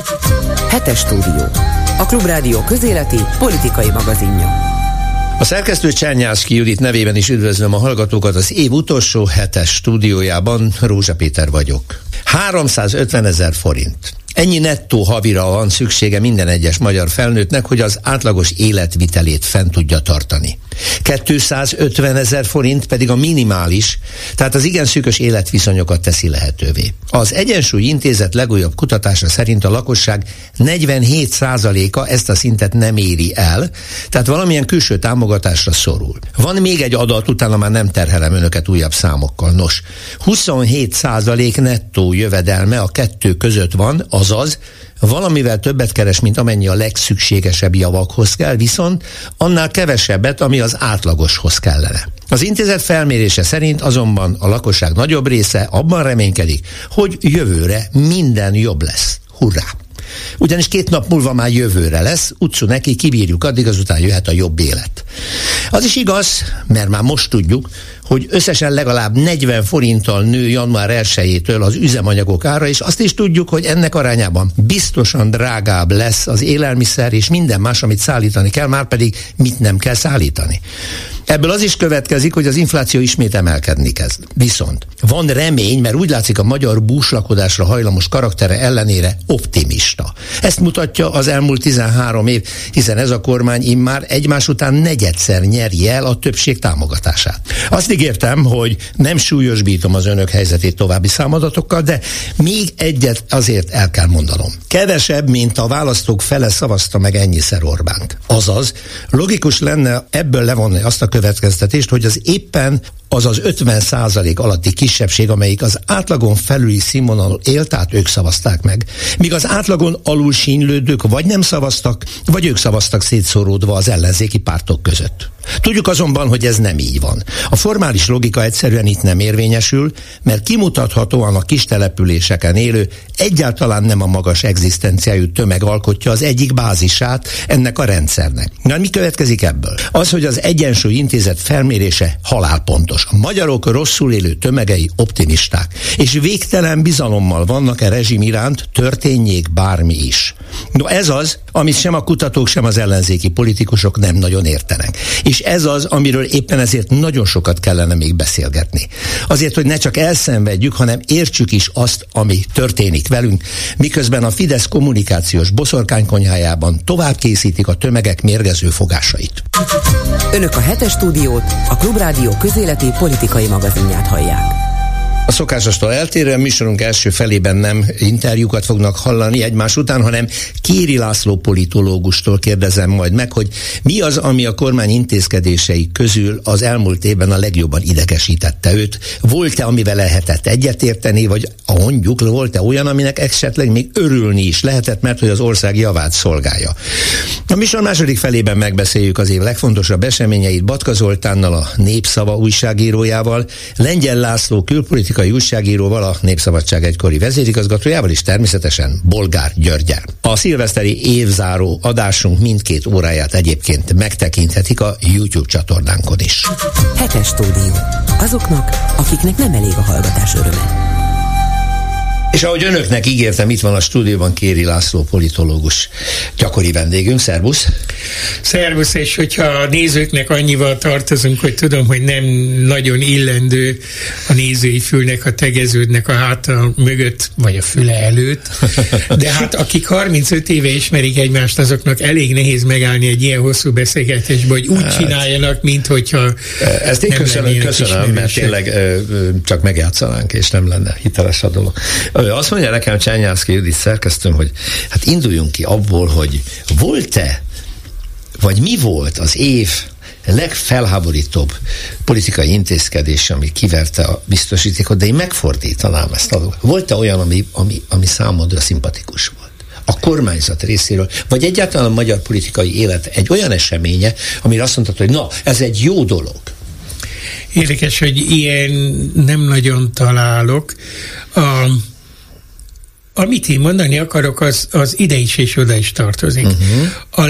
Hetes stúdió. A Klubrádió közéleti politikai magazinja. A szerkesztő Csernyánszky Judit nevében is üdvözlöm a hallgatókat az év utolsó hetes stúdiójában. Rózsa Péter vagyok. 350 000 forint. Ennyi nettó havira van szüksége minden egyes magyar felnőttnek, hogy az átlagos életvitelét fent tudja tartani. 250 000 forint pedig a minimális, tehát az igen szűkös életviszonyokat teszi lehetővé. Az Egyensúly Intézet legújabb kutatása szerint a lakosság 47%-a ezt a szintet nem éri el, tehát valamilyen külső támogatásra szorul. Van még egy adat, utána már nem terhelem önöket újabb számokkal. Nos, 27% nettó jövedelme a kettő között van, azaz valamivel többet keres, mint amennyi a legszükségesebb javakhoz kell, viszont annál kevesebbet, ami az átlagoshoz kellene. Az intézet felmérése szerint azonban a lakosság nagyobb része abban reménykedik, hogy jövőre minden jobb lesz. Hurrá! Ugyanis 2 nap múlva már jövőre lesz, utcu neki, kibírjuk addig, azután jöhet a jobb élet. Az is igaz, mert már most tudjuk, hogy összesen legalább 40 forinttal nő január 1-től az üzemanyagok ára, és azt is tudjuk, hogy ennek arányában biztosan drágább lesz az élelmiszer és minden más, amit szállítani kell, már pedig mit nem kell szállítani. Ebből az is következik, hogy az infláció ismét emelkedni kezd. Viszont van remény, mert úgy látszik a magyar búslakodásra hajlamos karaktere ellenére optimista. Ezt mutatja az elmúlt 13 év, hiszen ez a kormány immár egymás után negyedszer nyeri el a többség támogatását. Azt ígértem, hogy nem súlyosbítom az önök helyzetét további számadatokkal, de még egyet azért el kell mondanom. Kevesebb, mint a választók fele szavazta meg ennyiszer Orbánt. Azaz, logikus lenne ebből levonni azt a következtetést, hogy az éppen az 50% alatti kisebbség, amelyik az átlagon felüli színvonalon él, tehát ők szavazták meg. Míg az átlagon alul sínylődők vagy nem szavaztak, vagy ők szavaztak szétszóródva az ellenzéki pártok között. Tudjuk azonban, hogy ez nem így van. A formális logika egyszerűen itt nem érvényesül, mert kimutathatóan a kis településeken élő, egyáltalán nem a magas egzisztenciájú tömeg alkotja az egyik bázisát ennek a rendszernek. Na, mi következik ebből? Az, hogy az Egyensúly Intézet felmérése halálpontos. A magyarok rosszul élő tömegei optimisták, és végtelen bizalommal vannak a rezsim iránt, történjék bármi is. No, ez az, amit sem a kutatók, sem az ellenzéki politikusok nem nagyon értenek. És ez az, amiről éppen ezért nagyon sokat kellene még beszélgetni. Azért, hogy ne csak elszenvedjük, hanem értsük is azt, ami történik velünk, miközben a Fidesz kommunikációs boszorkánykonyhájában tovább készítik a tömegek mérgező fogásait. Önök a Hetes stúdiót, a Klubrádió közéleti politikai magazinját hallják. A szokásostól eltérően műsorunk első felében nem interjúkat fognak hallani egymás után, hanem Kéri László politológustól kérdezem majd meg, hogy mi az, ami a kormány intézkedései közül az elmúlt évben a legjobban idegesítette őt. Volt-e, amivel lehetett egyetérteni, vagy mondjuk volt-e olyan, aminek esetleg még örülni is lehetett, mert hogy az ország javát szolgálja. A műsor második felében megbeszéljük az év legfontosabb eseményeit Batka Zoltánnal, a Népszava újságírójával, Lengyel László külpolitikai újságíróval, a Népszabadság egykori vezérigazgatójával, és természetesen Bolgár Györggyel. A szilveszteri évzáró adásunk mindkét óráját egyébként megtekinthetik a YouTube csatornánkon is. Hetes stúdió. Azoknak, akiknek nem elég a hallgatás öröme. És ahogy önöknek ígértem, itt van a stúdióban Kéri László politológus, gyakori vendégünk. Szervusz! Szervusz, és hogyha a nézőknek annyival tartozunk, hogy tudom, hogy nem nagyon illendő a nézői fülnek, ha tegeződnek a háta mögött, vagy a füle előtt, de hát akik 35 éve ismerik egymást, azoknak elég nehéz megállni egy ilyen hosszú beszélgetésbe, hogy úgy csináljanak, mint hogyha ezt én köszönöm, mert tényleg csak megjátszanánk, és nem lenne hiteles a dolog. Azt mondja nekem Csernyánszky Judit szerkesztőm, hogy hát induljunk ki abból, hogy volt-e, vagy mi volt az év legfelháborítóbb politikai intézkedés, ami kiverte a biztosítékot, de én megfordítanám ezt a dolgot. Volt-e olyan, ami számodra szimpatikus volt? A kormányzat részéről, vagy egyáltalán a magyar politikai élet egy olyan eseménye, amire azt mondtad, hogy na, ez egy jó dolog. Érdekes, hogy ilyen nem nagyon találok. Amit én mondani akarok, az ide is és oda is tartozik. A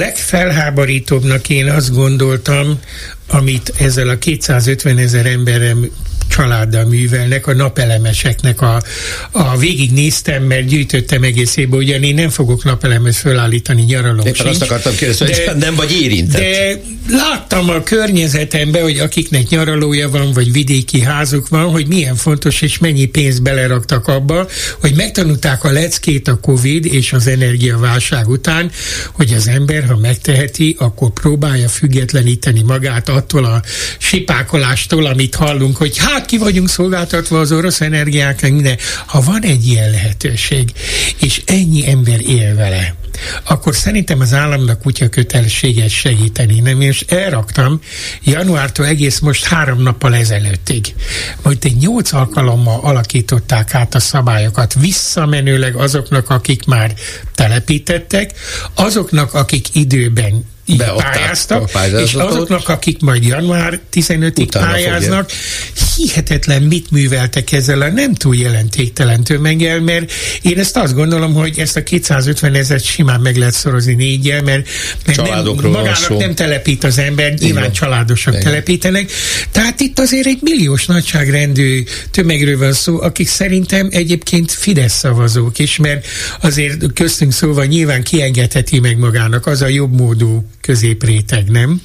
legfelháborítóbbnak én azt gondoltam, amit ezzel a 250 000 emberrel családdal művelnek, a napelemeseknek a végignéztem, mert gyűjtöttem egész évben, ugyan én nem fogok napelemet fölállítani, nyaralom sincs. Azt akartam kérdezni, hogy nem vagy érintett. De láttam a környezetemben, hogy akiknek nyaralója van, vagy vidéki házuk van, hogy milyen fontos és mennyi pénzt beleraktak abba, hogy megtanulták a leckét a Covid és az energiaválság után, hogy az ember, ha megteheti, akkor próbálja függetleníteni magát attól a sipákolástól, amit hallunk, hogy hát ki vagyunk szolgáltatva az orosz energiáknak, minden. Ha van egy ilyen lehetőség, és ennyi ember él vele, akkor szerintem az államnak kutya kötelességet segíteni. Nem, és elraktam januártól egész most 3 nappal ezelőttig. Majd egy 8 alkalommal alakították át a szabályokat visszamenőleg azoknak, akik már telepítettek, azoknak, akik időben pályáztak, és azoknak, akik majd január 15-ig pályáznak, hihetetlen mit műveltek ezzel a nem túl jelentéktelen tömeggel, mert én ezt azt gondolom, hogy ezt a 250 000 simán meg lehet szorozni 4-jel, mert magának nem telepít az ember, nyilván családosak telepítenek. Tehát itt azért egy milliós nagyságrendű tömegről van szó, akik szerintem egyébként Fidesz szavazók is, mert azért köztünk szóval nyilván kiengedheti meg magának az a jobb módú középréteg, nem?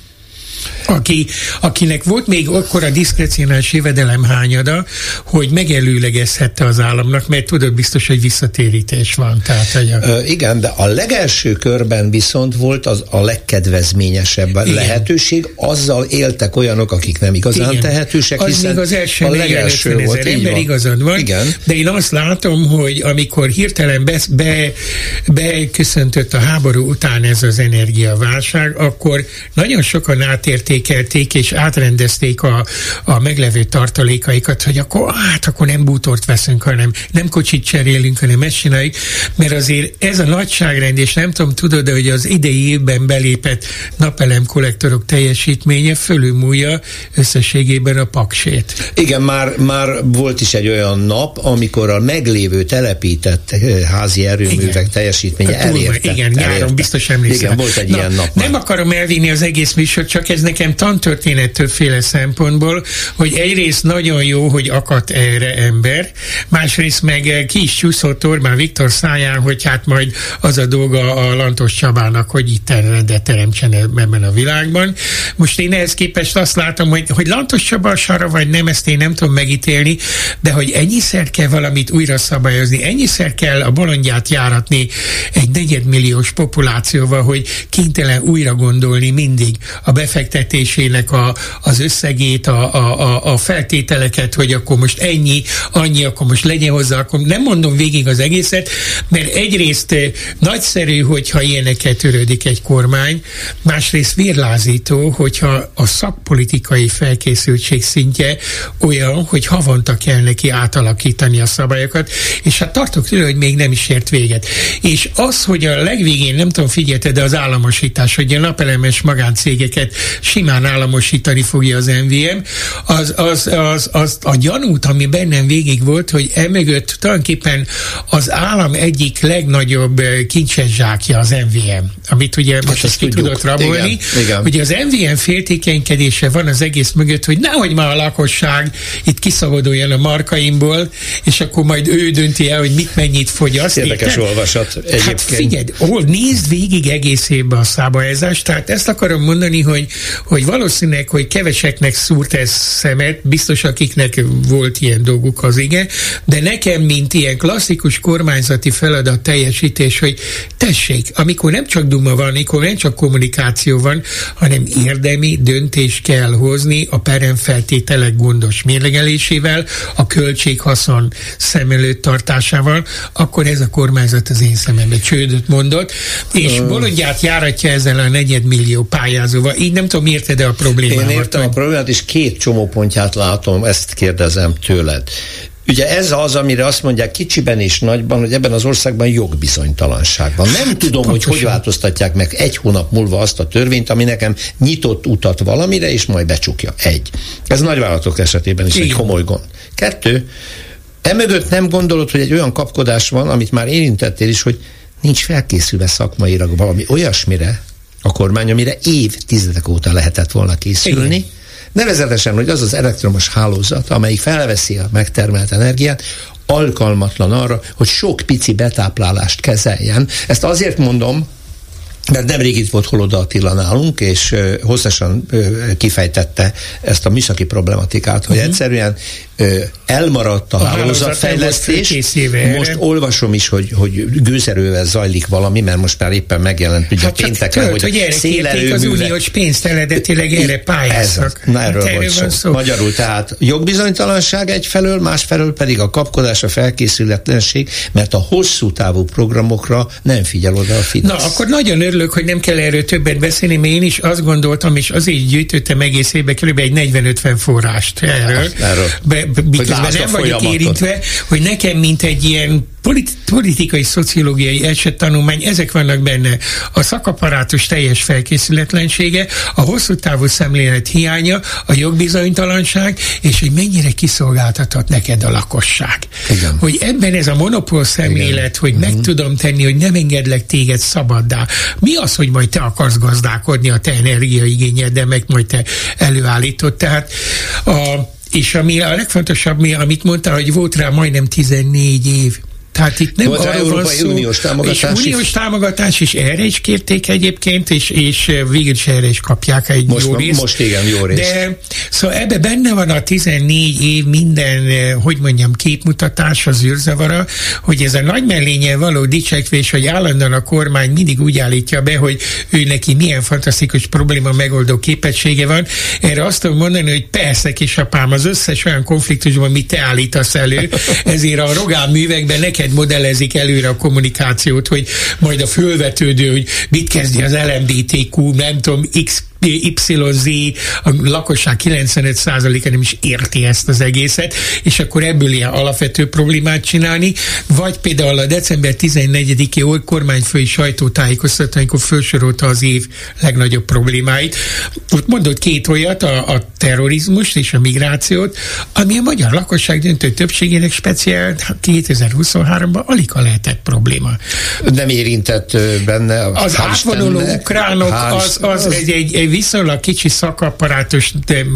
Akinek volt még akkora diszkrecionális jövedelem hányada, hogy megelőlegezhette az államnak, mert tudod biztos, hogy visszatérítés van. Tehát, igen, de a legelső körben viszont volt az a legkedvezményesebb lehetőség, azzal éltek olyanok, akik nem igazán tehetősek, az hiszen az első a legelső volt. Ember, igazad van, igen. De én azt látom, hogy amikor hirtelen beköszöntött a háború után ez az energiaválság, akkor nagyon sokan átértékelték és átrendezték a meglevő tartalékaikat, hogy akkor nem bútort veszünk, hanem nem kocsit cserélünk, hanem ezt csináljuk, mert azért ez a nagyságrend, és nem tudom, tudod, de hogy az idei évben belépett napelem kollektorok teljesítménye fölülmúlja összességében a paksét. Igen, már volt is egy olyan nap, amikor a meglévő telepített házi erőművek teljesítménye elérte. Igen, nyáron biztos emlékszem. Igen, volt egy ilyen nap. Nem akarom elvinni az egész műsor, csak ez nekem tantörténet többféle szempontból, hogy egyrészt nagyon jó, hogy akadt erre ember, másrészt meg ki is csúszott Orbán Viktor száján, hogy hát majd az a dolga a Lantos Csabának, hogy itt rendet teremtsen ebben a világban. Most én ehhez képest azt látom, hogy Lantos Csaba a sarra vagy nem, ezt én nem tudom megítélni, de hogy ennyiszer kell valamit újra szabályozni, ennyiszer kell a bolondját járatni egy 4 milliós populációval, hogy kénytelen újra gondolni mindig a befektetésének az összegét, a feltételeket, hogy akkor most annyi, akkor most legyen hozzá, akkor nem mondom végig az egészet, mert egyrészt nagyszerű, hogyha ilyeneket törődik egy kormány, másrészt vérlázító, hogyha a szakpolitikai felkészültség szintje olyan, hogy havonta kell neki átalakítani a szabályokat, és hát tartok tőle, hogy még nem is ért véget. És az, hogy a legvégén, nem tudom, figyelted, de az államosítás, hogy a napelemes magáncégeket simán államosítani fogja az MVM, az a gyanút, ami bennem végig volt, hogy emögött tulajdonképpen az állam egyik legnagyobb kincses zsákja az MVM, amit ugye most ezt ki tudott rabolni. Igen. Ugye az MVM féltékenykedése van az egész mögött, hogy nehogy már a lakosság itt kiszabaduljon a markaimból, és akkor majd ő dönti el, hogy mit mennyit fogyaszt. Érdekes olvasat egyébként. Hát figyeld, nézd végig egész évben a szabályozást, tehát ezt akarom mondani, hogy valószínűleg, hogy keveseknek szúrt ez szemet, biztos akiknek volt ilyen dolguk az igen, de nekem, mint ilyen klasszikus kormányzati feladat teljesítés, hogy tessék, amikor nem csak duma van, amikor nem csak kommunikáció van, hanem érdemi döntést kell hozni a peremfeltételek gondos mérlegelésével, a költség-haszon szem előtt tartásával, akkor ez a kormányzat az én szemembe csődöt mondott, és bolondját járatja ezzel a 4 millió pályázóval. Így nem tudom, érted-e a problémát? Én értem a problémát, és 2 csomópontját látom, ezt kérdezem tőled. Ugye ez az, amire azt mondják kicsiben és nagyban, hogy ebben az országban jogbizonytalanság van. Nem tudom, hogy változtatják meg 1 hónap múlva azt a törvényt, ami nekem nyitott utat valamire, és majd becsukja. 1. Ez nagyvállalatok esetében is egy komoly gond. 2. Emögött nem gondolod, hogy egy olyan kapkodás van, amit már érintettél is, hogy nincs felkészülve szakmailag valami olyasmire a kormány, amire évtizedek óta lehetett volna készülni, Nevezetesen, hogy az az elektromos hálózat, amelyik felveszi a megtermelt energiát, alkalmatlan arra, hogy sok pici betáplálást kezeljen. Ezt azért mondom, mert nemrég itt volt Holoda Attila nálunk, és hosszasan kifejtette ezt a műszaki problematikát, hogy egyszerűen elmaradt a hálózatfejlesztés. Most olvasom is, hogy gőzerővel zajlik valami, mert most már éppen megjelent ugye pénteken, hogy erre kérték az uniós pénzt, eredetileg erre pályáztak. Erről volt szó. Magyarul tehát jogbizonytalanság egyfelől, másfelől pedig a kapkodás, a felkészületlenség, mert a hosszú távú programokra nem figyel oda a Fidesz. Na, akkor nagyon örülök, hogy nem kell erről többet beszélni, mert én is azt gondoltam, és azért gyűjtöttem egész évben kb. Egy 40-50 forrást erről. Miközben nem vagyok érintve, hogy nekem, mint egy ilyen politikai, szociológiai esettanulmány, ezek vannak benne. A szakapparátus teljes felkészületlensége, a hosszú távú szemlélet hiánya, a jogbizonytalanság, és hogy mennyire kiszolgáltatott neked a lakosság. Igen. Hogy ebben ez a monopól szemlélet, hogy meg tudom tenni, hogy nem engedlek téged szabaddá. Mi az, hogy majd te akarsz gazdálkodni a te energiaigényeddel, meg majd te előállítod. Tehát és ami a legfontosabb, amit mondtál, hogy volt rá majdnem 14 év. Tehát itt nem arról van szó, uniós támogatás, és uniós támogatás is erre is kérték egyébként, és végül is erre is kapják egy jó részt. Most igen, jó részt. De szóval ebbe benne van a 14 év minden, hogy mondjam, képmutatás, az űrzavara, hogy ez a nagy mellényen való dicsekvés, hogy állandóan a kormány mindig úgy állítja be, hogy ő neki milyen fantasztikus probléma megoldó képessége van. Erre azt tudom mondani, hogy persze, kisapám, az összes olyan konfliktusban, amit te állítasz elő, ezért a Rogán művekben neked modellezik előre a kommunikációt, hogy majd a fölvetődő, hogy mit kezdi az LMBTQ, nem tudom, YZ, a lakosság 95%-a nem is érti ezt az egészet, és akkor ebből ilyen alapvető problémát csinálni, vagy például a december 14-i kormányfői sajtótájékoztató, amikor felsorolta az év legnagyobb problémáit. Ott mondott két olyat, a terrorizmust és a migrációt, ami a magyar lakosság döntő többségének speciál 2023-ban alig a lehetett probléma. Nem érintett benne az átvonuló ukránok, az egy viszonylag kicsi szakapparátus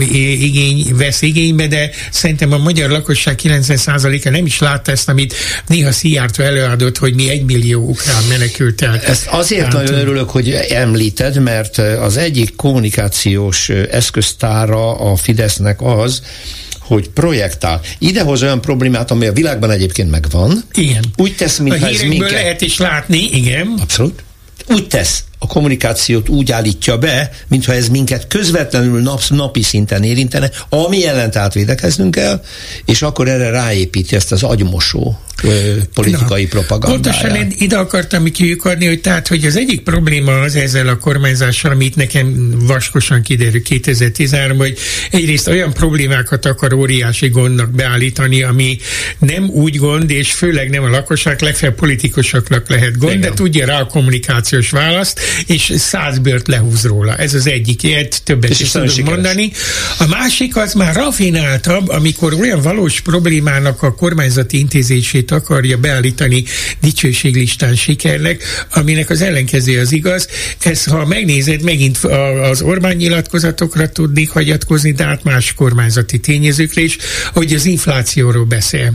vesz igénybe, de szerintem a magyar lakosság 90%-a nem is látta ezt, amit néha Szijjártó előadott, hogy mi 1 millió ukrán menekült el. Ezt azért nagyon örülök, hogy említed, mert az egyik kommunikációs eszköztára a Fidesznek az, hogy projektál. Idehoz olyan problémát, ami a világban egyébként megvan. Igen. Úgy tesz, mintha ez minket... lehet is látni, igen. Abszolút. Úgy tesz, a kommunikációt úgy állítja be, mintha ez minket közvetlenül napi szinten érintene, ami ellen tehát védekeznünk kell, és akkor erre ráépíti ezt az agymosó politikai propagandáját. Pontosan ide akartam kiukadni, hogy tehát, hogy az egyik probléma az ezzel a kormányzással, amit nekem vaskosan kiderül 2013, hogy egyrészt olyan problémákat akar óriási gondnak beállítani, ami nem úgy gond, és főleg nem a lakosság, legfeljebb politikusoknak lehet gond, igen, de tudja rá a kommunikációs választ, és 100 bőrt lehúz róla. Ez az egyik, ilyet többet is tudunk mondani. A másik az már rafináltabb, amikor olyan valós problémának a kormányzati intézését akarja beállítani dicsőséglistán sikernek, aminek az ellenkezője az igaz. Ez, ha megnézed, megint az Orbán nyilatkozatokra tudnék hagyatkozni, de át más kormányzati tényezőkre is, hogy az inflációról beszél.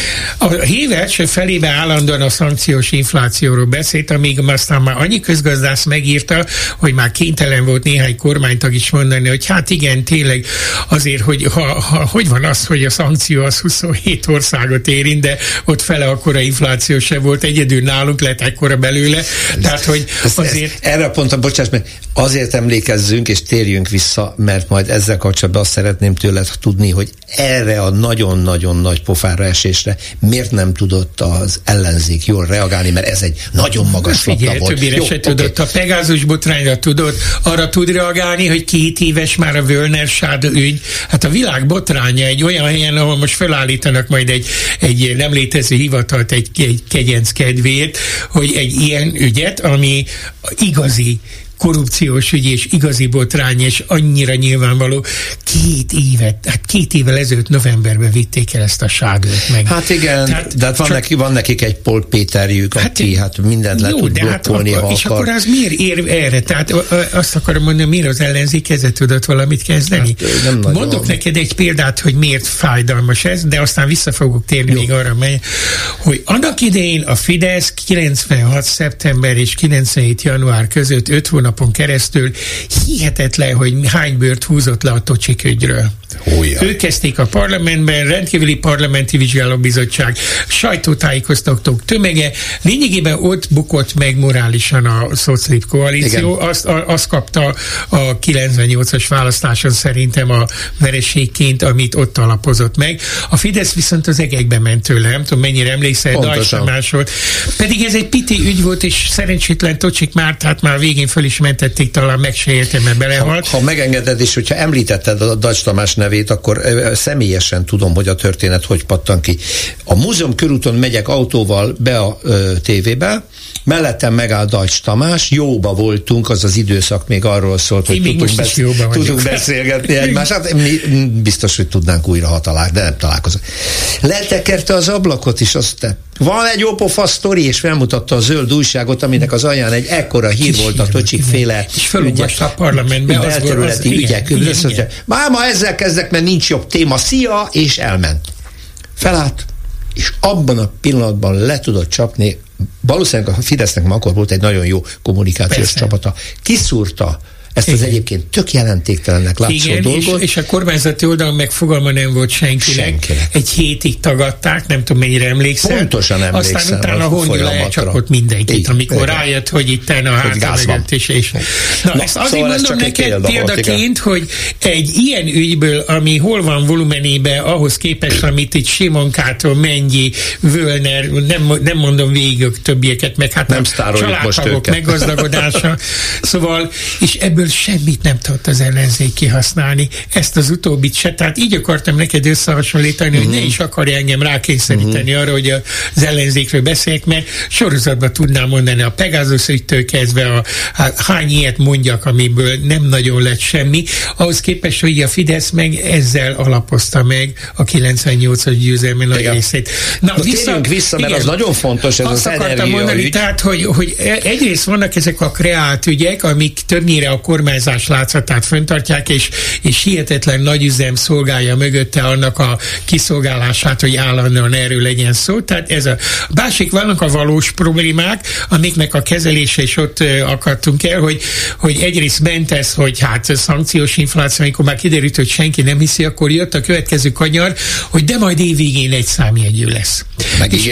A hív első felében állandóan a szankciós inflációról beszélt, amíg aztán már annyi közgazdász megírta, hogy már kénytelen volt néhány kormánytag is mondani, hogy hát igen, tényleg azért, hogy hogy van az, hogy a szankció az 27 országot érint, de ott fele akkora infláció se volt, egyedül nálunk lett ekkora belőle, tehát hogy azért... Erre a ponton, bocsáss meg, azért emlékezzünk és térjünk vissza, mert majd ezzel kapcsolatban azt szeretném tőled tudni, hogy erre a nagyon-nagyon nagy pofára esésre miért nem tudott az ellenzék jól reagálni, mert ez egy nagyon magas lapta volt. Többire se tudott. A Pegasus botrányra tudott, arra tud reagálni, hogy 2 éves már a Völner Sáda ügy. Hát a világ botránya egy olyan helyen, ahol most felállítanak majd egy nem létező hivatalt egy kegyenc kedvéért, hogy egy ilyen ügyet, ami igazi korrupciós ügy és igazi botrány, és annyira nyilvánvaló. 2 évvel ezelőtt novemberben vitték el ezt a ságört meg. Hát igen, tehát, de hát van nekik egy Pol Péterjük, aki mindent le tud blokkolni, ha akar. És akkor az miért ér erre? Tehát azt akarom mondani, miért az ellenzék ezzel tudott valamit kezdeni? Hát, mondok neked egy példát, hogy miért fájdalmas ez, de aztán vissza fogok térni még arra, hogy annak idején a Fidesz 96. szeptember és 97. január között 5 hónapon keresztül hihetetlen, hogy hány bőrt húzott le a Tocsik ügyről. Ők kezdték a parlamentben, rendkívüli parlamenti vizsgálóbizottság, sajtótájékoztatók tömege, lényegében ott bukott meg morálisan a szocialista koalíció, azt kapta a 98-as választáson szerintem a vereségként, amit ott alapozott meg. A Fidesz viszont az egekbe ment tőle, nem tudom mennyire emlékszel, Dajs Tamás volt. Pedig ez egy piti ügy volt, és szerencsétlen Tocsik Mártát már végén föl is mentették, talán meg se érte, mert belehalt. Ha megengeded, és hogyha említetted a Dajs Tamás nevét, akkor személyesen tudom, hogy a történet hogy pattan ki. A múzeum körúton megyek autóval be a tévébe, mellettem megáll Dajs Tamás, jóba voltunk, az az időszak még arról szólt, hogy tudunk beszélgetni egymást. Hát mi biztos, hogy tudnánk újra, ha de nem találkozunk. Letekerte az ablakot, és azt van egy jópofa sztori, és felmutatta a zöld újságot, aminek az alján egy ekkora hír volt a Tocsik-féle és felolvasta a parlamentben belterületi ügyek. Máma ezzel kezdek, mert nincs jobb téma. Szia! És elment. Felállt, és abban a pillanatban le tudott csapni. Valószínűleg a Fidesznek ma akkor volt egy nagyon jó kommunikációs csapata. Kiszúrta ezt az egyébként tök jelentéktelennek látszó dolgot. És a kormányzati oldalon meg fogalma nem volt senkinek. Egy hétig tagadták, nem tudom mennyire emlékszel. Pontosan emlékszem. Aztán utána honnyira elcsapott mindenkit, amikor rájött, hogy itt a hátra mögött is. Na, ezt azért mondom neked példaként, hogy egy ilyen ügyből, ami hol van volumenében, ahhoz képest, amit itt Simonkától, Mennyi, Völner, nem mondom végig többieket, meg hát nem a családtagok meggazdagodása. Szóval, és ebből semmit nem tudott az ellenzék kihasználni, ezt az utóbbit se. Tehát így akartam neked összehasonlítani, hogy ne is akarja engem rákényszeríteni arra, hogy az ellenzékről beszéljek, mert sorozatban tudnám mondani a Pegasus ügytől kezdve hány ilyet mondjak, amiből nem nagyon lett semmi. Ahhoz képest, hogy a Fidesz meg ezzel alapozta meg a 98-as győzelme nagy részét. Na térjünk vissza, mert az nagyon fontos, ez az energia mondani, ügy. Tehát, hogy egyrészt vannak ezek a kreált ügyek, amik többnyire a kormányzás látszatát fenntartják, és hihetetlen nagy üzem szolgálja mögötte annak a kiszolgálását, hogy állandóan erről legyen szó. Tehát ez a másik, vannak a valós problémák, amiknek a kezelése is ott akadtunk el, hogy egyrészt ment ez, hogy hát szankciós infláció, amikor már kiderült, hogy senki nem hiszi, akkor jött a következő kanyar, hogy de majd évvégén egy számjegyű lesz. És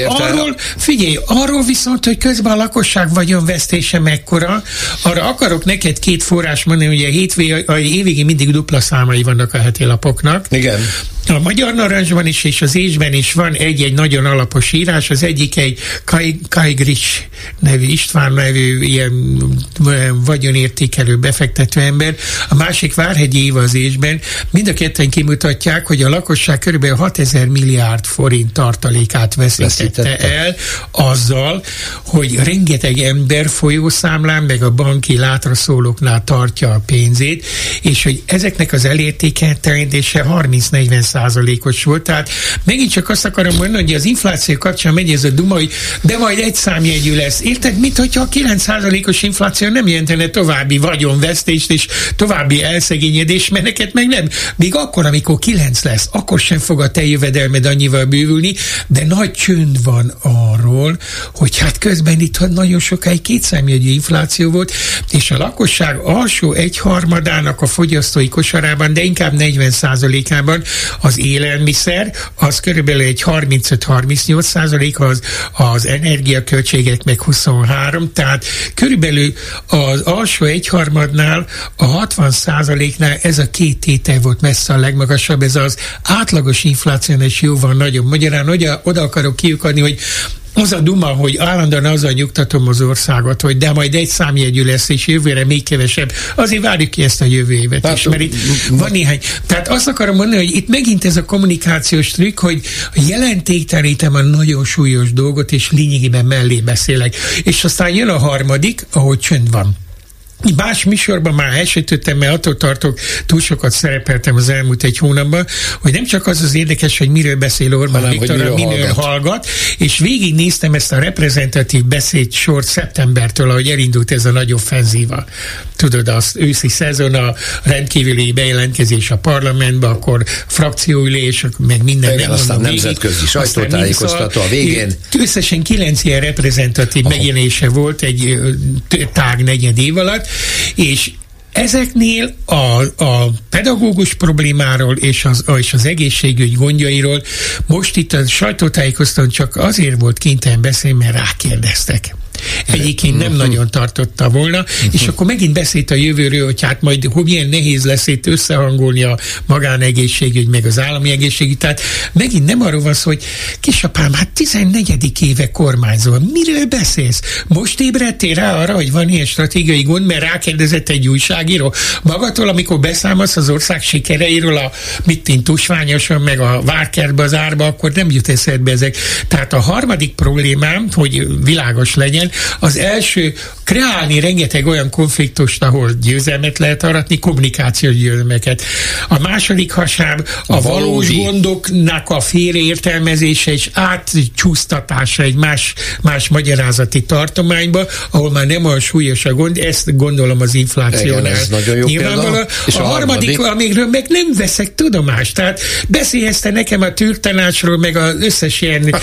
arról viszont, hogy közben a lakosság vagyonvesztése mekkora, arra akarok neked 2 forrás mondani, ugye a évvégén mindig dupla számai vannak a heti lapoknak. Igen. A Magyar Narancsban is és az Ésben is van egy nagyon alapos írás, az egyik egy Kajgrics nevű, István nevű ilyen vagyonértékelő befektető ember, a másik Várhegyi Éva az Ésben, mind a ketten kimutatják, hogy a lakosság kb. 6000 milliárd forint tartalékát veszítette el azzal, hogy rengeteg ember folyószámlán meg a banki látraszólóknál tartja a pénzét, és hogy ezeknek az elértéktelenedése 30-40%-os volt. Tehát megint csak azt akarom mondani, hogy az infláció kapcsán megy ez a duma, hogy de majd egy számjegyű lesz. Érted? Mint hogyha a 9%-os infláció nem jelentene további vagyonvesztést és további elszegényedés, mert neked meg nem. Még akkor, amikor 9 lesz, akkor sem fog a te jövedelmed annyival bővülni, de nagy csönd van arról, hogy hát közben itt nagyon sokáig 2 számjegyű infláció volt, és a lakosság alsó egyharmadának a fogyasztói kosarában, de inkább 40%-ában az élelmiszer, az körülbelül egy 35-38%, az energiaköltségek meg 23%, tehát körülbelül az alsó egyharmadnál, a 60%-nál ez a 2 tétel volt messze a legmagasabb, ez az átlagos inflációnál is jóval nagyobb. Magyarán oda akarok kiukadni, hogy az a duma, hogy állandóan azzal nyugtatom az országot, hogy de majd egy számjegyű lesz, és jövőre még kevesebb. Azért várjuk ki ezt a jövő évet is, mert itt van néhány. Tehát azt akarom mondani, hogy itt megint ez a kommunikációs trükk, hogy jelentéktelenítem a nagyon súlyos dolgot, és lényegében mellé beszélek. És aztán jön a harmadik, ahogy csönd van. más műsorban már elsütöttem, mert attól tartok, túl sokat szerepeltem az elmúlt egy hónapban, hogy nem csak az érdekes, hogy miről beszél Orbán Viktor, miről hallgat, és végignéztem ezt a reprezentatív beszédsort szeptembertől, ahogy elindult ez a nagy offenzíva. Tudod, az őszi szezon, a rendkívüli bejelentkezés a parlamentbe, akkor frakcióülés, meg minden. Igen, aztán nemzetközi sajtótájékoztató a végén. Összesen 9 ilyen reprezentatív megjelenése volt egy tág negyed év alatt, és ezeknél a pedagógus problémáról és az egészségügy gondjairól most itt a sajtótájékoztatón csak azért volt kénytelen beszélni, mert rákérdeztek. Egyébként nem nagyon tartotta volna, és akkor megint beszélt a jövőről, hogy hát majd milyen nehéz lesz itt összehangolni a magánegészségügy meg az állami egészségügy. Tehát megint nem arról van szó, hogy kisapám, hát 14. éve kormányzol, miről beszélsz? Most ébredtél rá arra, hogy van ilyen stratégiai gond, mert rákérdezett egy újságíró magadtól, amikor beszámolsz az ország sikereiről, a tusványosan, meg a várkertbe, az árba, akkor nem jut eszedbe ezek. Tehát a harmadik problémám, hogy világos legyen, az első, kreálni rengeteg olyan konfliktust, ahol győzelmet lehet aratni, kommunikációs győzelmeket. A második hasáb a valós gondoknak a félreértelmezése és átcsúsztatása egy más magyarázati tartományba, ahol már nem olyan súlyos a gond, ezt gondolom az inflációnál. Ez nagyon jó példa. És a harmadik, amikről meg nem veszek tudomást. Tehát beszélhetsz nekem a tűrtanácsról, meg az összes ilyen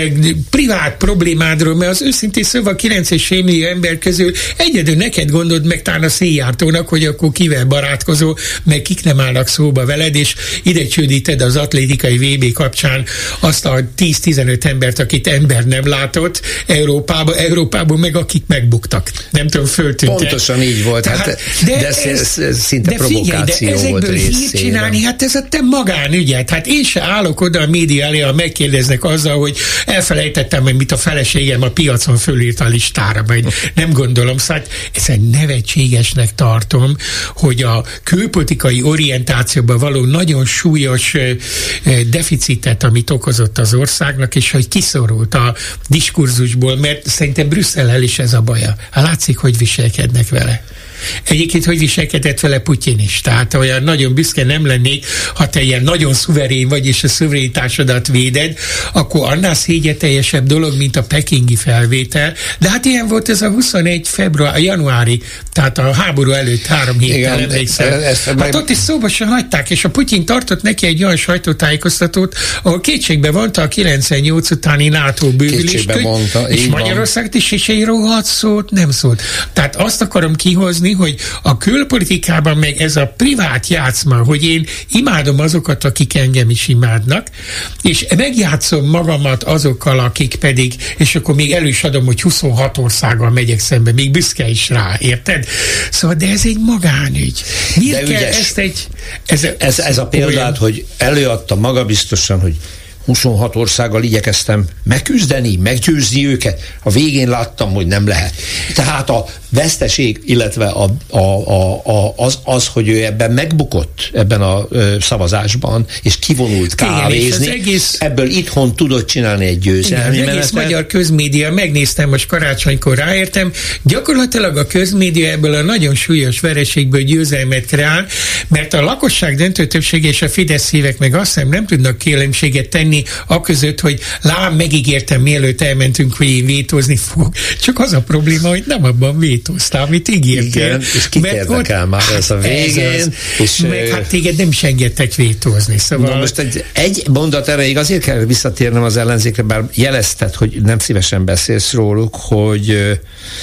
privát problémádról, mert az őszintén szóval 9,5 millió ember közül egyedül neked gondold meg talán a széjjártónak, hogy akkor kivel barátkozol, meg kik nem állnak szóba veled, és ide csődíted az atlétikai VB kapcsán azt a 10-15 embert, akit ember nem látott Európában meg akik megbuktak. Nem tudom, föltűnt. Pontosan így volt. Tehát, de ez szinte provokáció volt részére. Csinálni, hát ez a te magánügyed. Hát én se állok oda a média elé, ha megkérdeznek azzal, hogy elfelejtettem, hogy mit a feleségem a piacon fölírt a listára, majd nem gondolom, szóval ezt nevetségesnek tartom, hogy a külpolitikai orientációban való nagyon súlyos deficitet, amit okozott az országnak, és hogy kiszorult a diskurzusból, mert szerintem Brüsszellel is ez a baja. Hát látszik, hogy viselkednek vele. Egyébként, hogy viselkedett vele Putyin is. Tehát olyan nagyon büszke nem lennék, ha te ilyen nagyon szuverén vagy, és a szuverenitásodat véded, akkor annál szégyenteljesebb dolog, mint a pekingi felvétel. De hát ilyen volt ez a 21 januári, tehát a háború előtt 3 héttel emlékszem. Hát ott is szóba sem hagyták, és a Putyin tartott neki egy olyan sajtótájékoztatót, ahol kétségbe vonta a 98 utáni NATO bővülést, és Magyarországot is, és egy rohadt szót nem szólt. Tehát azt akarom kihozni, hogy a külpolitikában meg ez a privát játszma, hogy én imádom azokat, akik engem is imádnak, és megjátszom magamat azokkal, akik pedig, és akkor még elő is adom, hogy 26 országgal megyek szembe, még büszke is rá, érted? Szóval, de ez egy magánügy. Miért kell ezt egy... Ez a példát, hogy előadta magabiztosan, hogy 26 országgal igyekeztem megküzdeni, meggyőzni őket. A végén láttam, hogy nem lehet. Tehát a veszteség, illetve az, hogy ő ebben megbukott, ebben a szavazásban, és kivonult kávézni, ebből itthon tudott csinálni egy győzelmi menetet. Az egész magyar közmédia, megnéztem most karácsonykor, ráértem, gyakorlatilag a közmédia ebből a nagyon súlyos vereségből győzelmet kreál, mert a lakosság döntő többsége és a Fidesz hívek meg azt hiszem nem tudnak különbséget tenni aközött, hogy megígértem, mielőtt elmentünk, hogy én vétózni fogok. Csak az a probléma, hogy nem abban vétóztál, amit ígértél. Igen, és kit érdekel már ez a végén. És meg hát téged nem is engedtek vétózni. Szóval... Na most egy mondat erejéig azért kell visszatérnem az ellenzékre, bár jelezted, hogy nem szívesen beszélsz róluk, hogy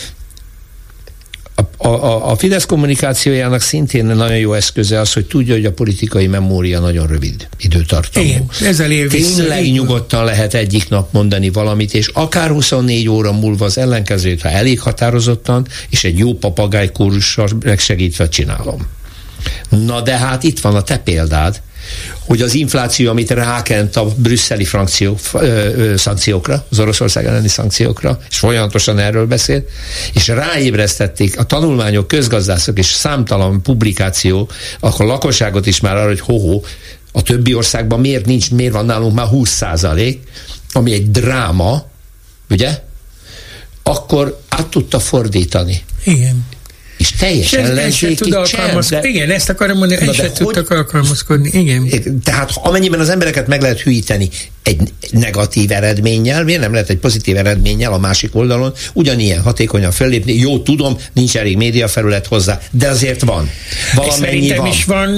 a Fidesz kommunikációjának szintén nagyon jó eszköze az, hogy tudja, hogy a politikai memória nagyon rövid időtartamú. Igen, ezzel él vissza. Tényleg nyugodtan lehet egyik nap mondani valamit, és akár 24 óra múlva az ellenkezőt, ha elég határozottan, és egy jó papagáj kórussal megsegítve csinálom. Na de hát itt van a te példád, hogy az infláció, amit rákent a brüsszeli szankciókra, az Oroszország elleni szankciókra, és folyamatosan erről beszélt, és ráébresztették a tanulmányok, közgazdászok és számtalan publikáció, akkor a lakosságot is már arra, hogy a többi országban miért van nálunk már 20%, ami egy dráma, ugye? Akkor át tudta fordítani. Igen. És teljes ellenzéki csend. Igen, ezt akarom mondani, ezt se tudtak alkalmazkodni. Igen. Tehát amennyiben az embereket meg lehet hűíteni egy negatív eredménnyel, miért nem lehet egy pozitív eredménnyel a másik oldalon ugyanilyen hatékonyan fellépni? Jó, tudom, nincs elég médiafelület hozzá, de azért van. Valamennyi van. Is van.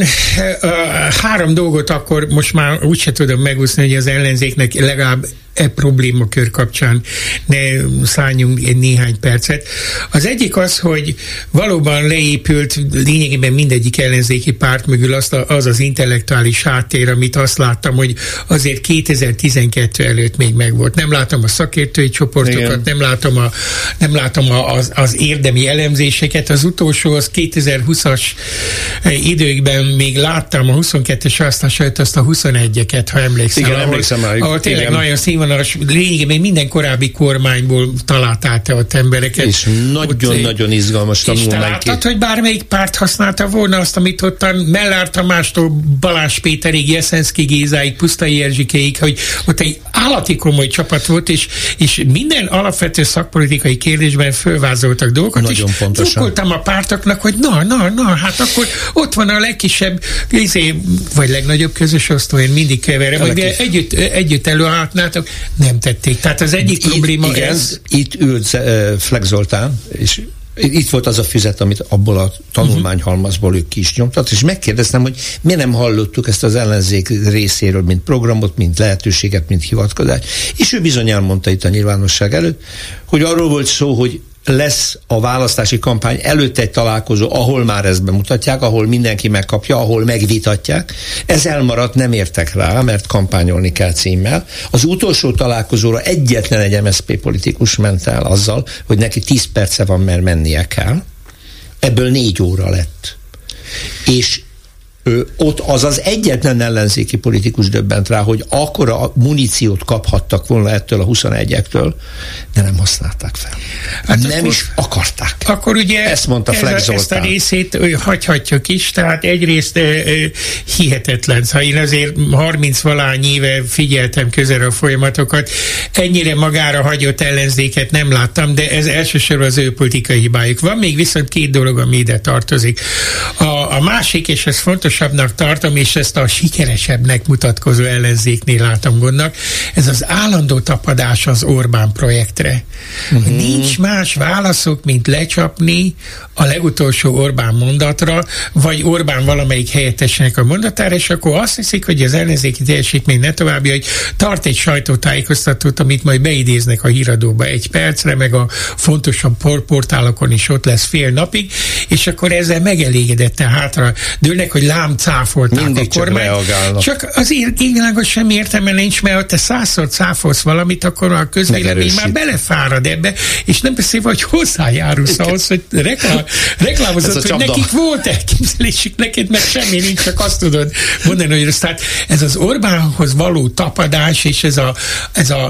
3 dolgot akkor most már úgyse tudom megúszni, hogy az ellenzéknek legalább problémakör kapcsán ne szálljunk néhány percet. Az egyik az, hogy valóban leépült lényegében mindegyik ellenzéki párt mögül az intellektuális háttér, amit azt láttam, hogy azért 2012 előtt még megvolt. Nem látom a szakértői csoportokat, nem látom az érdemi elemzéseket. Az utolsó, az 2020-as időkben még láttam a 22-es választás előtt azt a 21-eket, ha emlékszel. Igen, emlékszem már. Ahol tényleg nagyon színvonalas, lényegében minden korábbi kormányból találták ott embereket. És nagyon-nagyon izgalmas tanulmány. És te láttad, hogy bármelyik párt használta volna azt, amit ottan Mellár Tamástól Balázs Péterig, Jeszenszky Gézáig, Pusztai Erzsikéig, hogy ott egy állati komoly csapat volt, és minden alapvető szakpolitikai kérdésben fölvázoltak dolgokat. Nagyon pontosan. Drukkoltam a pártoknak, hogy hát akkor ott van a legkisebb, vagy legnagyobb közös osztó, én mindig keverem, hogy együtt előállhatnátok, nem tették. Tehát az egyik probléma igen, ez. Itt ült Fleck Zoltán, és itt volt az a füzet, amit abból a tanulmányhalmazból ők ki is nyomtat, és megkérdeztem, hogy miért nem hallottuk ezt az ellenzék részéről, mint programot, mint lehetőséget, mint hivatkozást. És ő bizony elmondta itt a nyilvánosság előtt, hogy arról volt szó, hogy lesz a választási kampány előtt egy találkozó, ahol már ezt bemutatják, ahol mindenki megkapja, ahol megvitatják. Ez elmaradt, nem értek rá, mert kampányolni kell címmel. Az utolsó találkozóra egyetlen egy MSZP politikus ment el azzal, hogy neki 10 perce van, mert mennie kell. Ebből 4 óra lett. És ott az egyetlen ellenzéki politikus döbbent rá, hogy akkora muníciót kaphattak volna ettől a 21-ektől, de nem használták fel. Hát nem akkor, is akarták. Akkor ugye ezt mondta Fleck Zoltán. Ezt a részét hagyhatjuk is, tehát egyrészt hihetetlen. Szóval én azért 30-valány éve figyeltem közel a folyamatokat, ennyire magára hagyott ellenzéket nem láttam, de ez elsősorban az ő politikai hibájuk. Van még viszont 2 dolog, ami ide tartozik. A másik, és ez fontosabbnak tartom, és ezt a sikeresebbnek mutatkozó ellenzéknél látom gondnak, ez az állandó tapadás az Orbán projektre. Nincs más válaszok, mint lecsapni a legutolsó Orbán mondatra, vagy Orbán valamelyik helyettesének a mondatára, és akkor azt hiszik, hogy az ellenzéki teljesítmény ne további, hogy tart egy sajtótájékoztatót, amit majd beidéznek a híradóba 1 percre, meg a fontosabb portálokon is ott lesz fél napig, és akkor ezzel megelégedetten hátra dőlnek, hogy lám cáfolták mindig a kormány. Csak azért világos sem értelme nincs, mert ha te 100-szor cáfolsz valamit, akkor a közvélemény már belefárad ebbe, és nem beszélve, hogy hozzájárulsz ahhoz, hogy reklámozott, hogy nekik volt elképzelésük, neked meg semmi nincs, csak azt tudod mondani, hogy tehát ez az Orbánhoz való tapadás, és ez a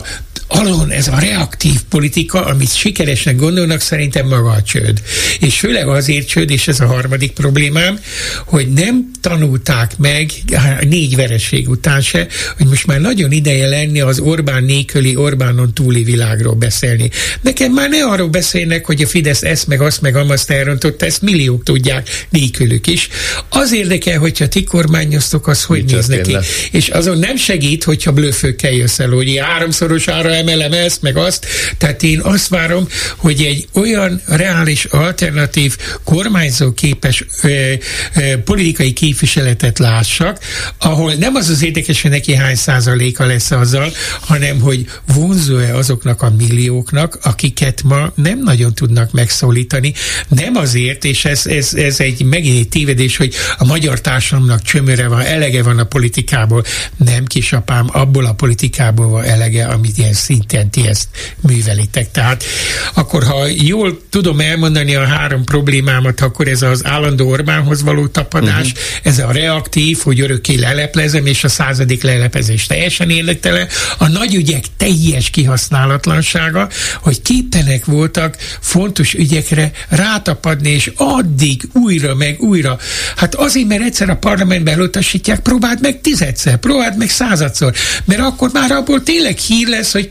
reaktív politika, amit sikeresnek gondolnak, szerintem maga a csőd. És főleg azért csőd, és ez a harmadik problémám, hogy nem tanulták meg 4 vereség után se, hogy most már nagyon ideje lenni az Orbán nélküli, Orbánon túli világról beszélni. Nekem már ne arról beszélnek, hogy a Fidesz ezt, meg azt, meg amazt elrontotta, ezt milliók tudják nélkülük is. Az érdekel, hogyha ti kormányoztok, az hogy néz neki. És azon nem segít, hogyha blöffökkel jössz el, hogy 3-szorosára emelem ezt, meg azt. Tehát én azt várom, hogy egy olyan reális, alternatív, kormányzó képes politikai képviseletet lássak, ahol nem az érdekes, hogy neki hány százaléka lesz azzal, hanem hogy vonzó-e azoknak a millióknak, akiket ma nem nagyon tudnak megszólítani. Nem azért, és ez egy megint egy tévedés, hogy a magyar társadalomnak csömöre van, elege van a politikából. Nem, kisapám, abból a politikából van elege, amit ilyen szinten ti ezt művelitek. Tehát akkor, ha jól tudom elmondani a 3 problémámat, akkor ez az állandó Orbánhoz való tapadás, ez a reaktív, hogy örökké leleplezem, és a 100. lelepezés teljesen érdektelen, a nagy ügyek teljes kihasználatlansága, hogy képtelenek voltak fontos ügyekre rátapadni, és addig újra meg újra. Hát azért, mert egyszer a parlamentben elutasítják, próbáld meg 10-szer, próbáld meg 100-szor, mert akkor már abból tényleg hír lesz, hogy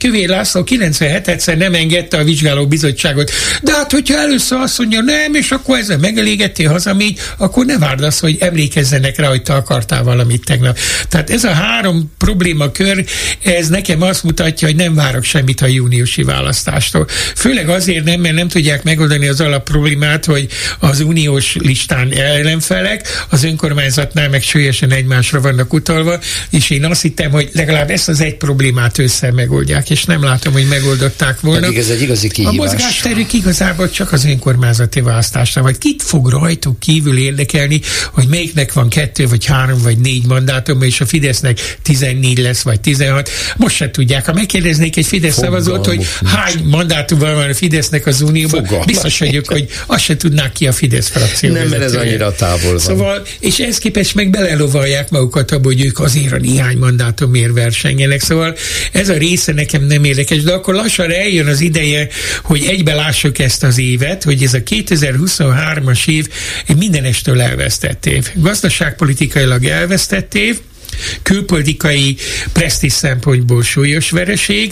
Kövér László 97-szer nem engedte a vizsgálóbizottságot. De hát, hogyha először azt mondja nem, és akkor ezzel megelégedtél, hazamégy, akkor ne várd azt, hogy emlékezzenek rá, hogy te akartál valamit tegnap. Tehát ez a 3 problémakör, ez nekem azt mutatja, hogy nem várok semmit a júniusi választástól. Főleg azért nem, mert nem tudják megoldani az alapproblémát, hogy az uniós listán ellenfelek, az önkormányzatnál meg súlyosan egymásra vannak utalva, és én azt hittem, hogy legalább ezt az egy problémát össze megoldják, és nem látom, hogy megoldották volna. Pedig ez egy igazi kihívás. A mozgásterük igazából csak az önkormányzati választásra, vagy kit fog rajtuk kívül érdekelni, hogy melyiknek van 2, vagy 3, vagy 4 mandátum, és a Fidesznek 14 lesz, vagy 16. Most se tudják. Ha megkérdeznék egy Fidesz szavazót, hogy hány mandátumban van a Fidesznek az unióban, biztos vagyok, hogy azt se tudnák ki a Fidesz frakció. Nem, mert ez annyira távol van. Szóval, és ehhez képest meg belelovalják magukat abba, hogy ők azért a néhány mandátumért versengenek. Szóval ez a része nekem nem érdekes, de akkor lassan eljön az ideje, hogy egybe lássuk ezt az évet, hogy ez a 2023-as év mindenestől elvesztett év. Gazdaságpolitikailag elvesztett év, külpolitikai presztízs szempontból súlyos vereség,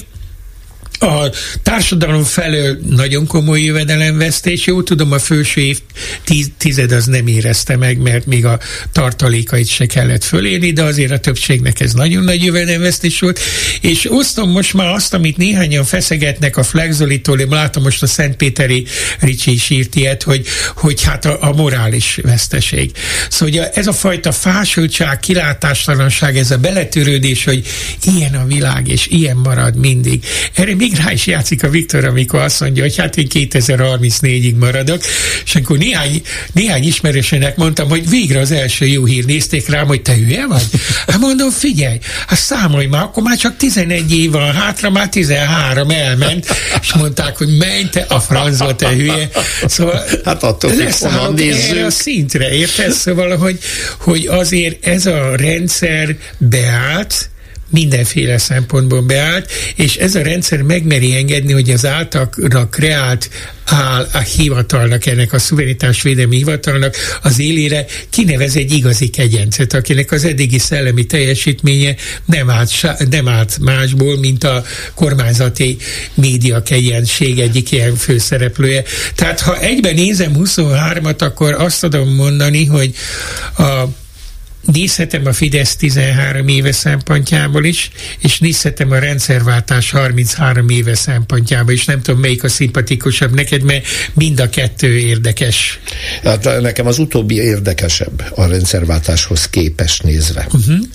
a társadalom felől nagyon komoly jövedelemvesztés. Jó, tudom, a felső évtized az nem érezte meg, mert még a tartalékait se kellett fölélni, de azért a többségnek ez nagyon nagy jövedelemvesztés volt. És osztom most már azt, amit néhányan feszegetnek a Flexolitól, én látom most a Szentpéteri Ricsi is írt ilyet, hogy hát a morális veszteség. Szóval ez a fajta fásultság, kilátástalanság, ez a beletörődés, hogy ilyen a világ, és ilyen marad mindig. Erre még rá is játszik a Viktor, amikor azt mondja, hogy hát én 2034-ig maradok, és akkor néhány ismerősének mondtam, hogy végre az első jó hír, nézték rám, hogy te hülye vagy? Hát mondom, figyelj, hát számolj már, akkor már csak 11 év van hátra, már 13 elment, és mondták, hogy menj te a francba, te hülye. Szóval hát attól leszállok erre a szintre, érted? Szóval, hogy azért ez a rendszer beállt, mindenféle szempontból beállt, és ez a rendszer megmeri engedni, hogy az általra kreált áll a hivatalnak, ennek a szuverenitásvédelmi hivatalnak az élére kinevez egy igazi kegyencet, akinek az eddigi szellemi teljesítménye nem állt másból, mint a kormányzati média kegyenség egyik ilyen főszereplője. Tehát ha egyben nézem 23-at, akkor azt tudom mondani, hogy nézhetem a Fidesz 13 éve szempontjából is, és nézhetem a rendszerváltás 33 éve szempontjából is. Nem tudom, melyik a szimpatikusabb neked, mert mind a kettő érdekes. Hát nekem az utóbbi érdekesebb a rendszerváltáshoz képest nézve.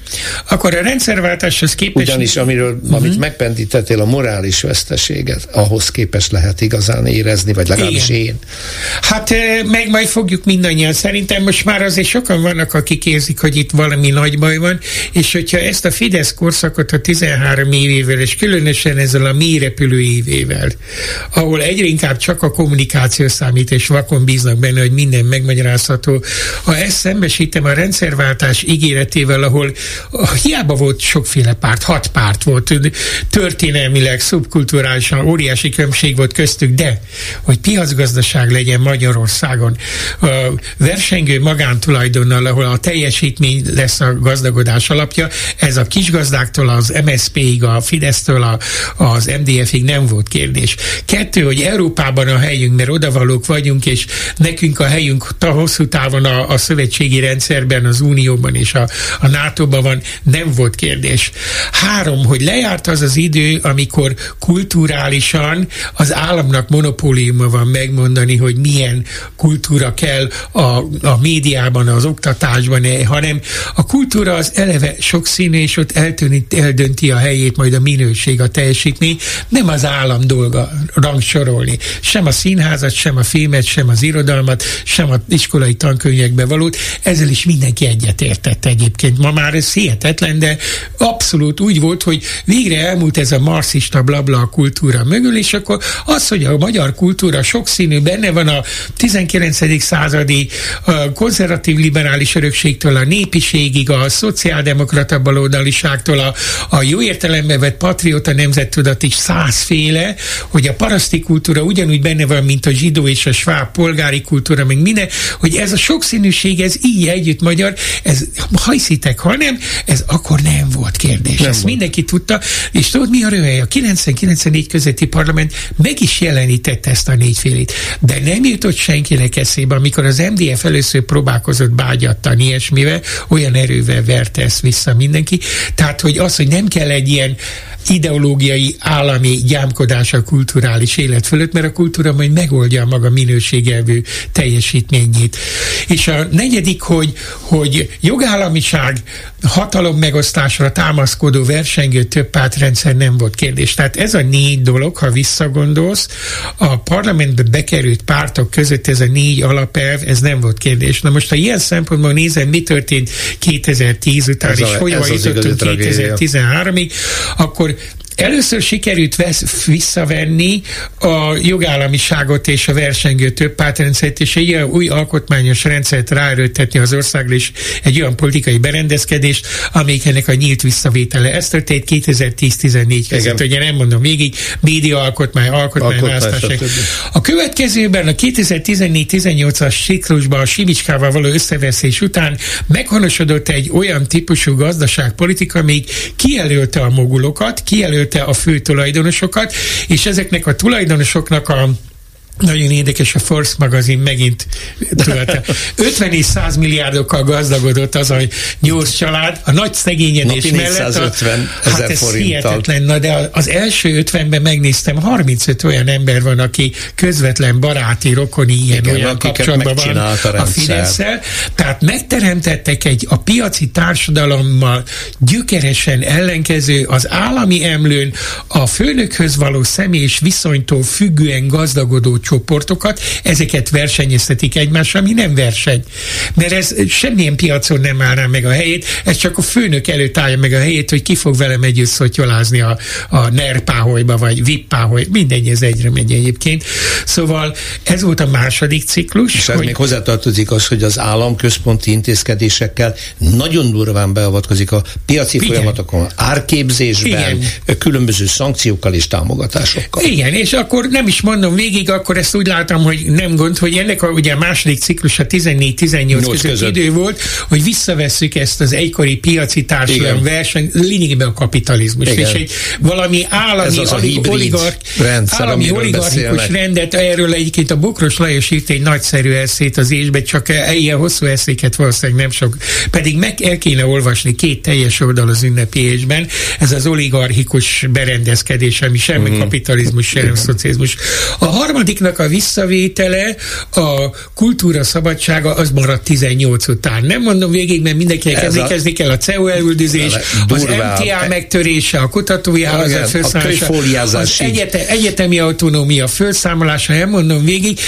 Akkor a rendszerváltáshoz képest... Ugyanis amit megpendítettél, a morális veszteséget, ahhoz képest lehet igazán érezni, vagy legalábbis én. Hát meg majd fogjuk mindannyian. Szerintem most már azért sokan vannak, akik érzik, hogy itt valami nagy baj van, és hogyha ezt a Fidesz korszakot a 13 évével, és különösen ezzel a mély repülő évével, ahol egyre inkább csak a kommunikáció számít, és vakon bíznak benne, hogy minden megmagyarázható, ha ezt szembesítem a rendszerváltás ígéretével, ahol hiába volt sokféle párt, 6 párt volt, történelmileg, szubkulturálisan óriási különbség volt köztük, de hogy piacgazdaság legyen Magyarországon, a versengő magántulajdonnal, ahol a teljesítmény lesz a gazdagodás alapja. Ez a kisgazdáktól az MSZP-ig, a Fidesztől az MDF-ig nem volt kérdés. 2, hogy Európában a helyünk, mert odavalók vagyunk, és nekünk a helyünk hosszú távon a szövetségi rendszerben, az Unióban és a NATO-ban van, nem volt kérdés. 3, hogy lejárt az az idő, amikor kulturálisan az államnak monopóliuma van megmondani, hogy milyen kultúra kell a médiában, az oktatásban, hanem a kultúra az eleve sokszínű, és ott eldönti a helyét majd a minőség, a teljesítmény. Nem az állam dolga rangsorolni. Sem a színházat, sem a filmet, sem az irodalmat, sem az iskolai tankönyvekbe valót. Ezzel is mindenki egyetértett egyébként. Ma már ez hihetetlen, de abszolút úgy volt, hogy végre elmúlt ez a marxista blabla a kultúra mögül, és akkor az, hogy a magyar kultúra sokszínű, benne van a 19. századi konzervatív liberális örökségtől a népiségig, a szociáldemokrata baloldaliságtól a jó értelemben vett patrióta nemzettudatig 100 féle, hogy a paraszti kultúra ugyanúgy benne van, mint a zsidó és a sváb polgári kultúra, meg minden, hogy ez a sokszínűség, ez így együtt magyar, ez ha hiszitek, ha nem, ez akkor nem volt kérdés. Ezt mindenki tudta, és tudod, mi a röhely? A 90-94 közötti parlament meg is jelenítette ezt a négyfélét, de nem jutott senkinek eszébe, amikor az MDF először próbálkozott bágyattani ilyesmivel, olyan erővel verte ezt vissza mindenki. Tehát, hogy az, hogy nem kell egy ilyen ideológiai állami gyámkodás a kulturális élet fölött, mert a kultúra majd megoldja maga minőségelvű teljesítményét. És a negyedik, hogy jogállamiság, hatalom megosztásra támaszkodó versengő többpártrendszer nem volt kérdés. Tehát ez a 4 dolog, ha visszagondolsz, a parlamentbe bekerült pártok között ez a 4 alapelv, ez nem volt kérdés. Na most, ha ilyen szempontból nézem, mi történt 2010 után, és hogy jutottunk 2013-ig, akkor először sikerült visszavenni a jogállamiságot és a versengő többpártrendszert, és egy olyan új alkotmányos rendszert ráerőltetni az országra, és egy olyan politikai berendezkedést, amelyik ennek a nyílt visszavétele. Ez történt 2010-14 között, ugye nem mondom végig, média alkotmányválasztás. A következőben, a 2014-18-as ciklusban a Simicskával való összeveszés után meghonosodott egy olyan típusú gazdaságpolitika, amelyik kijelölte a mogulokat, kijelölte a fő tulajdonosokat, és ezeknek a tulajdonosoknak nagyon érdekes, a Force magazin megint 50 és 100 milliárdokkal gazdagodott az a 8 család, a nagy szegényedés mellett. Hát ez hihetetlen, na de az első 50-ben megnéztem, 35 olyan ember van, aki közvetlen baráti, rokoni, ilyen-olyan kapcsolatban van a Fidesz-szel. Tehát megteremtettek a piaci társadalommal gyökeresen ellenkező, az állami emlőn a főnökhöz való személyes viszonytól függően gazdagodó csoportokat, ezeket versenyeztetik egymással, ami nem verseny. Mert ez semmilyen piacon nem állná meg a helyét, ez csak a főnök előtt állja meg a helyét, hogy ki fog velem együtt szotyolázni a NER-páholyba, vagy VIP-páholy, mindegy, ez egyre megy egyébként. Szóval ez volt a második ciklus. És ez még hozzátartozik az, hogy az állam központi intézkedésekkel nagyon durván beavatkozik a piaci folyamatokon, árképzésben, különböző szankciókkal és támogatásokkal. Igen, és akkor nem is mondom végig, akkor ezt úgy látom, hogy nem gond, hogy ennek ugye a második ciklus a 14-18 között idő volt, hogy visszavesszük ezt az egykori piaci társadalom verseny, lényegében a kapitalizmus. És egy valami állami oligarchikus rendet, erről egyébként a Bokros Lajos írt egy nagyszerű eszét az ésbe, csak ilyen hosszú eszéket valószínűleg nem sok, pedig el kéne olvasni 2 teljes oldal az ünnepi ésben, ez az oligarchikus berendezkedés, ami semmi kapitalizmus, semmi szocializmus. A harmadiknak a visszavétele, a kultúra szabadsága, az maradt 18 után. Nem mondom végig, mert mindenkinek emlékezni kell, a CEU elüldözés, az MTA megtörése, a kutatói ágazat felszámolása, az egyetemi autonómia felszámolása, nem mondom végig,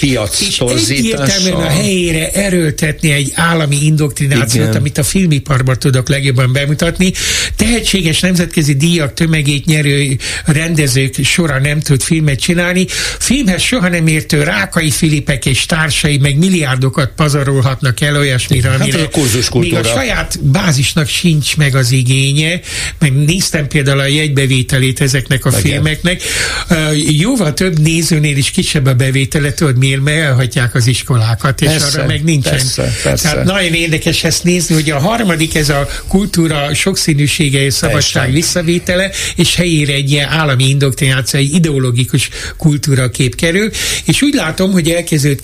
és egyértelműen a helyére erőltetni egy állami indoktrinációt, amit a filmiparban tudok legjobban bemutatni. Tehetséges nemzetközi díjak tömegét nyerő rendezők sora nem tud filmet csinálni. Filmhez soha nem értő Rákai Filipek és társai meg milliárdokat pazarolhatnak el olyasmire, amire még a saját bázisnak sincs meg az igénye. Meg néztem például a jegybevételét ezeknek a filmeknek. Jóval több nézőnél is kisebb a bevétele, tudod miért? Mert elhagyják az iskolákat, és arra meg nincsen. Persze. Tehát nagyon érdekes ezt nézni, hogy a harmadik ez a kultúra sokszínűsége és szabadság visszavétele, és helyére egy ilyen állami indoktrináció, egy ideológikus kultúrakép kerül, és úgy látom, hogy elkezdődött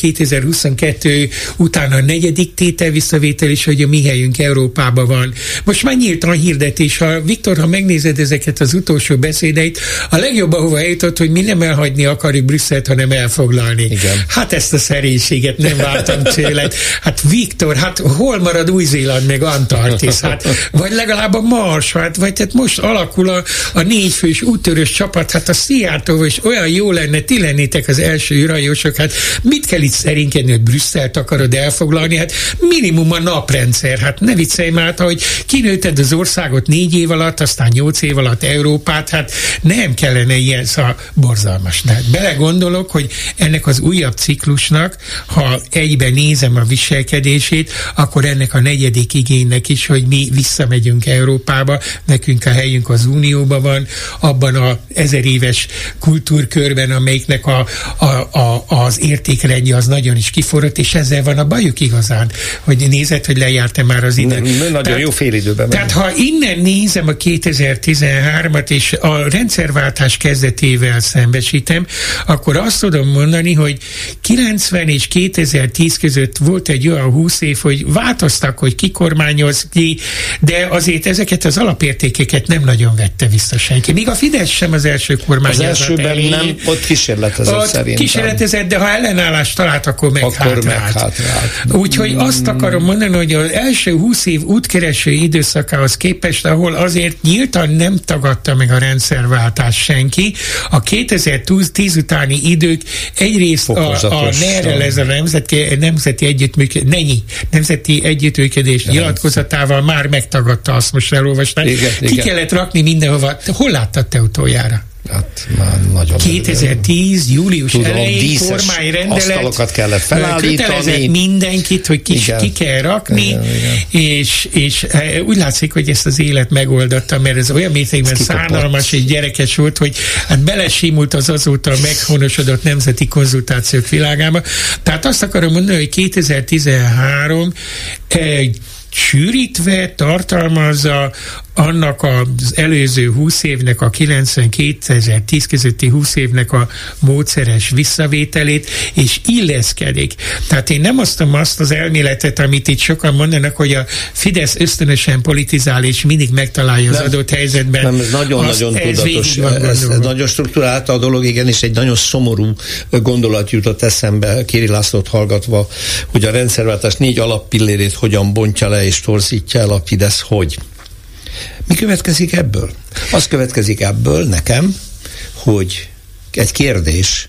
2022 után a negyedik tétel visszavétel is, hogy a mi helyünk Európában van. Most már nyíltan hirdetés. Viktor, ha megnézed ezeket az utolsó beszédeit, a legjobb, ahova eljutott, hogy mi nem elhagyni akarjuk Brüsszelt, hanem elfoglalni. Igen. Hát ezt a szerénységet nem vártam tőled. Hát Viktor, hát hol marad Új-Zéland meg Antarktisz? Hát, vagy legalább a Mars, hát, vagy tehát most alakul a 4 fős úttörős csapat, hát a Szijjártó is olyan jó lenne, ti lennétek az első űrhajósok, hát mit kell itt szerénykedni, hogy Brüsszelt akarod elfoglalni? Hát minimum a naprendszer, hát ne viccelj már, hogy kinőtted az országot 4 év alatt, aztán 8 év alatt Európát, hát nem kellene ilyen, szóval borzalmas. De belegondolok, hogy ennek az újabb ciklusnak, ha egyben nézem a viselkedését, akkor ennek a negyedik igénynek is, hogy mi visszamegyünk Európába, nekünk a helyünk az Unióban van, abban a 1000 éves kultúrkörben, amelyiknek az értékrendje az nagyon is kiforrott, és ezzel van a bajuk igazán, hogy nézed, hogy lejárt-e már az idő. Nagyon jó fél időben. Tehát ha innen nézem a 2013-at, és a rendszerváltás kezdetével szembesítem, akkor azt tudom mondani, hogy 90 és 2010 között volt egy olyan 20 év, hogy változtak, hogy ki kormányoz ki, de azért ezeket az alapértékeket nem nagyon vette vissza senki. Még a Fidesz sem az első kormányzat. Az elsőben nem, ott kísérletezett szerintem. Kísérletezett, de ha ellenállást talált, akkor meghátrált. Úgyhogy azt akarom mondani, hogy az első 20 év útkereső időszakához képest, ahol azért nyíltan nem tagadta meg a rendszerváltás senki, a 2010 utáni idők egyrészt a NER-rel, ez a nemzeti együttműködés nyilatkozatával már megtagadta, azt most elolvasták. Ki kellett rakni mindenhova. Hol láttad te utoljára? Hát már nagyon 2010. július elején kormányrendelet asztalokat kellett felállítani. Kötelezett mindenkit, hogy ki kell rakni, igen. És úgy látszik, hogy ezt az élet megoldotta, mert ez olyan mértékben szánalmas és gyerekes volt, hogy hát belesimult az azóta meghonosodott nemzeti konzultációk világába. Tehát azt akarom mondani, hogy 2013 sűrítve tartalmazza annak az előző 20 évnek, a 92-2010 közötti 20 évnek a módszeres visszavételét, és illeszkedik. Tehát én nem osztom azt az elméletet, amit itt sokan mondanak, hogy a Fidesz ösztönösen politizál, és mindig megtalálja az adott helyzetben. Nem, ez nagyon-nagyon tudatos. Ez nagyon struktúrált a dolog, igen, és egy nagyon szomorú gondolat jutott eszembe Kéri Lászlót hallgatva, hogy a rendszerváltás 4 alappillérét hogyan bontja le és torzítja el a Fidesz, hogy. Mi következik ebből? Az következik ebből nekem, hogy egy kérdés,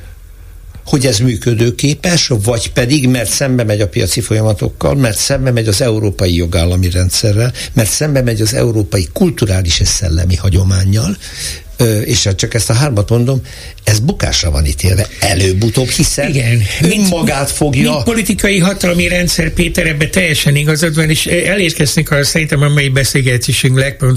hogy ez működőképes, vagy pedig, mert szembe megy a piaci folyamatokkal, mert szembe megy az európai jogállami rendszerrel, mert szembe megy az európai kulturális és szellemi hagyománnyal, és csak ezt a 3 mondom, ez bukásra van ítélve előbb-utóbb, hiszen igen, önmagát fogja. Mint politikai hatalmi rendszer, Péter, ebbe teljesen igazad van, és elérkeztünk arra szerintem a mai beszélgetésünk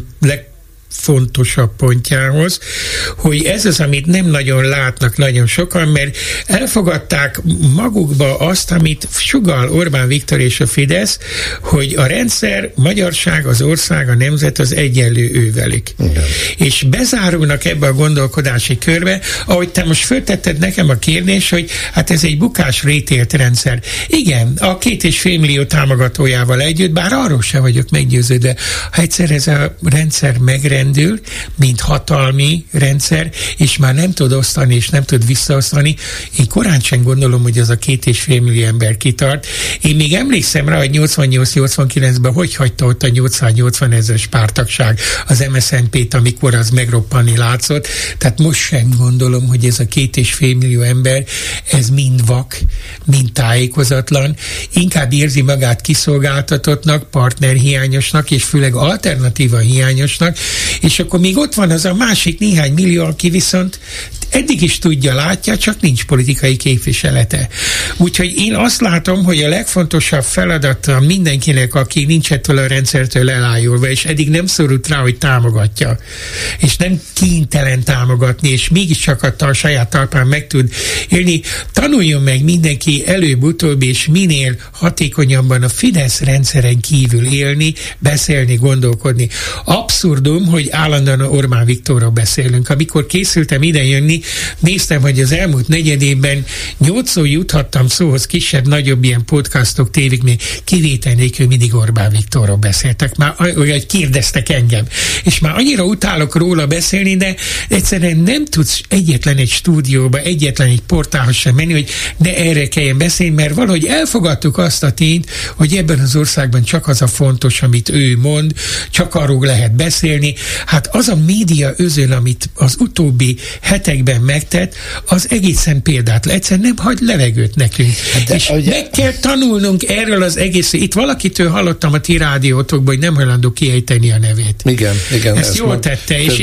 legfontosabb pontjához, hogy ez az, amit nem nagyon látnak nagyon sokan, mert elfogadták magukba azt, amit sugall Orbán Viktor és a Fidesz, hogy a rendszer, magyarság, az ország, a nemzet az egyenlő ővelük. Igen. És bezárulnak ebbe a gondolkodási körbe, ahogy te most föltetted nekem a kérdés, hogy hát ez egy bukásra ítélt rendszer. Igen, a 2,5 millió támogatójával együtt, bár arról sem vagyok meggyőződve, ha egyszer ez a rendszer megrendül, mint hatalmi rendszer, és már nem tud osztani, és nem tud visszaosztani, én korán sem gondolom, hogy az a 2,5 millió ember kitart. Én még emlékszem rá, hogy 88-89-ben hogy hagyta ott a 880 000-es pártagság az MSZNP-t, amikor az megroppanni látszott. Tehát most sem gondolom, hogy ez a 2,5 millió ember, ez mind vak, mind tájékozatlan, inkább érzi magát kiszolgáltatottnak, partnerhiányosnak, és főleg alternatíva hiányosnak, és akkor még ott van az a másik néhány millió, aki viszont eddig is tudja, látja, csak nincs politikai képviselete. Úgyhogy én azt látom, hogy a legfontosabb feladata mindenkinek, aki nincs ettől a rendszertől elájulva, és eddig nem szorult rá, hogy támogatja, és nem kénytelen támogatni, és mégiscsak a saját talpán meg tud élni, tanuljon meg mindenki előbb-utóbb, és minél hatékonyabban a Fidesz rendszeren kívül élni, beszélni, gondolkodni. Abszurdum, hogy állandóan Orbán Viktorról beszélünk. Amikor készültem ide jönni, néztem, hogy az elmúlt negyedében 8-szor juthattam szóhoz kisebb-nagyobb ilyen podcastok, tévéknél, kivétel nélkül mindig Orbán Viktorról beszéltek. Már olyan kérdeztek engem. És már annyira utálok róla beszélni, de egyszerűen nem tudsz egyetlen egy stúdióba, egyetlen egy portálhoz sem menni, hogy ne erre kelljen beszélni, mert valahogy elfogadtuk azt a tényt, hogy ebben az országban csak az a fontos, amit ő mond, csak arról lehet beszélni. Hát az a média özön, amit az utóbbi hetekben megtett, az egészen példátlan. Egyszerűen nem hagy levegőt nekünk. De és ugye meg kell tanulnunk erről az egész. Itt valakitől hallottam a ti rádiótokban, hogy nem hajlandó kiejteni a nevét. Igen. Ezt jól tette, és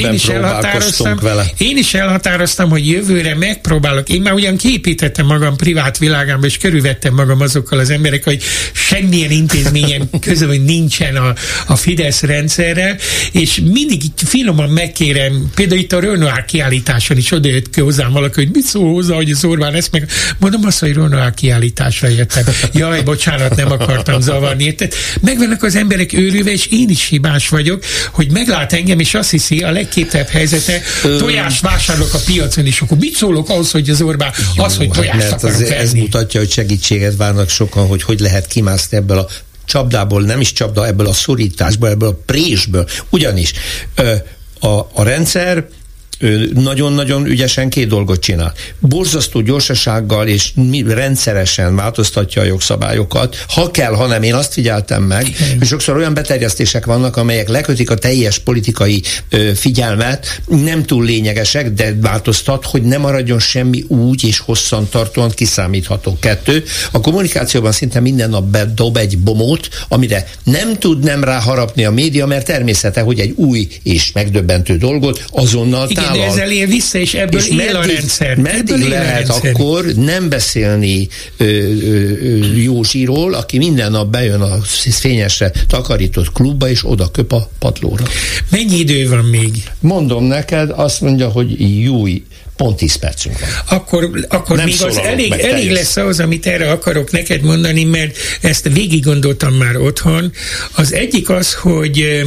én is elhatároztam, hogy jövőre megpróbálok. Én már ugyan képítettem magam privát világámba, és körülvettem magam azokkal az emberek, hogy semmilyen intézményen közül, hogy nincsen a Fidesz rendszerrel, és mindig finoman megkérem, például itt a Renoir kiállításon is oda jött hozzám valaki, hogy mit szól hozzá, hogy az Orbán ezt meg... Mondom azt, hogy Ronald kiállításra jöttem. Jaj, bocsánat, nem akartam zavarni. Tehát megvannak az emberek őrülve, és én is hibás vagyok, hogy meglát engem, és azt hiszi, a legképtebb helyzete, tojást vásárolok a piacon, és akkor mit szólok ahhoz, hogy az Orbán az, hogy tojást akarok venni. Ez mutatja, hogy segítséget várnak sokan, hogy lehet kimászni ebből a csapdából, nem is csapda, ebből a szorításból, ebből a présből. Ugyanis a rendszer nagyon-nagyon ügyesen két dolgot csinál. Borzasztó gyorsasággal és rendszeresen változtatja a jogszabályokat. Ha kell, hanem én azt figyeltem meg, hogy sokszor olyan beterjesztések vannak, amelyek lekötik a teljes politikai figyelmet, nem túl lényegesek, de változtat, hogy ne maradjon semmi úgy és hosszantartóan kiszámítható. 2. A kommunikációban szinte minden nap bedob egy bomót, amire nem tud nem ráharapni a média, mert természete, hogy egy új és megdöbbentő dolgot azonnal de ezzel él vissza, és ebből él a rendszer. Meddig lehet akkor nem beszélni Józsiról, aki minden nap bejön a fényesre takarított klubba, és oda köp a padlóra. Mennyi idő van még? Mondom neked, azt mondja, hogy júj, pont 10 percünk van. Akkor még az elég lesz ahhoz, amit erre akarok neked mondani, mert ezt végig gondoltam már otthon. Az egyik az, hogy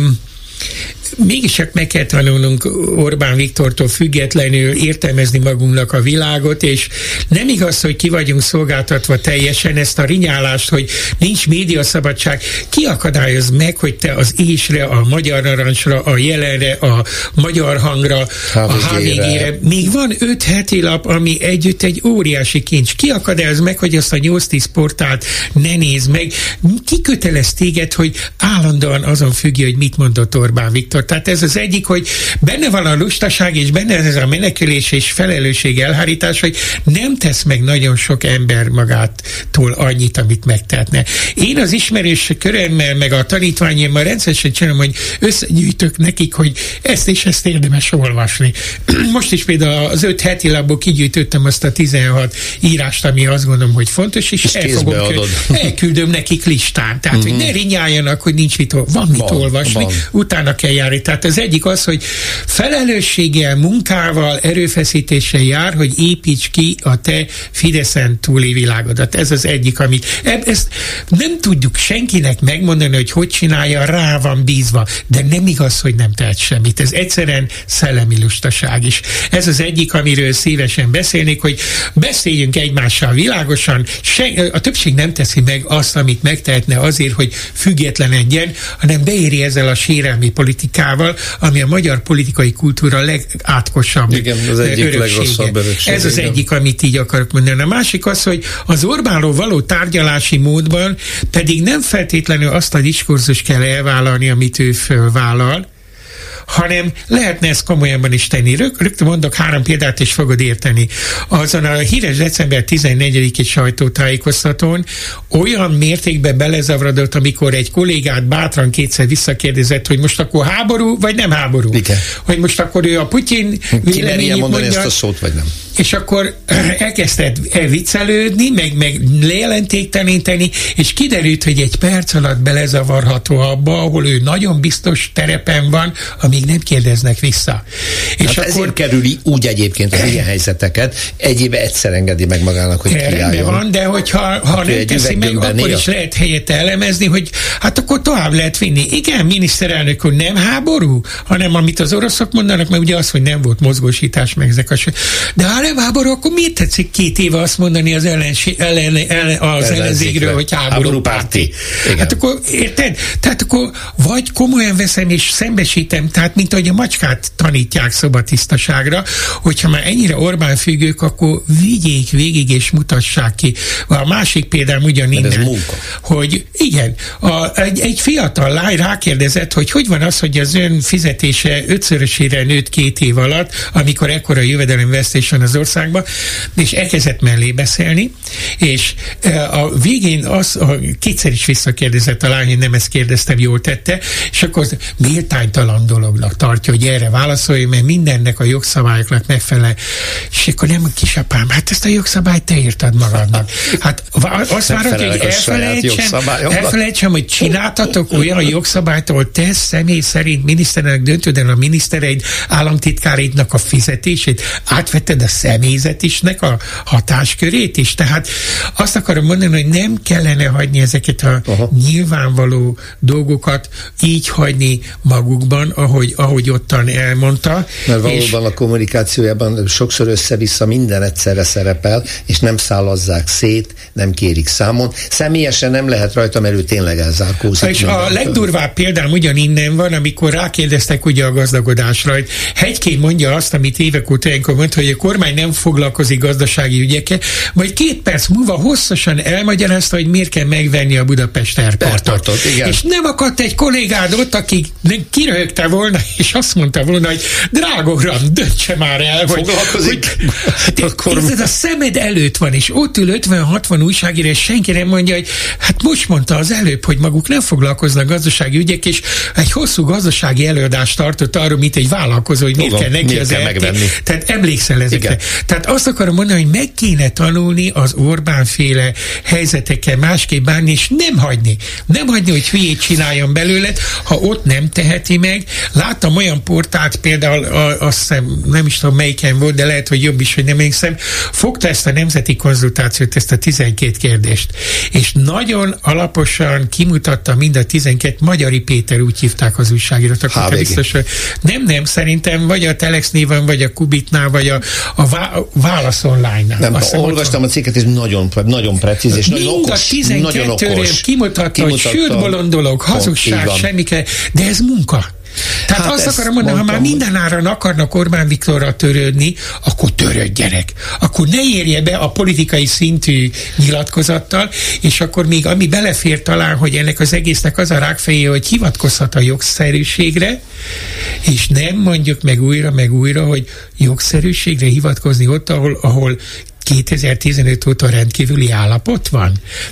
mégis csak meg kell tanulnunk Orbán Viktortól függetlenül értelmezni magunknak a világot, és nem igaz, hogy ki vagyunk szolgáltatva teljesen, ezt a rinyálást, hogy nincs médiaszabadság. Ki akadályoz meg, hogy te az ésre, a Magyar Narancsra, a Jelenre, a Magyar Hangra, a HVG-re, még van 5 heti lap, ami együtt egy óriási kincs. Ki akadályoz meg, hogy azt a 8-10 portált ne nézd meg? Ki kötelez téged, hogy állandóan azon függj, hogy mit mondott Orbán Viktor? Tehát ez az egyik, hogy benne van a lustaság, és benne ez a menekülés és felelősség elhárítás, hogy nem tesz meg nagyon sok ember magától annyit, amit megtehetne. Én az ismerős körömmel, meg a tanítványaimmal rendszeresen csinálom, hogy összegyűjtök nekik, hogy ezt és ezt érdemes olvasni. Most is például az 5 heti labból kigyűjtöttem azt a 16 írást, ami azt gondolom, hogy fontos, és elküldöm nekik listán. Tehát, hogy ne rinyáljanak, hogy nincs mit, van mit olvasni, utána kell járni. Tehát az egyik az, hogy felelősséggel, munkával, erőfeszítéssel jár, hogy építs ki a te Fideszen túli világodat. Ez az egyik, amit ezt nem tudjuk senkinek megmondani, hogy csinálja, rá van bízva, de nem igaz, hogy nem tehet semmit. Ez egyszerűen szellemi lustaság is. Ez az egyik, amiről szívesen beszélnék, hogy beszéljünk egymással világosan. A többség nem teszi meg azt, amit megtehetne azért, hogy függetlenedjen, hanem beéri ezzel a sérelmi politikával, ami a magyar politikai kultúra legátkosabb öröksége. Ez az egyik, amit így akarok mondani. A másik az, hogy az Orbánról való tárgyalási módban pedig nem feltétlenül azt a diskurzus kell elvállalni, amit ő fölvállal, hanem lehetne ezt komolyabban is tenni. Rögtön mondok 3 példát, és fogod érteni. Azon a híres december 14-i sajtótájékoztatón olyan mértékben belezavarodott, amikor egy kollégát bátran kétszer visszakérdezett, hogy most akkor háború, vagy nem háború. Igen. Hogy most akkor ő a Putyin véleményét mondani ezt a szót, vagy nem. És akkor elkezdett viccelődni, meg lejelentékteleníteni, és kiderült, hogy egy perc alatt belezavarható abba, ahol ő nagyon biztos terepen van, amíg nem kérdeznek vissza. És hát akkor ezért kerüli úgy egyébként az ilyen helyzeteket, egy éve egyszer engedi meg magának, hogy kiálljon. Van, de hogyha nem teszi meg, akkor is lehet helyette elemezni, hogy hát akkor tovább lehet vinni. Igen, miniszterelnök úr, nem háború, hanem amit az oroszok mondanak, mert ugye az, hogy nem volt mozgósítás, meg ezek de ha nem háború, akkor miért tetszik 2 éve azt mondani az ellenzékről, hogy háborúpárti? Hát akkor, érted? Tehát akkor vagy komolyan veszem és szembesítem, tehát mint ahogy a macskát tanítják szobatisztaságra, hogyha már ennyire Orbán függők, akkor vigyék végig és mutassák ki. A másik példám ugyaninnen, hogy igen, egy fiatal lány rákérdezett, hogy van az, hogy az ön fizetése 5-szörösére nőtt 2 év alatt, amikor ekkora jövedelemvesztés van az az országba, és elkezdett mellé beszélni, és a végén kétszer is visszakérdezett a lány, hogy nem ezt kérdeztem, jól tette, és akkor méltánytalan dolognak tartja, hogy erre válaszolja, mert mindennek a jogszabályoknak megfelel. És akkor nem, kisapám, hát ezt a jogszabályt te írtad magadnak. Hát azt várod, hogy elfelejtsem, hogy csináltatok olyan jogszabályt, ahol te személy szerint miniszterelnök döntöd el a minisztereid, államtitkáraidnak a fizetését, átvetted a személyzetisnek a hatáskörét is. Tehát azt akarom mondani, hogy nem kellene hagyni ezeket a nyilvánvaló dolgokat így hagyni magukban, ahogy ottan elmondta. Mert valóban a kommunikációjában sokszor össze-vissza minden egyszerre szerepel, és nem szállazzák szét, nem kérik számon. Személyesen nem lehet rajta, mert ő tényleg elzárkózik. És a legdurvább példám ugyaninnen van, amikor rákérdeztek ugye a gazdagodásra, hogy Hegykén mondja azt, amit évek óta ilyenkor mondta, hogy a kormány nem foglalkozik gazdasági ügyekkel, majd 2 perc múlva hosszasan elmagyarázta, hogy miért kell megvenni a Budapest Airportot. És nem akadt egy kollégád ott, aki kiröhögte volna, és azt mondta volna, hogy drága uram, döntse már el, hogy ez a szemed előtt van, és ott ül 50-60 újságíró, és senki nem mondja, hogy hát most mondta az előbb, hogy maguk nem foglalkoznak gazdasági ügyek, és egy hosszú gazdasági előadást tartott arról, mint egy vállalkozó, hogy miért kell neki az RT. Tehát emlékszel ezekre. Igen. Tehát azt akarom mondani, hogy meg kéne tanulni az Orbán-féle helyzetekkel másképp bánni, és nem hagyni, hogy hülyét csináljon belőle, ha ott nem teheti meg. Láttam olyan portált, például azt hiszem, nem is tudom melyiken volt, de lehet, hogy jobb is, hogy nem emlékszem, fogta ezt a nemzeti konzultációt, ezt a 12 kérdést, és nagyon alaposan kimutatta mind a 12, Magyari Péter, úgy hívták az újságírót, akkor biztos, hogy nem, szerintem vagy a Telex néven, vagy a Kubitnál, vagy a Válasz Online-nál. Nem, olvastam a cikket, és nagyon precíz, és nagyon okos. Mind a 12-ről kimutatta, hogy sőt bolondolog, hazugság, semmike, de ez munka. Tehát azt akarom mondani, ha már mindenáron akarnak Orbán Viktorra törődni, akkor törődjenek. Akkor ne érje be a politikai szintű nyilatkozattal, és akkor még ami belefér talán, hogy ennek az egésznek az a rákfejé, hogy hivatkozhat a jogszerűségre, és nem mondjuk meg újra, hogy jogszerűségre hivatkozni ott, ahol 2015 óta rendkívüli állapot van.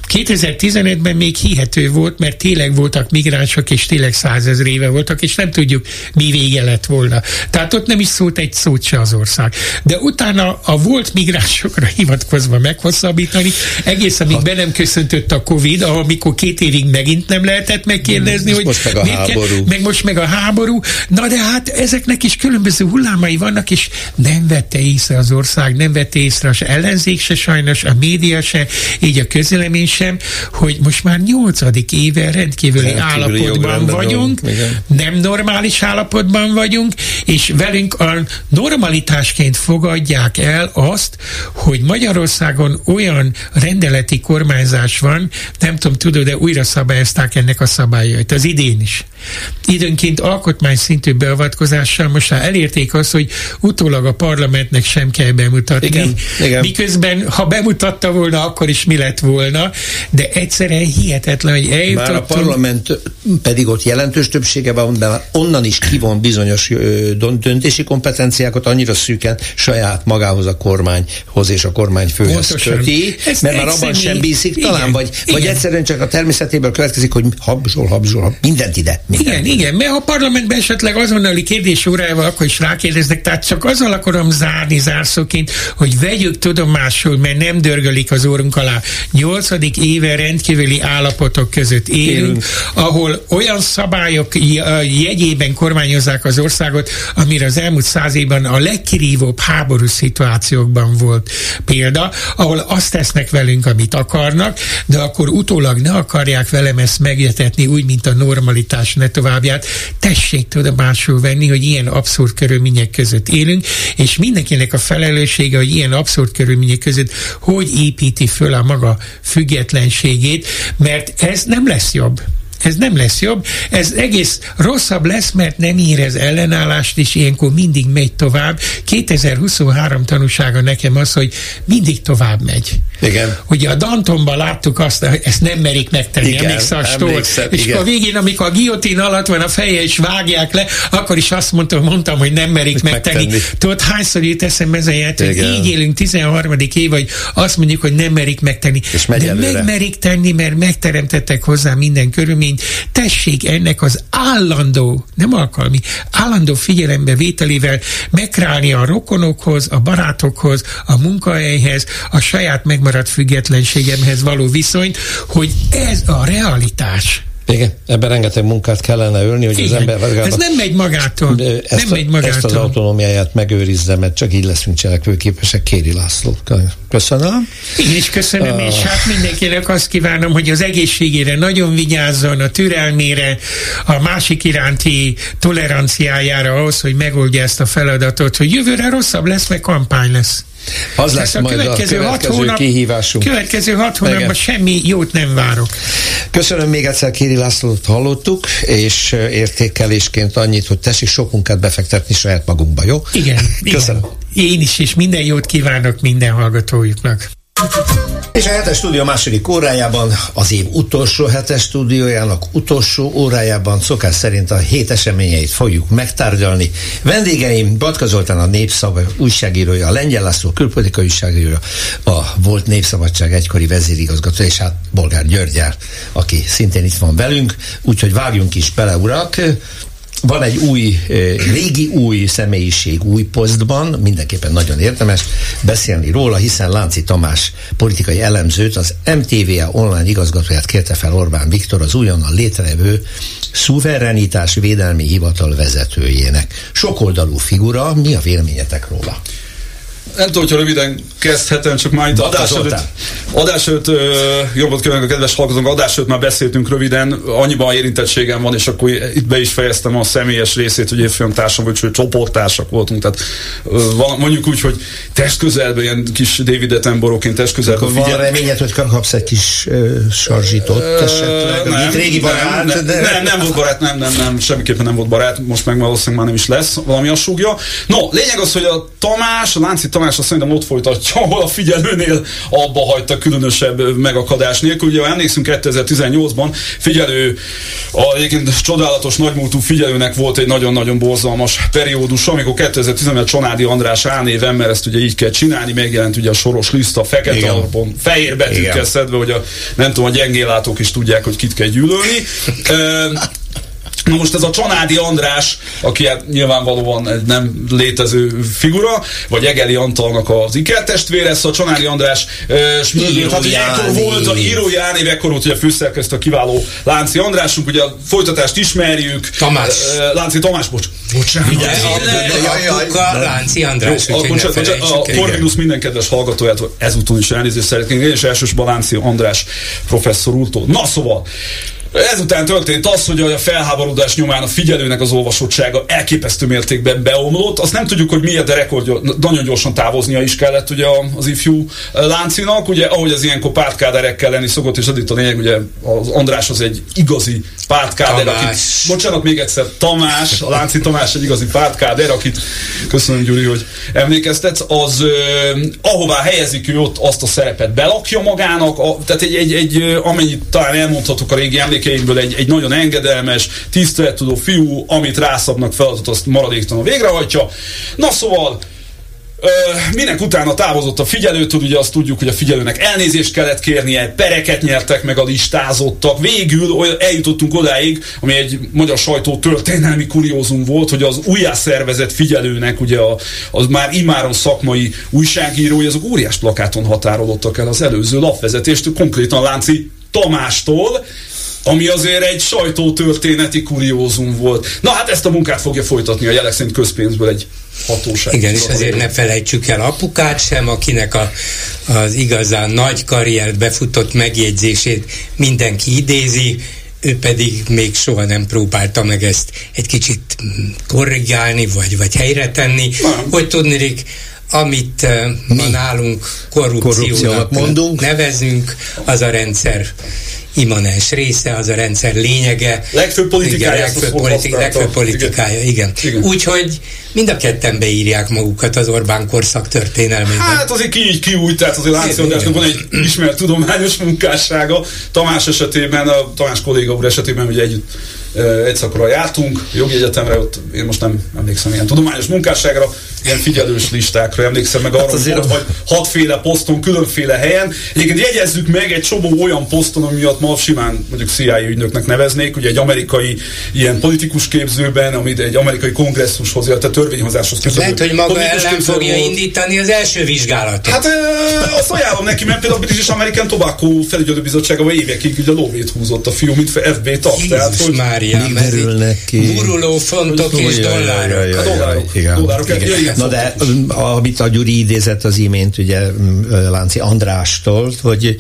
2015-ben még hihető volt, mert tényleg voltak migránsok, és tényleg 100 000 voltak, és nem tudjuk, mi vége lett volna. Tehát ott nem is szólt egy szót se az ország. De utána a volt migránsokra hivatkozva meghosszabbítani, egész amíg be nem köszöntött a Covid, ahol mikor 2 évig megint nem lehetett megkérdezni, hogy most meg a háború. Most meg a háború. Na de hát ezeknek is különböző hullámai vannak, és nem vette észre az ország, nem vette észre az ellenzék se sajnos, a média se, így a közvélemény sem, hogy most már 8. éve rendkívüli állapotban vagyunk, nem normális állapotban vagyunk, és velünk a normalitásként fogadják el azt, hogy Magyarországon olyan rendeleti kormányzás van, nem tudom, tudod, de újra szabályozták ennek a szabályait, az idén is. Időnként alkotmány szintű beavatkozással most már elérték azt, hogy utólag a parlamentnek sem kell bemutatni. Igen. Miközben, ha bemutatta volna, akkor is mi lett volna, de egyszerűen hihetetlen, hogy eljutottunk. Már a parlament pedig ott jelentős többsége van, de onnan is kivon bizonyos döntési kompetenciákat, annyira szűken saját magához a kormányhoz és a kormányfőhöz köti, mert már abban sem bízik talán, vagy egyszerűen csak a természetéből következik, hogy habzsol, mindent ide. Igen, mert a parlamentben esetleg azonnali kérdés órájával akkor is rákérdeznek, tehát csak azzal akarom zárni zárszóként, hogy vegyük tudomásul, mert nem dörgölik az orrunk alá. 8. éve rendkívüli állapotok között élünk, ahol olyan szabályok jegyében kormányozzák az országot, amire az elmúlt 100 évben a legkirívóbb háborús szituációkban volt példa, ahol azt tesznek velünk, amit akarnak, de akkor utólag ne akarják velem ezt megjetetni úgy, mint a normalitás ne továbbját. Tessék tudomásul venni, hogy ilyen abszurd körülmények között élünk, és mindenkinek a felelőssége, hogy ilyen abszurd körülmények között hogy építi föl a maga függetlenségét, mert ez nem lesz jobb. Ez nem lesz jobb, ez egész rosszabb lesz, mert nem érez ellenállást, és ilyenkor mindig megy tovább. 2023 tanúsága nekem az, hogy mindig tovább megy. Igen. Ugye a Dantonban láttuk azt, ezt nem merik megtenni, emlékszel a Stoll. És a végén, amikor a guillotine alatt van a feje, és vágják le, akkor is azt mondtam, hogy nem merik megtenni. Tudod, hányszor jut eszembe ez a játék, hogy így élünk 13. év, hogy azt mondjuk, hogy nem merik megtenni. De meg merik tenni, mert megteremtettek hozzá minden körülményt. Tessék ennek az állandó, nem alkalmi, állandó figyelembe vételével megkrálni a rokonokhoz, a barátokhoz, a munkahelyhez, a saját megmaradt függetlenségemhez való viszonyt, hogy ez a realitás. Igen, ebben rengeteg munkát kellene ölni, hogy az ember... Ez nem megy magától. Ezt az autonómiáját megőrizze, mert csak így leszünk cselekvőképesek. Kéri László. Köszönöm. Én is köszönöm, és hát mindenkinek azt kívánom, hogy az egészségére nagyon vigyázzon, a türelmére, a másik iránti toleranciájára ahhoz, hogy megoldja ezt a feladatot, hogy jövőre rosszabb lesz, meg kampány lesz. Az lesz majd a következő kihívásunk. Következő 6 hónapban semmi jót nem várok. Köszönöm még egyszer, Kéri Lászlót hallottuk, és értékelésként annyit, hogy tessék sok munkát befektetni saját magunkba, jó? Igen. Köszönöm. Igen. Én is, és minden jót kívánok minden hallgatójuknak. És a hetes stúdió második órájában, az év utolsó hetes stúdiójának utolsó órájában szokás szerint a hét eseményeit fogjuk megtárgyalni. Vendégeim Batka Zoltán, a Népszava újságírója, a Lengyel László külpolitikai újságírója, a volt Népszabadság egykori vezérigazgatója, és hát Bolgár György, aki szintén itt van velünk, úgyhogy vágjunk is bele, urak. Van egy régi új személyiség új posztban, mindenképpen nagyon érdemes beszélni róla, hiszen Lánci Tamás politikai elemzőt, az MTVA online igazgatóját kérte fel Orbán Viktor az újonnan létrejövő Szuverenitás Védelmi Hivatal vezetőjének. Sokoldalú figura, mi a véleményetek róla? Nem tudom, hogyha röviden kezdhetem, csak már itt adás előtt jobbot kívánok a kedves hallgatók, adás előtt már beszéltünk röviden, annyiban érintettségem van, és akkor itt be is fejeztem a személyes részét, hogy évfolyamtársam, vagy csoporttársak voltunk, tehát mondjuk úgy, hogy testközelben, ilyen kis David Attenborough-ként testközelben figyel. Van reményed, hogy kapsz egy kis sarzsítót esetleg? Nem, régi barát? Nem volt barát, nem, semmiképpen nem volt barát, most meg valószínűleg már nem is lesz valami assúgja. No, lényeg az, hogy a Lánci Tamás azt szerintem ott folytatja, ahol a figyelőnél abba hagyta különösebb megakadás nélkül. Ugye emlékszünk 2018-ban figyelő, egyébként csodálatos nagymúltú figyelőnek volt egy nagyon-nagyon borzalmas periódus, amikor 2015-ben Csanádi András álnéven, mert ezt ugye így kell csinálni, megjelent ugye a soros lista fekete alapon, fehér betűkkel szedve, hogy nem tudom, a gyengéllátók is tudják, hogy kit kell gyűlölni. Na most ez a Csanádi András, aki hát nyilvánvalóan egy nem létező figura, vagy Egeli Antalnak az ikertestvére, ez a Csanádi András Író Jáné, ekkor volt ugye főszerkesztő, a kiváló Lánci Andrásunk, ugye a folytatást ismerjük. Tamás. Lánci Tamás, bocsánat. Lánci András. A Corvinus minden kedves hallgatóját, ezúton is elnézést szeretnénk, én is elsősorban Lánci András professzor úrtól. Na szóval, ezután történt az, hogy a felháborodás nyomán a figyelőnek az olvasottsága elképesztő mértékben beomlott. Azt nem tudjuk, hogy miért, de nagyon gyorsan távoznia is kellett ugye az ifjú Láncinak, ugye ahogy az ilyenkor pártkáderekkel lenni szokott, és az itt a lényeg, ugye az András az egy igazi pártkáder, akit, bocsánat még egyszer, Tamás, a Lánci Tamás egy igazi pártkáder, akit köszönöm, Gyuri, hogy emlékeztetsz, az ahová helyezik ő ott, azt a szerepet belakja magának, tehát egy amennyit talán elmondhatok a régi emlékeinkből, egy nagyon engedelmes, tisztelettudó fiú, amit rászabnak feladatot, azt maradéktalanul végrehajtja. Na szóval, minek utána távozott a figyelőtől, ugye azt tudjuk, hogy a figyelőnek elnézést kellett kérnie, pereket nyertek meg a listázottak. Végül eljutottunk odáig, ami egy magyar sajtó történelmi kuriózum volt, hogy az újjászervezett figyelőnek, ugye az már immáron szakmai újságírói, azok óriás plakáton határolódtak el az előző lapvezetést, konkrétan Lánci Tamástól, ami azért egy sajtótörténeti kuriózum volt. Na hát ezt a munkát fogja folytatni a jelek szerint közpénzből egy hatóság. Igen, és azért ne felejtsük el apukát sem, akinek az igazán nagy karriert befutott megjegyzését mindenki idézi, ő pedig még soha nem próbálta meg ezt egy kicsit korrigálni, vagy helyre tenni. Hogy tudnék, amit ma nálunk korrupciónak mondunk, nevezünk, az a rendszer immanens része, az a rendszer lényege. Legfőbb politikája, igen. Úgyhogy mind a ketten beírják magukat az Orbán korszak történelmében. Hát azért ki úgy, tehát azért Lánchíd Andrásnak van egy ismert tudományos munkássága. Tamás esetében, a Tamás kolléga úr esetében ugye együtt egy szakra jártunk, jogi egyetemre, ott én most nem emlékszem ilyen tudományos munkásságra, ilyen figyelős listákra emlékszem meg arra, hogy ott vagy 6 féle poszton, különféle helyen. Egyébként jegyezzük meg egy csomó olyan poszton, ami miatt ma simán mondjuk CIA ügynöknek neveznék, ugye egy amerikai ilyen politikus képzőben, amit egy amerikai kongresszushoz, illetve törvényhozáshoz kötődő. Lehet, hogy maga ellen fogja indítani az első vizsgálatot. Hát azt ajánlom neki, mert például a British American Tobacco felügyelőbizottságában évekig ugye lóvét húzott a fiú, mint FB tag. Tehát, hogy még derülnek ki. Guruló fontok és dollárok. Dollárok. Na de, amit a Gyuri idézett az imént, ugye Lánci Andrástól, hogy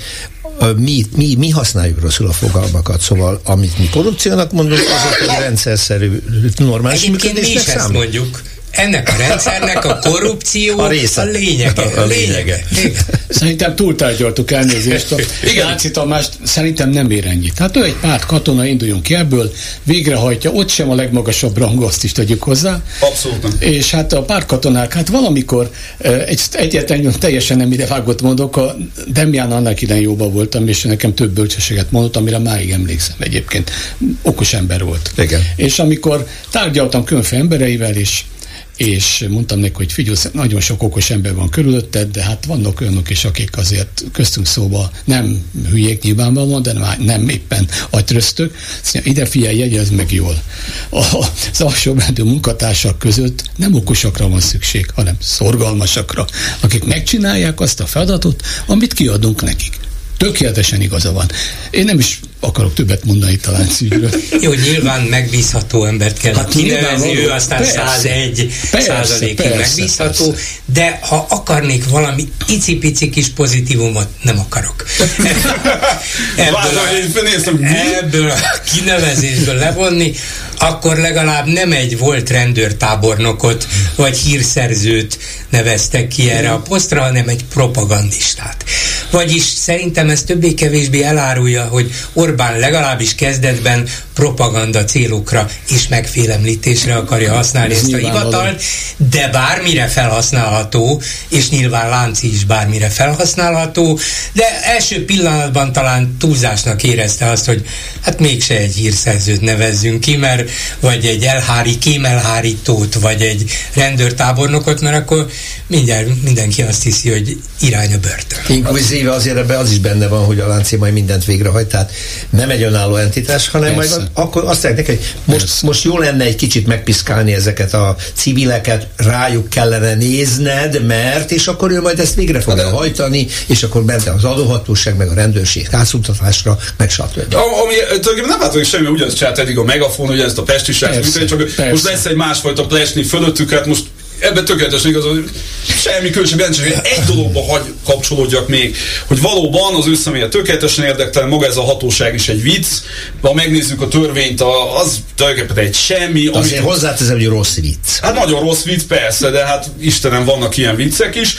mi használjuk rosszul a fogalmakat, szóval amit mi korrupciónak mondunk, azok egy rendszerszerű normális működésnek számít. Ezt mondjuk. Ennek a rendszernek a korrupció a lényege. A lényege. Szerintem túltárgyaltuk, elnézést. Lánci Tamást szerintem nem ér ennyit. Hát ő egy párt katona, induljunk ki ebből, végrehajtja, ott sem a legmagasabb rangú, azt is tegyük hozzá. Abszolút. És hát a pártkatonák, hát valamikor egyetlen teljesen nem idevágott mondok, a Demján annak idején jóban voltam, és nekem több bölcsességet mondott, amire máig emlékszem egyébként. Okos ember volt. Igen. És amikor tárgyaltam különféle embereivel, és mondtam neki, hogy figyelj, nagyon sok okos ember van körülötted, de hát vannak olyanok is, akik azért köztünk szóba nem hülyék nyilvánvalóan, de nem éppen agytröztök. Ide figyelj, jegyezd meg jól. Az alsóbrendű munkatársak között nem okosakra van szükség, hanem szorgalmasakra, akik megcsinálják azt a feladatot, amit kiadunk nekik. Tökéletesen igaza van. Én nem is akarok többet mondani talán szívről. Jó, nyilván megbízható embert kell kinevezni, ő aztán 101% megbízható, de ha akarnék valami icipici kis pozitívumot, nem akarok. Ebből a kinevezésből levonni, akkor legalább nem egy volt rendőrtábornokot vagy hírszerzőt neveztek ki erre a posztra, hanem egy propagandistát. Vagyis szerintem ez többé-kevésbé elárulja, hogy Orbán legalábbis kezdetben propaganda célokra és megfélemlítésre akarja használni ezt a hivatalt, de bármire felhasználható, és nyilván Lánci is bármire felhasználható, de első pillanatban talán túlzásnak érezte azt, hogy hát mégse egy hírszerzőt nevezzünk ki, mert vagy egy kémelhárítót, vagy egy rendőrtábornokot, mert akkor mindjárt mindenki azt hiszi, hogy irány a börtön. Inkluzíve azért ebben az is benne van, hogy a Lánci majd mindent végrehajt, tehát nem egy önálló entitás, hanem persze. Majd akkor azt mondják neki, hogy most jó lenne egy kicsit megpiszkálni ezeket a civileket, rájuk kellene nézned, mert, és akkor ő majd ezt végre fogja hajtani, és akkor ment az adóhatóság, meg a rendőrség házkutatásra, meg stb. Ami tulajdonképpen nem látok semmi, ugyanazt csinált eddig a Megafon, ugyanezt a pestisát, csak most lesz egy másfajta plesni fölöttük, hát most ebben tökéletesen igaz, hogy semmi különösebb jelentőség, hogy egy dologba hagy kapcsolódjak még, hogy valóban az ő személye tökéletesen érdektelen, maga ez a hatóság is egy vicc, ha megnézzük a törvényt, az tulajdonképpen egy semmi. Azért hozzáteszem, hogy rossz vicc. Hát nagyon rossz vicc, persze, de hát Istenem, vannak ilyen viccek is.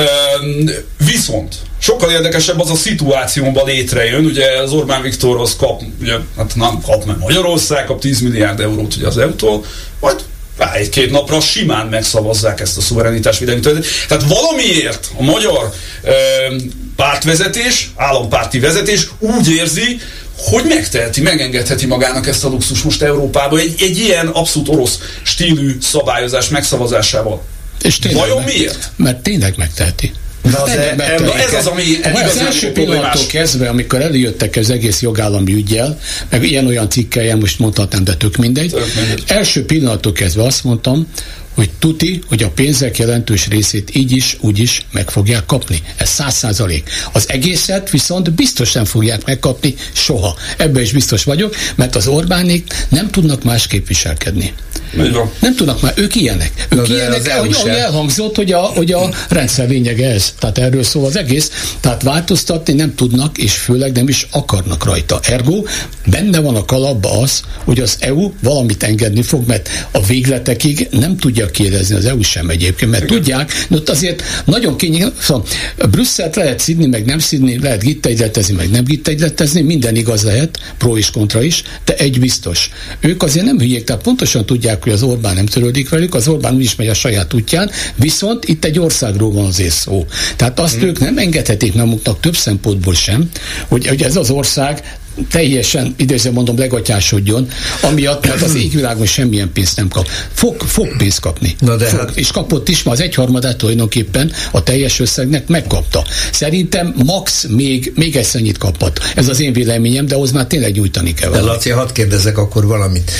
Viszont sokkal érdekesebb az a szituációban létrejön, ugye az Orbán Viktor az kap, ugye, hát nem kap, mert Magyarország kap 10 milliárd eurót ugye az EU-tól, majd egy-két napra simán megszavazzák ezt a szuverenitásvédelmi törvényt. Tehát valamiért a magyar pártvezetés, állampárti vezetés úgy érzi, hogy megteheti, megengedheti magának ezt a luxus most Európában egy ilyen abszolút orosz stílű szabályozás megszavazásával. Vajon miért? Mert tényleg megteheti. Ez az, ami az első pillanattól kezdve, amikor előjöttek az egész jogállami üggyel, meg ilyen-olyan cikkeljen, most mondhatnám, de tök mindegy. Első pillanattól kezdve azt mondtam, hogy tuti, hogy a pénzek jelentős részét így is, úgy is meg fogják kapni. Ez 100%. Az egészet viszont biztos nem fogják megkapni soha. Ebben is biztos vagyok, mert az Orbánék nem tudnak másképp viselkedni. Nem tudnak már, ők ilyenek. Ők ilyenek, ahogy elhangzott, hogy a rendszer lényege ez. Tehát erről szól az egész. Tehát változtatni nem tudnak, és főleg nem is akarnak rajta. Ergo benne van a kalapba az, hogy az EU valamit engedni fog, mert a végletekig nem tudja kérdezni az EU sem egyébként, mert tudják, de ott azért nagyon kényelmes, szóval Brüsszelt lehet szidni, meg nem szidni, lehet gittegyletezni, meg nem gittegyletezni, minden igaz lehet, pro és kontra is, de egy biztos. Ők azért nem hülyék, tehát pontosan tudják, hogy az Orbán nem törődik velük, az Orbán úgyis megy a saját útján, viszont itt egy országról van azért szó. Tehát azt ők nem engedhetik maguknak több szempontból sem, hogy ez az ország teljesen, idézően mondom, legatyásodjon, amiatt, mert az égvilágon semmilyen pénzt nem kap. Fog pénzt kapni. És kapott is, ma az 1/3 tulajdonképpen a teljes összegnek megkapta. Szerintem max még eszennyit kaphat. Ez az én véleményem, de ahhoz már tényleg nyújtani kell. De Laci, hadd kérdezzek akkor valamit.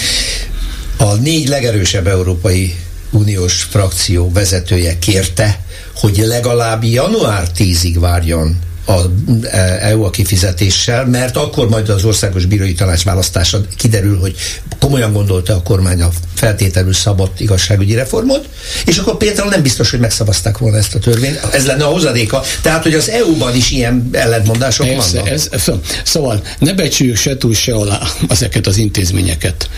A 4 legerősebb Európai Uniós frakció vezetője kérte, hogy legalább január 10-ig várjon az EU a kifizetéssel, mert akkor majd az Országos Bírói Tanács választása kiderül, hogy komolyan gondolta a kormány a feltételül szabott igazságügyi reformot, és akkor például nem biztos, hogy megszavazták volna ezt a törvényt. Ez lenne a hozadéka. Tehát, hogy az EU-ban is ilyen ellentmondások vannak. Szóval ne becsüljük se túl, se alá ezeket az intézményeket.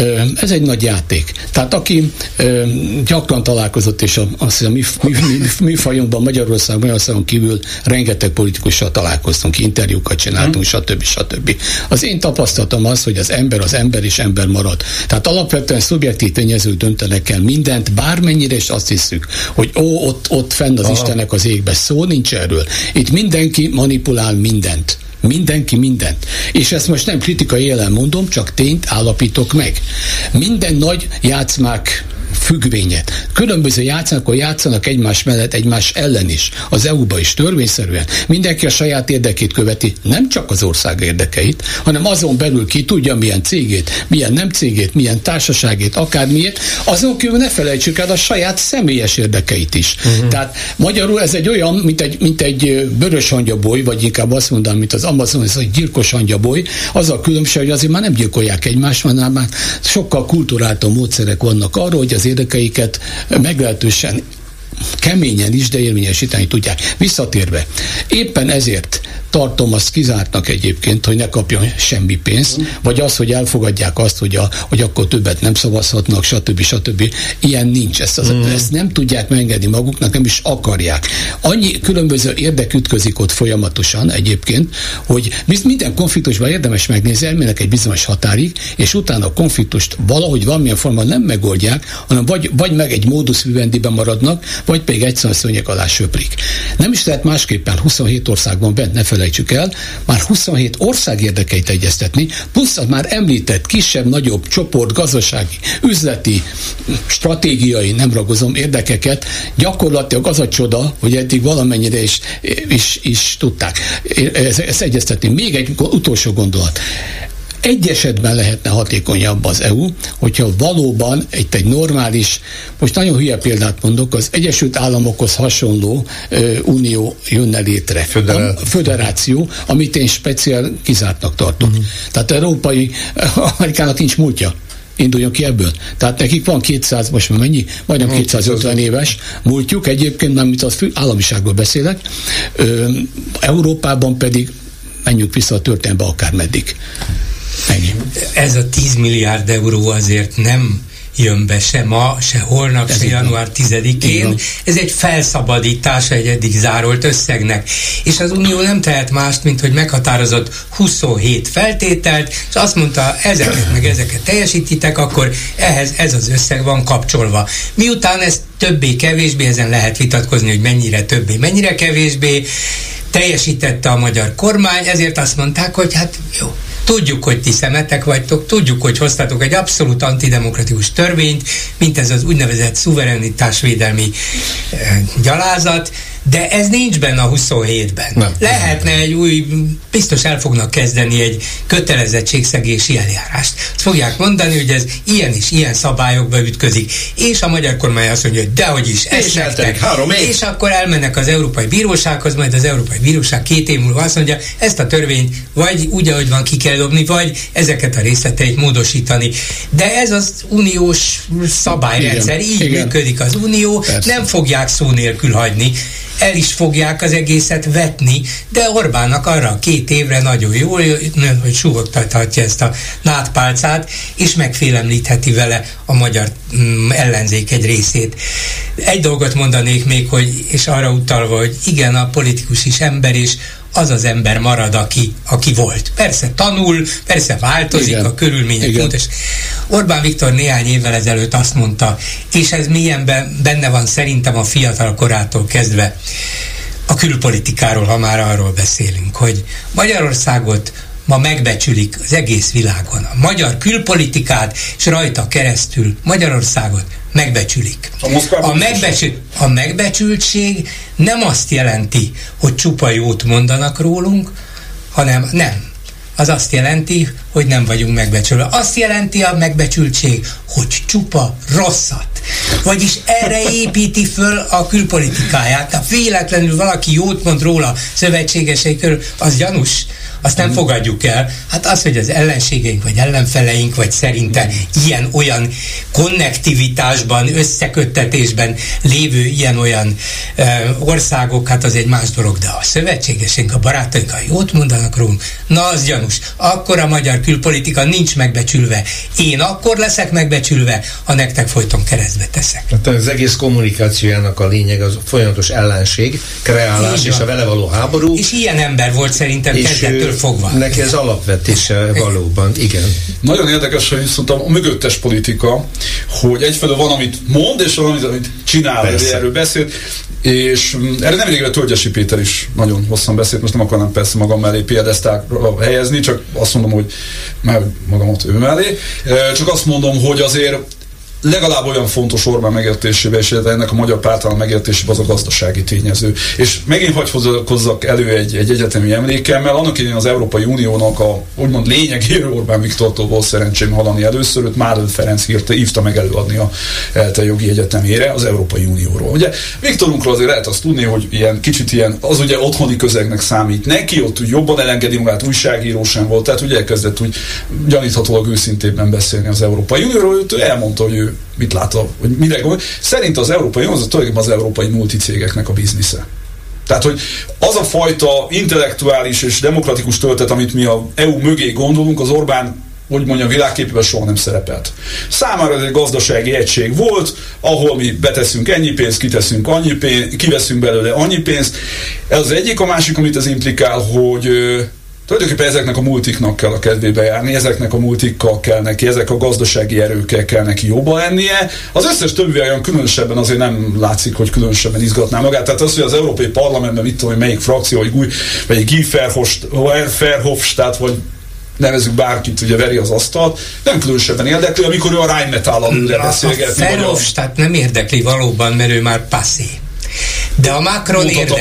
Ez egy nagy játék. Tehát aki gyakran találkozott, és azt hiszem, mi fajunkban, Magyarországon kívül rengeteg politikussal találkoztunk, interjúkat csináltunk, stb. Az én tapasztalatom az, hogy az ember és ember marad. Tehát alapvetően szubjektív tényezők döntenek el mindent, bármennyire is azt hiszük, hogy ott fenn az Istennek az égbe. Szó nincs erről. Itt mindenki manipulál mindent. Mindenki mindent. És ezt most nem kritikai jelen mondom, csak tényt állapítok meg. Minden nagy játszmák függvénye. Különböző játszmákon játszanak egymás mellett, egymás ellen is. Az EU-ba is törvényszerűen. Mindenki a saját érdekét követi, nem csak az ország érdekeit, hanem azon belül ki tudja, milyen cégét, milyen nem cégét, milyen társaságét, akármiért. Azon kívül ne felejtsük el a saját személyes érdekeit is. Tehát magyarul ez egy olyan, mint egy vörös hangyaboly, vagy inkább azt mondanám, mint az Amazon, ez egy gyilkos hangyaboly. Az a különbség, hogy azért már nem gyilkolják egymást, hanem már sokkal kulturáltabb módszerek vannak arra, hogy az érdekeiket meglehetősen keményen is, de érvényesíteni tudják. Visszatérve, éppen ezért tartom azt kizártnak egyébként, hogy ne kapjon semmi pénzt, vagy az, hogy elfogadják azt, hogy akkor többet nem szavazhatnak, stb. Ilyen nincs. Ezt nem tudják megengedni maguknak, nem is akarják. Annyi különböző érdek ütközik ott folyamatosan egyébként, hogy minden konfliktusban érdemes megnézni, elmének egy bizonyos határig, és utána a konfliktust valahogy valamilyen formában nem megoldják, hanem vagy meg egy modus vivendiben maradnak, vagy pedig egyszerűen szőnyeg alá söprik. Nem is lehet másképpen 27 országban bent, ne felejtsük el, már 27 ország érdekeit egyeztetni, plusz az már említett kisebb-nagyobb csoport, gazdasági, üzleti, stratégiai, nem ragozom, érdekeket, gyakorlatilag az a csoda, hogy eddig valamennyire is tudták ezt egyeztetni. Még egy utolsó gondolat. Egy esetben lehetne hatékonyabb az EU, hogyha valóban egy normális, most nagyon hülye példát mondok, az Egyesült Államokhoz hasonló unió jönne létre. Föderáció, amit én speciál kizártnak tartok. Tehát Amerikának nincs múltja. Induljon ki ebből. Tehát nekik van 200, most már mennyi? Majdnem 250 éves múltjuk, egyébként nem, mint az államiságról beszélek. Európában pedig menjünk vissza a történetbe akármeddig. Ennyi. Ez a 10 milliárd euró azért nem jön be se ma, se holnap, se január 10-én. Ez egy felszabadítása egy eddig zárolt összegnek. És az Unió nem tehet mást, mint hogy meghatározott 27 feltételt, és azt mondta, ezeket teljesítitek, akkor ehhez ez az összeg van kapcsolva. Miután ez többé-kevésbé, ezen lehet vitatkozni, hogy mennyire többé, mennyire kevésbé, teljesítette a magyar kormány, ezért azt mondták, hogy hát jó, tudjuk, hogy ti szemetek vagytok, tudjuk, hogy hoztatok egy abszolút antidemokratikus törvényt, mint ez az úgynevezett szuverenitásvédelmi gyalázat, De ez nincs benne a 27-ben. Nem. Lehetne egy új, biztos el fognak kezdeni egy kötelezettségszegési eljárást. Azt fogják mondani, hogy ez ilyen és ilyen szabályokba ütközik. És a magyar kormány azt mondja, hogy dehogy is, ezt nektek. És akkor elmennek az Európai Bírósághoz, majd az Európai Bíróság 2 év múlva azt mondja, ezt a törvényt vagy úgy, ahogy van, ki kell dobni, vagy ezeket a részleteit módosítani. De ez az uniós szabályrendszer, így működik az unió, nem fogják szó nélkül hagyni, el is fogják az egészet vetni, de Orbánnak arra 2 évre nagyon jól jön, hogy súgogtathatja ezt a nádpálcát, és megfélemlítheti vele a magyar ellenzék egy részét. Egy dolgot mondanék még, hogy, és arra utalva, hogy igen, a politikus is ember, és az az ember marad, aki volt. Persze tanul, persze változik, igen, a körülmények. Fontos. Orbán Viktor néhány évvel ezelőtt azt mondta, és ez mélyen benne van szerintem a fiatal korától kezdve, a külpolitikáról, ha már arról beszélünk, hogy Magyarországot ma megbecsülik az egész világon. A magyar külpolitikát, és rajta keresztül Magyarországot megbecsülik. A megbecsültség nem azt jelenti, hogy csupa jót mondanak rólunk, hanem nem. Az azt jelenti, hogy nem vagyunk megbecsülve. Azt jelenti a megbecsültség, hogy csupa rosszat. Vagyis erre építi föl a külpolitikáját. Ha véletlenül valaki jót mond róla szövetségesei körül, az gyanús. Azt nem fogadjuk el. Hát az, hogy az ellenségeink, vagy ellenfeleink, vagy szerinte ilyen-olyan konnektivitásban, összeköttetésben lévő ilyen-olyan országok, hát az egy más dolog, de a szövetségeseink, a barátaink, ha jót mondanak rólunk, na az gyanús. Akkor a magyar külpolitika nincs megbecsülve. Én akkor leszek megbecsülve, ha nektek folyton keresztbe teszek. Hát az egész kommunikációjának a lényeg az folyamatos ellenség, kreálás és a vele való háború. És ilyen ember volt szerintem kezdettől fogva. Neki ez alapvetése valóban, igen. Nagyon érdekes, hogy viszont a mögöttes politika, hogy egyfelől van, amit mond, és van, amit csinál, erről beszélt, és erre nemrégre Tölgyesi Péter is nagyon hosszan beszélt, most nem akarnám persze magam mellé piedesztára helyezni, csak azt mondom, hogy már magamat ő mellé, csak azt mondom, hogy azért legalább olyan fontos Orbán megértésében, és ennek a magyar pártállam megértésében az a gazdasági tényező. És megint hagy hozzak elő egy egyetemi emlékemmel, annak idején az Európai Uniónak a úgymond lényegéről Orbán Viktortól volt szerencsém hallani először, őt Mádl Ferenc hívta meg előadni a ELTE jogi egyetemére az Európai Unióról. Ugye Viktorunkról azért lehet azt tudni, hogy kicsit ilyen, az ugye otthoni közegnek számít neki, ott úgy jobban elengedi magát, újságíró sem volt, tehát ugye elkezdett úgy gyaníthatólag őszintében beszélni az Európai Unióról, ő elmondta, hogy ő mit lát, hogy mire gondol. Szerint az Európai Unió az tulajdonképpen az európai multicégeknek a biznisze. Tehát, hogy az a fajta intellektuális és demokratikus töltet, amit mi a EU mögé gondolunk, az Orbán, hogy mondjam, világképében soha nem szerepelt. Számára ez egy gazdasági egység volt, ahol mi beteszünk ennyi pénzt, kiteszünk annyi pénzt, kiveszünk belőle annyi pénzt. Ez az egyik, a másik, amit ez implikál, hogy tulajdonképpen ezeknek a multiknak kell a kedvébe járni, ezeknek a multikkal kell neki, ezek a gazdasági erőkkel kell neki jobban lennie. Az összes többi olyan különösebben azért nem látszik, hogy különösebben izgatná magát. Tehát az, hogy az Európai Parlamentben mit tudom, hogy melyik frakció, vagy egy Guy Verhofstadt, vagy nevezzük bárkit, ugye veri az asztalt, nem különösebben érdekli, amikor ő a Rheinmetall-al ülre beszélgetni. A Verhofstadt nem érdekli valóban, mert ő már passé. De a Macron érdekli.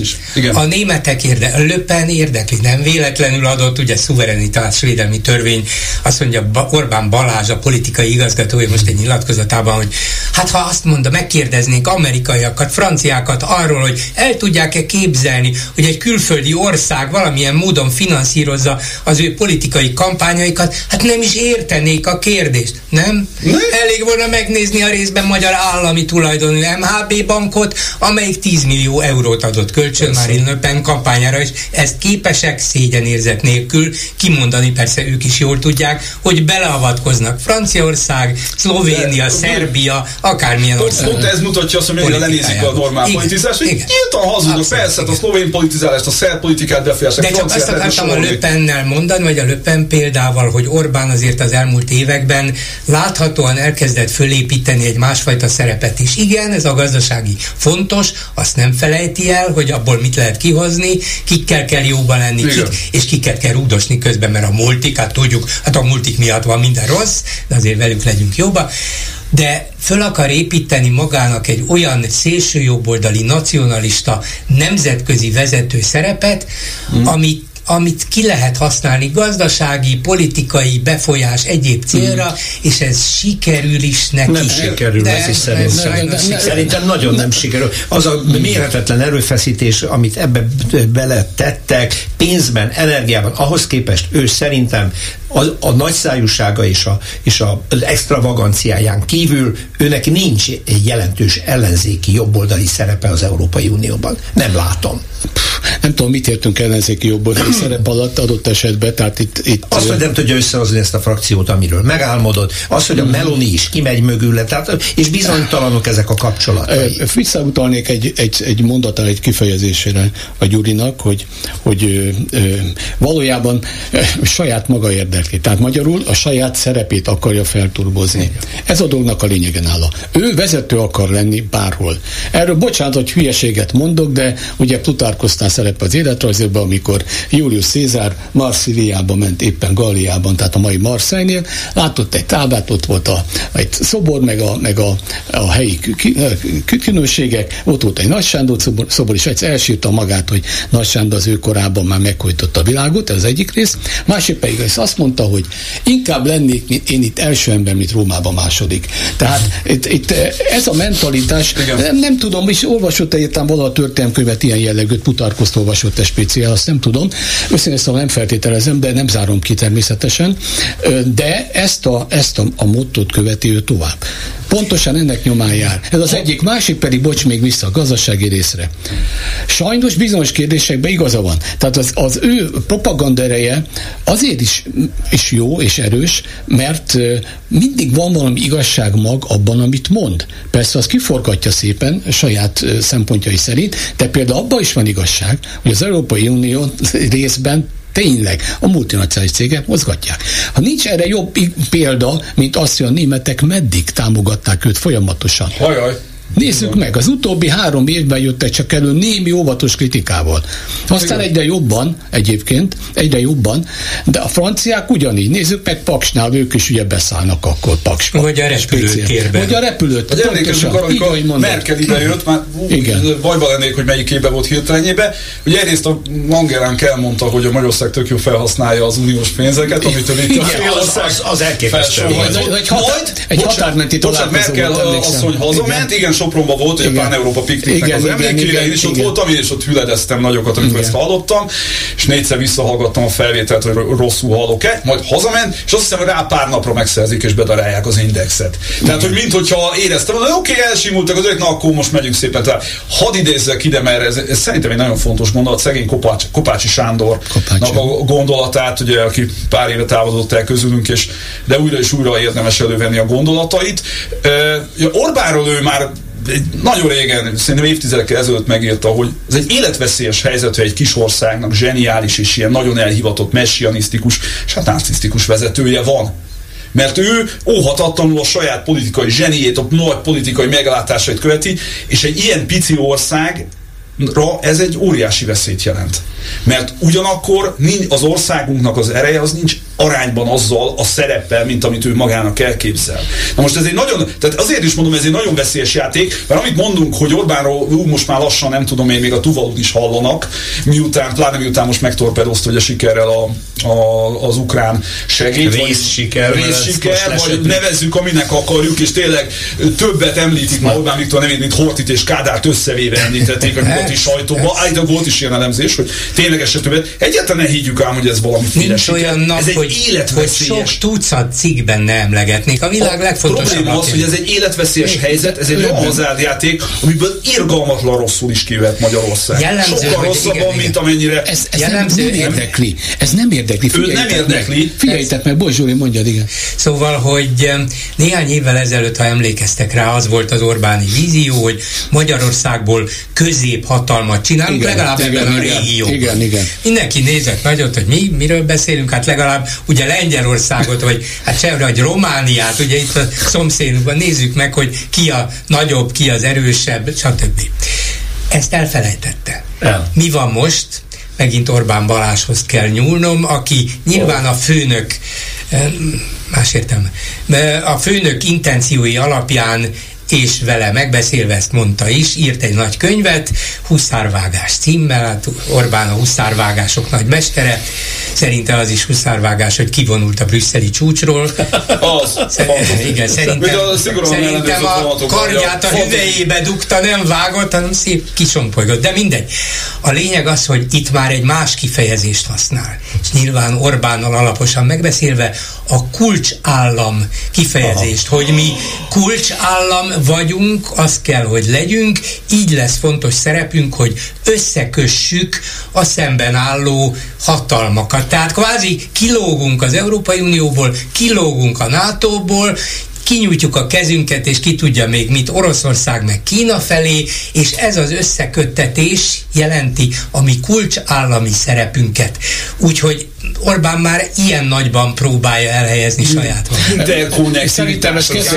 A németek érdekli. Le Pen érdekli. Nem véletlenül adott ugye szuverenitásvédelmi törvény. Azt mondja Orbán Balázs, a politikai igazgatója most egy nyilatkozatában, hogy hát ha azt mondta, megkérdeznénk amerikaiakat, franciákat arról, hogy el tudják-e képzelni, hogy egy külföldi ország valamilyen módon finanszírozza az ő politikai kampányaikat, hát nem is értenék a kérdést. Nem? Elég volna megnézni a részben magyar állami tulajdonú MHB bankot, amelyik 10 millió eurót adott kölcsön Marine Le Pen kampányára, és ezt képesek szégyenérzet nélkül kimondani, persze ők is jól tudják, hogy beleavatkoznak Franciaország, Szlovénia, Szerbia, akármilyen ország. Pont ez mutatja azt, hogy mennyire lenézik a normál politizást, hogy nyíltan hazudnak, persze a szlovén politizálást, a szerb politikát befolyásolják. De csak azt akartam a Le Pennel mondani, vagy a Le Pen példával, hogy Orbán azért az elmúlt években láthatóan elkezdett fölépíteni egy másfajta szerepet is. Igen, ez a gazdasági fontos, azt nem felejti el, hogy abból mit lehet kihozni, kikkel kell jóban lenni, és kiket kell rúdosni közben, mert a multik, hát tudjuk, hát a multik miatt van minden rossz, de azért velük legyünk jóba. de föl akar építeni magának egy olyan szélsőjobboldali, nacionalista, nemzetközi vezető szerepet, amit ki lehet használni gazdasági, politikai befolyás egyéb célra, és ez sikerül is neki. Nem sikerül neki szerintem nagyon nem sikerül. Az a mérhetetlen erőfeszítés, amit ebbe beletettek, pénzben, energiában, ahhoz képest ő szerintem a nagyszájúsága és az extravaganciáján kívül őnek nincs egy jelentős ellenzéki jobboldali szerepe az Európai Unióban. Nem látom. Nem tudom, mit értünk ellenzéki jobboldali szerep alatt adott esetben, tehát itt... Azt, hogy nem tudja összehozni ezt a frakciót, amiről megálmodott, az, hogy a Meloni is kimegy mögüle, tehát, és bizonytalanok ezek a kapcsolatai. Visszautalnék egy mondattal, egy kifejezésére a Gyurinak, hogy valójában saját maga érdekli. Tehát magyarul a saját szerepét akarja felturbozni. Ez a dolognak a lényegen áll. Ő vezető akar lenni bárhol. Erről bocsánat, hogy hülyeséget mondok, de ugye Plutarkosztán szerep az életrajzokban, amikor Julius Cézár Marsziliába ment, éppen Galliában, tehát a mai Marseille-nél, látott egy táblát, ott volt egy szobor, meg a helyi különbségek, ott volt egy Nagy Sándor szobor, és egyszer elsírta magát, hogy Nagy Sándor az ő korában már meghojtotta a világot, ez az egyik rész. Másik pedig azt mondta, hogy inkább lennék én itt első ember, mint Rómában második. Tehát itt ez a mentalitás, nem tudom, és olvasott egyáltalán valaha a történelemkönyvet ilyen jellegűt, Plutarkoszt olvasott speciál, azt nem tudom, össze nem feltételezem, de nem zárom ki természetesen, de ezt a mottót követi ő tovább. Pontosan ennek nyomán jár. Ez az egyik, másik pedig, bocs, még vissza a gazdasági részre. Sajnos bizonyos kérdésekben igaza van. Tehát az ő propaganda ereje azért is jó és erős, mert mindig van valami igazságmag abban, amit mond. Persze az kiforgatja szépen saját szempontjai szerint, de például abban is van igazság, hogy az Európai Unió részben tényleg a multinacionális cégek mozgatják. Ha nincs erre jobb példa, mint azt, hogy a németek meddig támogatták őt folyamatosan. Hajaj. Nézzük meg, az utóbbi 3 évben jöttek csak elő némi óvatos kritikával. Aztán egyre jobban, de a franciák ugyanígy. Nézzük meg Paksnál, ők is ugye beszállnak akkor Paksba. Vagy a repülőtérben. Vagy a repülőt. Emlékezzünk arra, amikor Merkel idejött, már bajba lennék, hogy melyik évben volt hirtelenjében. Ugye egyrészt a Mangeránk elmondta, hogy a Magyarország tök jó felhasználja az uniós pénzeket, amitől itt az elképesztő. Egy határmenti találkozó Merkel asszony hazament, igen, Sopronban volt, hogy a Pán-Európa pikniknek az emlékére, én is ott voltam, és ott hüledeztem nagyokat, amikor ezt hallottam, és 4-szer visszahallgattam a felvételt, hogy rosszul hallok-e, majd hazament, és azt hiszem, hogy rá pár napra megszerzik, és bedarálják az indexet. Tehát, hogy minthogyha éreztem, hogy oké, elsimultak az ők, na akkor most megyünk szépen tovább. Hadd idézzek ide, mert ez szerintem egy nagyon fontos gondolat, szegény Kopácsi Sándornak a gondolatát, ugye, aki pár éve távozott el közülünk, de újra és újra érdemes elővenni a gondolatait. Orbánról ő már nagyon régen, szerintem évtizedekkel ezelőtt megírta, hogy ez egy életveszélyes helyzet, hogy egy kis országnak zseniális és ilyen nagyon elhivatott, messianisztikus és hát narcisztikus vezetője van. Mert ő óhatatlanul a saját politikai zseniét, a nagy politikai meglátásait követi, és egy ilyen pici országra ez egy óriási veszélyt jelent. Mert ugyanakkor az országunknak az ereje az nincs arányban azzal a szereppel, mint amit ő magának elképzel. Na most ez egy tehát azért is mondom, ez egy nagyon veszélyes játék, mert amit mondunk, hogy Orbánról most már lassan, nem tudom én, még a Tuvalun is hallanak, pláne miután most megtorpedozta ugye sikerrel az ukrán segélyt. Részsiker, vagy nevezzük, aminek akarjuk, és tényleg többet említik már Orbán Viktor nevét, mint Horthyt és Kádárt összevéve említették a nyugati sajtóban. Állítólag volt is ilyen elemzés, hogy tényleg eset többet. Egyáltalán ne higgyük ám, hogy ez valami siker. Ez egy hogy sok tucat cikkben ne emlegetnék. A világ legfontosabb. A probléma az, hogy ez egy életveszélyes helyzet, ez egy olyan hazárjáték, amiből irgalmatlan rosszul is kijöhet Magyarország. Sokkal rosszabban, mint amennyire... Ez nem érdekli. Ez nem érdekli. Ő nem érdekli. Figyeljétek meg, Bocs Zsóri, mondjad, igen. Szóval, hogy néhány évvel ezelőtt, ha emlékeztek rá, az volt az Orbáni vízió, hogy Magyarországból középhatalmat csinálunk, legalább ebben a régióban. Igen. Mindenki nézett nagyot, hogy miről beszélünk, hát legalább ugye Lengyelországot, vagy hát sehol, vagy Romániát, ugye itt a szomszédunkban nézzük meg, hogy ki a nagyobb, ki az erősebb, stb. Ezt elfelejtette. Mi van most? Megint Orbán Balázshoz kell nyúlnom, aki nyilván a főnök más értelme. A főnök intenciói alapján és vele megbeszélve, ezt mondta is, írt egy nagy könyvet, Huszárvágás címmel, hát Orbán a huszárvágások nagy mestere, szerinte az is huszárvágás, hogy kivonult a brüsszeli csúcsról. Igen, szerintem a kardját a hüvelyébe dugta, nem vágott, hanem szép kisompolygott, de mindegy. A lényeg az, hogy itt már egy más kifejezést használ, és nyilván Orbánnal alaposan megbeszélve a kulcsállam kifejezést, hogy mi kulcsállam vagyunk, az kell, hogy legyünk, így lesz fontos szerepünk, hogy összekössük a szemben álló hatalmakat. Tehát kvázi kilógunk az Európai Unióból, kilógunk a NATO-ból, kinyújtjuk a kezünket, és ki tudja még mit Oroszország meg Kína felé, és ez az összeköttetés jelenti a mi kulcsállami szerepünket. Úgyhogy Orbán már ilyen nagyban próbálja elhelyezni saját magát. De szerintem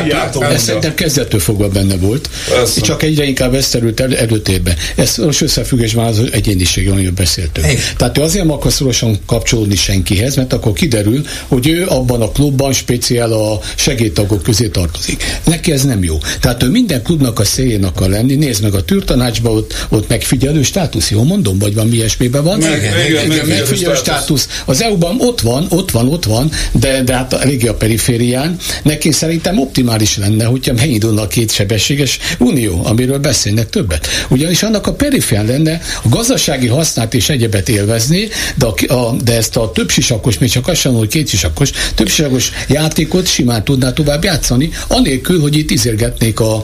ez kezdettől fogva benne volt, csak egyre inkább ez terült előtérbe. Ez szoros összefüggésben az egyéniség, amiről beszéltünk. Tehát ő azért akar szorosan kapcsolódni senkihez, mert akkor kiderül, hogy ő abban a klubban speciál a segédtagok közé tartozik. Neki ez nem jó. Tehát ő minden klubnak a széljén akar lenni, nézd meg a tűrtanácsba, ott megfigyelő státusz, jól mondom, vagy van mi ilyesmiben van? Igen, megfigyelő státusz. Az EU-ban ott van, de hát eléggé a periférián. Neki szerintem optimális lenne, hogyha megindulna a kétsebességes unió, amiről beszélnek többet. Ugyanis annak a periférián lenne a gazdasági hasznát és egyebet élvezni, de ezt a többsisakos, még csak azt sem, hogy kétsisakos, többsisakos játékot simán tudná tovább játszani, anélkül, hogy itt izérgetnék a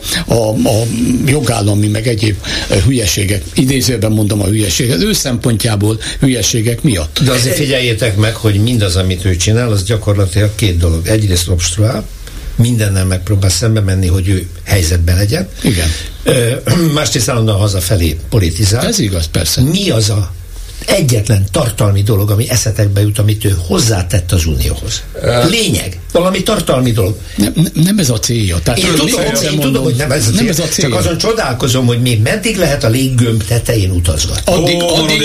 jogállami meg egyéb hülyeségek. Idézőben mondom a hülyeséget, az ő szempontjából hülyeségek miatt. De azért figyeljétek meg, hogy mindaz, amit ő csinál, az gyakorlatilag két dolog. Egyrészt obstruál, mindennel megpróbál szembe menni, hogy ő helyzetben legyen. Igen. Másrészt állandóan hazafelé politizál. Ez igaz, persze. Mi az a egyetlen tartalmi dolog, ami eszetekbe jut, amit ő hozzátett az Unióhoz? Lényeg. Valami tartalmi dolog. Nem ez a célja. Tehát én tudom, hogy nem ez a célja. Csak azon csodálkozom, hogy még meddig lehet a léggömb tetején utazgatni.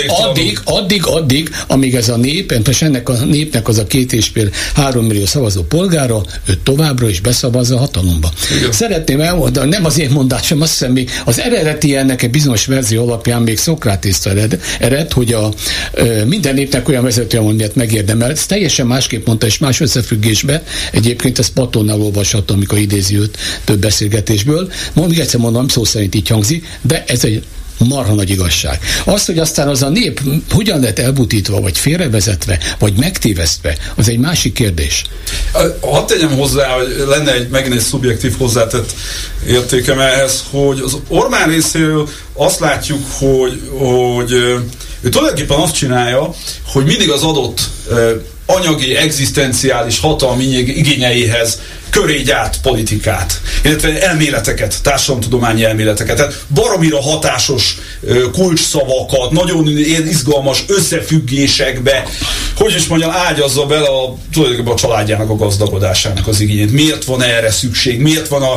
Addig, amíg ez a nép, és ennek a népnek az a 2,3 millió szavazó polgára, ő továbbra is beszavazza a hatalomba. Igen. Szeretném elmondani, nem az én mondásom, azt hiszem még az eredeti ennek egy bizonyos verzió alapján még Szokratésztől ered, hogy minden népnek olyan vezető, amilyet megérdemel. Ez teljesen másképp mondta, és más összefüggésbe. Egyébként ezt Platonnal olvashatom, amikor idézi őt több beszélgetésből. Még egyszer mondom, szó szerint így hangzik, de ez egy marha nagy igazság. Az, hogy aztán az a nép hogyan lett elbutítva, vagy félrevezetve, vagy megtévesztve, az egy másik kérdés. Hadd tegyem hozzá, hogy lenne megint egy szubjektív hozzátett értékem ehhez, hogy az Orbán részéről azt látjuk, hogy ő tulajdonképpen azt csinálja, hogy mindig az adott anyagi, egzisztenciális hatalmi igényeihez köré gyárt politikát, illetve elméleteket, társadalomtudományi elméleteket, tehát baromira hatásos kulcsszavakat, nagyon izgalmas összefüggésekbe, hogy is mondjam, ágyazza bele tulajdonképpen a családjának a gazdagodásának az igényét. Miért van erre szükség? Miért van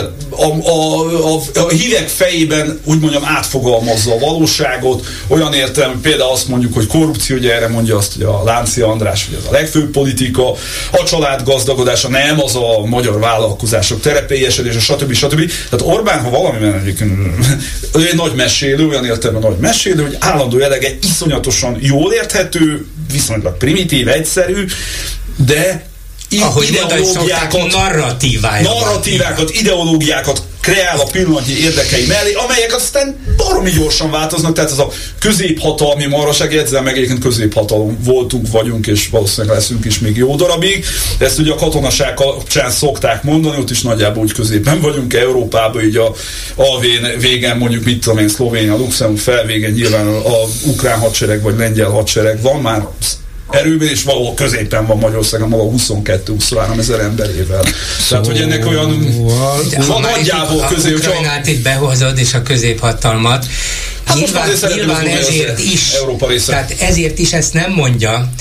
a hívek fejében, úgy mondjam, átfogalmazza a valóságot, olyan értelme, például azt mondjuk, hogy korrupció, ugye erre mondja azt, hogy a Láncia András, hogy ez a legfőbb politika, a család gazdagodása nem az a magyar vállalkozások terepélyesedése, stb. Tehát Orbán, ha valamiben egy nagy mesélő, olyan értelemben nagy mesélő, hogy állandó jellege iszonyatosan jól érthető, viszonylag primitív, egyszerű, de narratívákat, ideológiákat kreál a pillanatnyi érdekei mellé, amelyek aztán baromi gyorsan változnak, tehát ez a középhatalmi marhaság, ezzel meg egyébként középhatalom voltunk, vagyunk, és valószínűleg leszünk is még jó darabig. Ezt ugye a katonaság kapcsán szokták mondani, ott is nagyjából úgy középen vagyunk, Európában, így a végen mondjuk, mit tudom én, Szlovénia, Luxemburg felvégen nyilván a ukrán hadsereg vagy lengyel hadsereg van már erőben, és valahol középen van Magyarországon, valahol 22-23 ezer emberével. Tehát, hogy ennek olyan nagyjából közé... Ha Ukrajnát itt behozod, és a középhatalmat, nyilván ezért is, tehát ezért is ezt nem mondja,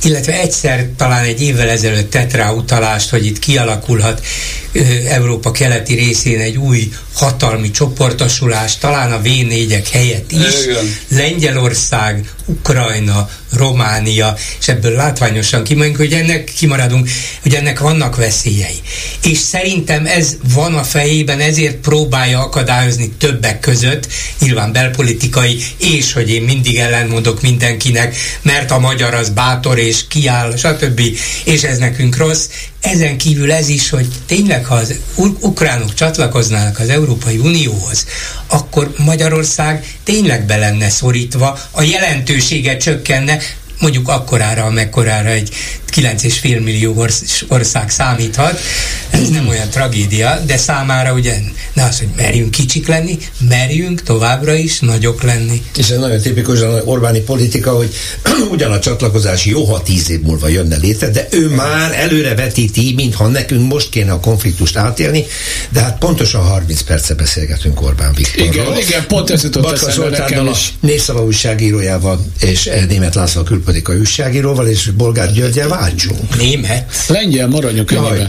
illetve egyszer talán egy évvel ezelőtt tett rá utalást, hogy itt kialakulhat Európa keleti részén egy új hatalmi csoportosulás, talán a V4-ek helyett is. Igen. Lengyelország, Ukrajna, Románia, és ebből látványosan kimaradunk, hogy ennek vannak veszélyei. És szerintem ez van a fejében, ezért próbálja akadályozni többek között, nyilván belpolitikai, és hogy én mindig ellentmondok mindenkinek, mert a magyar az bátor és kiáll, stb. És ez nekünk rossz. Ezen kívül ez is, hogy tényleg, ha az ukránok csatlakoznának az Európai Unióhoz, akkor Magyarország tényleg be lenne szorítva, a jelentősége csökkenne, mondjuk akkorára, amekkorára egy 9,5 millió ország számíthat. Ez nem olyan tragédia, de számára ugye ne az, hogy merjünk kicsik lenni, merjünk továbbra is nagyok lenni. És ez nagyon tipikusan Orbáni politika, hogy ugyan a csatlakozás jó, ha 10 év múlva jönne létre, de ő már előre vetíti, mintha nekünk most kéne a konfliktust átélni, de hát pontosan 30 perce beszélgetünk Orbán Viktorról. Igen, pont ez jutott eszembe nekem is. Népszava újságírójával és Németh László a külpolitikai újságíróval, és Bolgár Györgyel váltsunk. Német? Lengyel, maradjunk önében.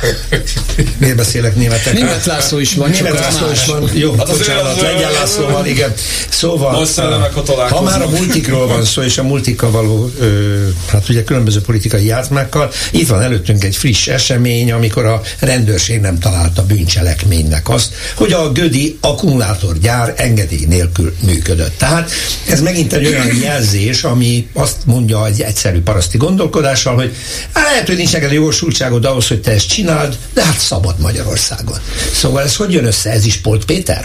Miért beszélek németek? Németh László is van. Németh László is van. Jó, bocsánat, Lengyel Lászlóval, igen. Szóval, ha már a multikról van szó, és a multikkal való, hát ugye különböző politikai játszmákkal, itt van előttünk egy friss esemény, amikor a rendőrség nem találta bűncselekménynek azt, hogy a gödi akkumulátorgyár engedély nélkül működött. Tehát ez megint egy olyan jelzés, ami azt mondja egy egyszerű paraszti gondolkodással, hogy lehet, hogy nincs neked jogosultságod ahhoz, hogy te ezt csináld, de hát szabad Magyarországon. Szóval ez hogy jön össze? Ez is Polt Péter?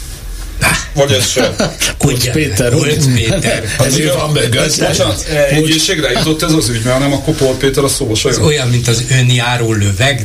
Vagy ez sem. Polt Péter. Ezért van mögött. Bocsánat, ügyészségre jutott ez az ügy, mert nem, akkor Polt Péter a szóval ez olyan, mint az önjáró löveg.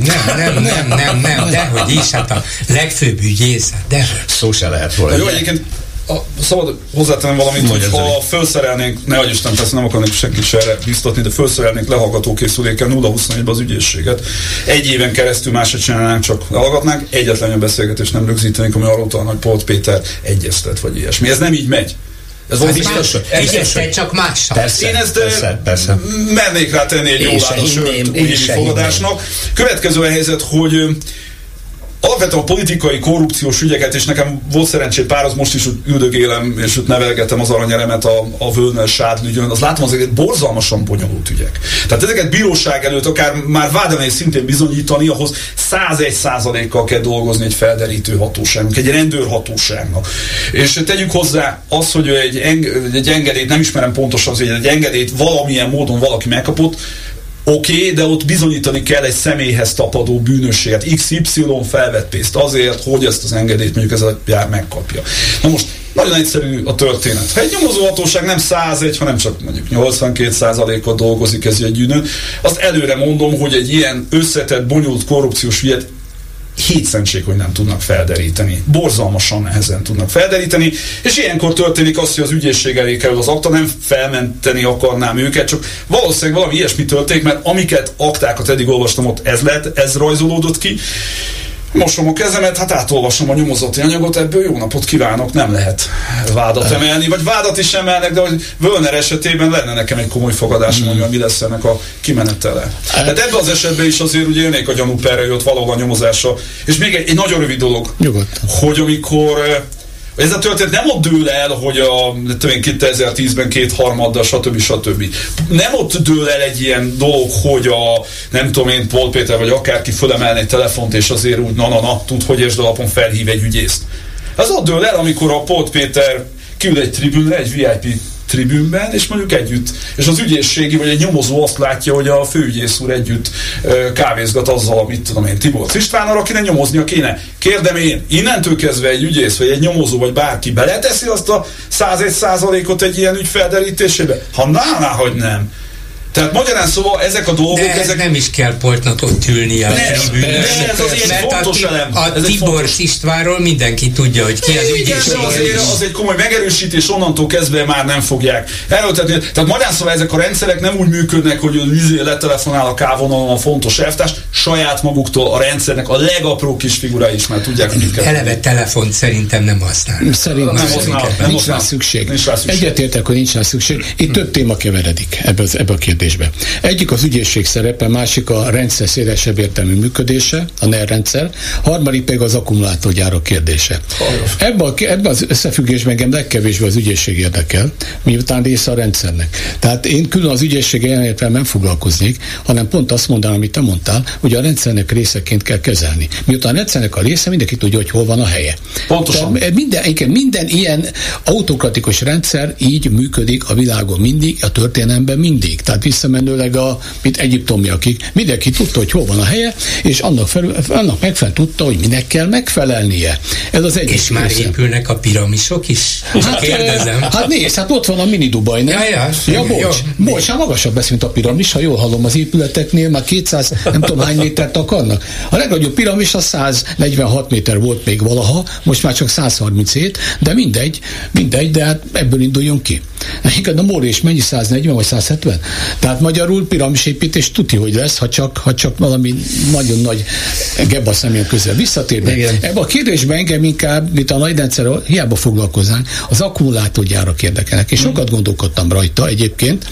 Nem, dehogy is, hát a legfőbb ügyész, de szó se lehet volna. Jó, egyébként szabad hozzátenni valamit, hogy ha felszerelnénk, ne Isten, persze nem akarnék senkit se erre biztatni, de felszerelnénk lehallgatókészülékkel 0-24-be az ügyészséget. Egy éven keresztül másra csinálnánk, csak lehallgatnánk, egyetlen olyan beszélgetést nem rögzítenénk, ami arról talán, hogy Polt Péter egyeztet, vagy ilyesmi. Ez nem így megy. Ez van biztos, egyeztet csak mással. Persze, én ezt persze. Mernék rá tenni egy jóváros ügyévi fogadásnak. Következő a helyzet, hogy alapvetően a politikai korrupciós ügyeket, és nekem volt szerencsém pároz, most is üldögélem, és ott nevelgetem az aranyeremet a Völner Sádl ügyön, az látom, azért borzalmasan bonyolult ügyek. Tehát ezeket bíróság előtt akár már vádemelés szintén bizonyítani, ahhoz 101%-kal kell dolgozni egy felderítő hatóságnak, egy rendőrhatóságnak. És tegyük hozzá azt, hogy egy engedélyt, nem ismerem pontosan az, hogy egy engedélyt valamilyen módon valaki megkapott, Oké, de ott bizonyítani kell egy személyhez tapadó bűnösséget. XY felvett pénzt azért, hogy ezt az engedélyt mondjuk ez a jár megkapja. Na most nagyon egyszerű a történet. Ha egy nyomozóhatóság nem 101, hanem csak mondjuk 82%-ot dolgozik ez egy ügyön, azt előre mondom, hogy egy ilyen összetett, bonyolult korrupciós ügyet hétszentség, hogy nem tudnak felderíteni. Borzalmasan nehezen tudnak felderíteni, és ilyenkor történik az, hogy az ügyészség elé kerül az akta, nem felmenteni akarnám őket, csak valószínűleg valami ilyesmi történik, mert amiket aktákat eddig olvastam, ott ez rajzolódott ki. Mosom a kezemet, hát átolvasom a nyomozati anyagot, ebből jó napot kívánok, nem lehet vádat emelni, vagy vádat is emelnek, de hogy Völner esetében lenne nekem egy komoly fogadásom, hogy mi lesz ennek a kimenetele. Tehát ebben az esetben is azért ugye jönnék a gyanúperre, hogy ott valahol a nyomozása. És még egy nagyon rövid dolog, hogy amikor ez a történet nem ott dől el, hogy a 2010-ben 2/3, stb. Nem ott dől el egy ilyen dolog, hogy nem tudom én, Polt Péter vagy akárki fölemelne egy telefont, és azért úgy tud, hogy és alapon felhív egy ügyészt. Az ott dől el, amikor a Polt Péter kiül egy tribünre, egy VIP tribünben, és mondjuk együtt, és az ügyészségi, vagy egy nyomozó azt látja, hogy a főügyész úr együtt kávézgat azzal, amit tudom én, Tibor Istvánnal, akinek nyomoznia kéne. Kérdem én, innentől kezdve egy ügyész, vagy egy nyomozó, vagy bárki beleteszi azt a 101%-ot egy ilyen ügy felderítésébe? Ha hogy nem. Tehát magyarán szóval ezek a dolgok... De ezek nem is kell Poltnak ott ülni a tribűnön. Ez az ilyen fontos elem. A Tibor Istvánról mindenki tudja, hogy ki az ügyészség. Az egy komoly megerősítés, onnantól kezdve már nem fogják erőltetni. Tehát magyarán szóval ezek a rendszerek nem úgy működnek, hogy az letelefonál a K-vonalon a fontos elvtárs, saját maguktól a rendszernek a legapró kis figurái is már tudják, hogy mit kell. Eleve telefont szerintem nem használnak. Nincs rá szükség. Egyetértek, hogy nincs rá szükség. Itt több téma keveredik ebbe a kérdésbe. összefüggésbe. Egyik az ügyészség szerepe, másik a rendszer szélesebb értelmű működése, a NER rendszer, harmadik pedig az akkumulátorgyárak kérdése. Ebben az összefüggésben engem legkevésbé az ügyészség érdekel, miután része a rendszernek. Tehát én külön az ügyészség jelenlétvel nem foglalkoznék, hanem pont azt mondanám, amit te mondtál, hogy a rendszernek részeként kell kezelni. Miután a rendszernek a része, mindenki tudja, hogy hol van a helye. Pontosan. Minden ilyen autokratikus rendszer így működik a világon mindig, a történelemben mindig. Tehát visszamenőleg mint egyiptomiakig. Mindenki tudta, hogy hol van a helye, és annak megfelelően tudta, hogy minek kell megfelelnie. Ez az egyik. És már épülnek a piramisok is? Kérdezem. Hát nézd, ott van a mini Dubaj, nem? Bocs, magasabb lesz, mint a piramis, ha jól hallom, az épületeknél már 200, nem tudom hány métert akarnak. A legnagyobb piramis a 146 méter volt még valaha, most már csak 137, de mindegy, de hát ebből induljon ki. A Mórés mennyi, 140 vagy 170? Tehát magyarul piramisépítés tuti, hogy lesz, ha csak valami nagyon nagy gebbaszemén közel visszatérnek. Ebben a kérdésben engem inkább, mint a nagy rendszerrel, hiába foglalkoznánk, az akkumulátorgyárak érdekelnek. És sokat gondolkodtam rajta egyébként,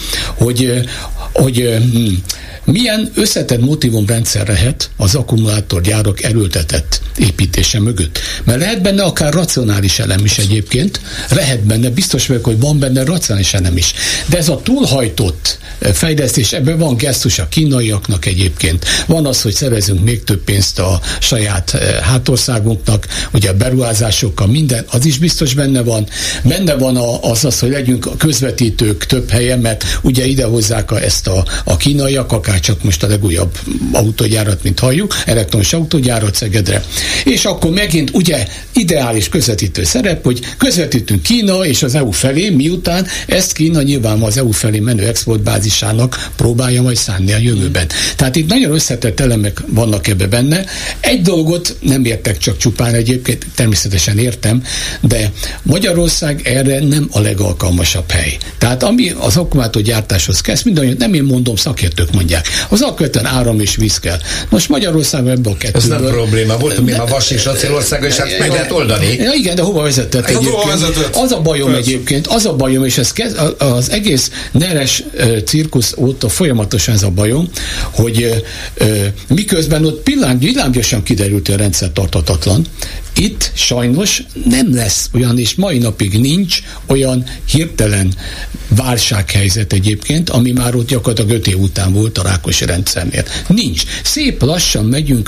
hogy milyen összetett motivumrendszer lehet az akkumulátorgyárak erőltetett építése mögött. Mert lehet benne akár racionális elem is egyébként, lehet benne, biztos vagyok, hogy van benne racionális elem is. De ez a túlhajtott fejlesztés, ebben van gesztus a kínaiaknak egyébként. Van az, hogy szerezünk még több pénzt a saját hátországunknak, ugye a beruházásokkal, minden, az is biztos benne van. Benne van az, hogy legyünk a közvetítők több helyen, mert ugye idehozzák ezt a kínaiak, akár csak most a legújabb autógyárat, mint halljuk, elektromos autógyárat Szegedre. És akkor megint ugye ideális közvetítő szerep, hogy közvetítünk Kína és az EU felé, miután ezt Kína nyilván az EU felé menő exportbázisának próbálja majd szánni a jövőben. Tehát itt nagyon összetett elemek vannak ebbe benne. Egy dolgot nem értek csak csupán egyébként, természetesen értem, de Magyarország erre nem a legalkalmasabb hely. Tehát ami az akkumulátorgyártáshoz kezd, mindannyian nem én mondom, szakértők mondják. Az alapvetően áram és víz kell. Most Magyarországon ebben a kettőből... Ez nem probléma. Voltunk még a vas és acélország, és hát meg lehet oldani. Ja, igen, de hova vezetett egyébként? Az a bajom egyébként, és ez az egész neres cirkusz óta folyamatosan ez a bajom, hogy miközben ott villámgyorsan kiderült, hogy a rendszer tarthatatlan, itt sajnos nem lesz olyan, és mai napig nincs olyan hirtelen válsághelyzet egyébként, ami már ott gyakorlatilag 5 év után volt a Rákosi rendszernél. Nincs. Szép lassan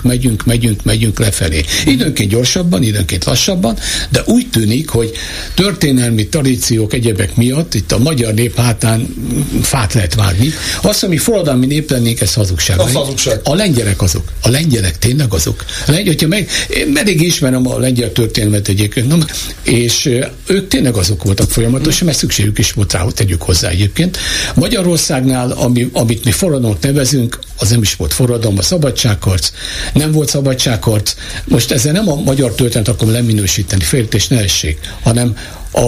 megyünk lefelé. Időnként gyorsabban, időnként lassabban, de úgy tűnik, hogy történelmi tradíciók, egyebek miatt itt a magyar nép hátán fát lehet vágni. Azt, hogy mi forradalmi nép lennénk, ez hazugság. A lengyelek azok. A lengyelek tényleg azok. Elég ismerem a lengyel történelmet egyébként, és ők tényleg azok voltak folyamatosan, mert szükségük is volt rá, hogy tegyük hozzá egyébként. Magyarországnál, amit mi forradalmat nevezünk, az nem is volt forradalom, a szabadságharc, nem volt szabadságharc. Most ezzel nem a magyar történet akarom leminősíteni, félreértés ne essék, hanem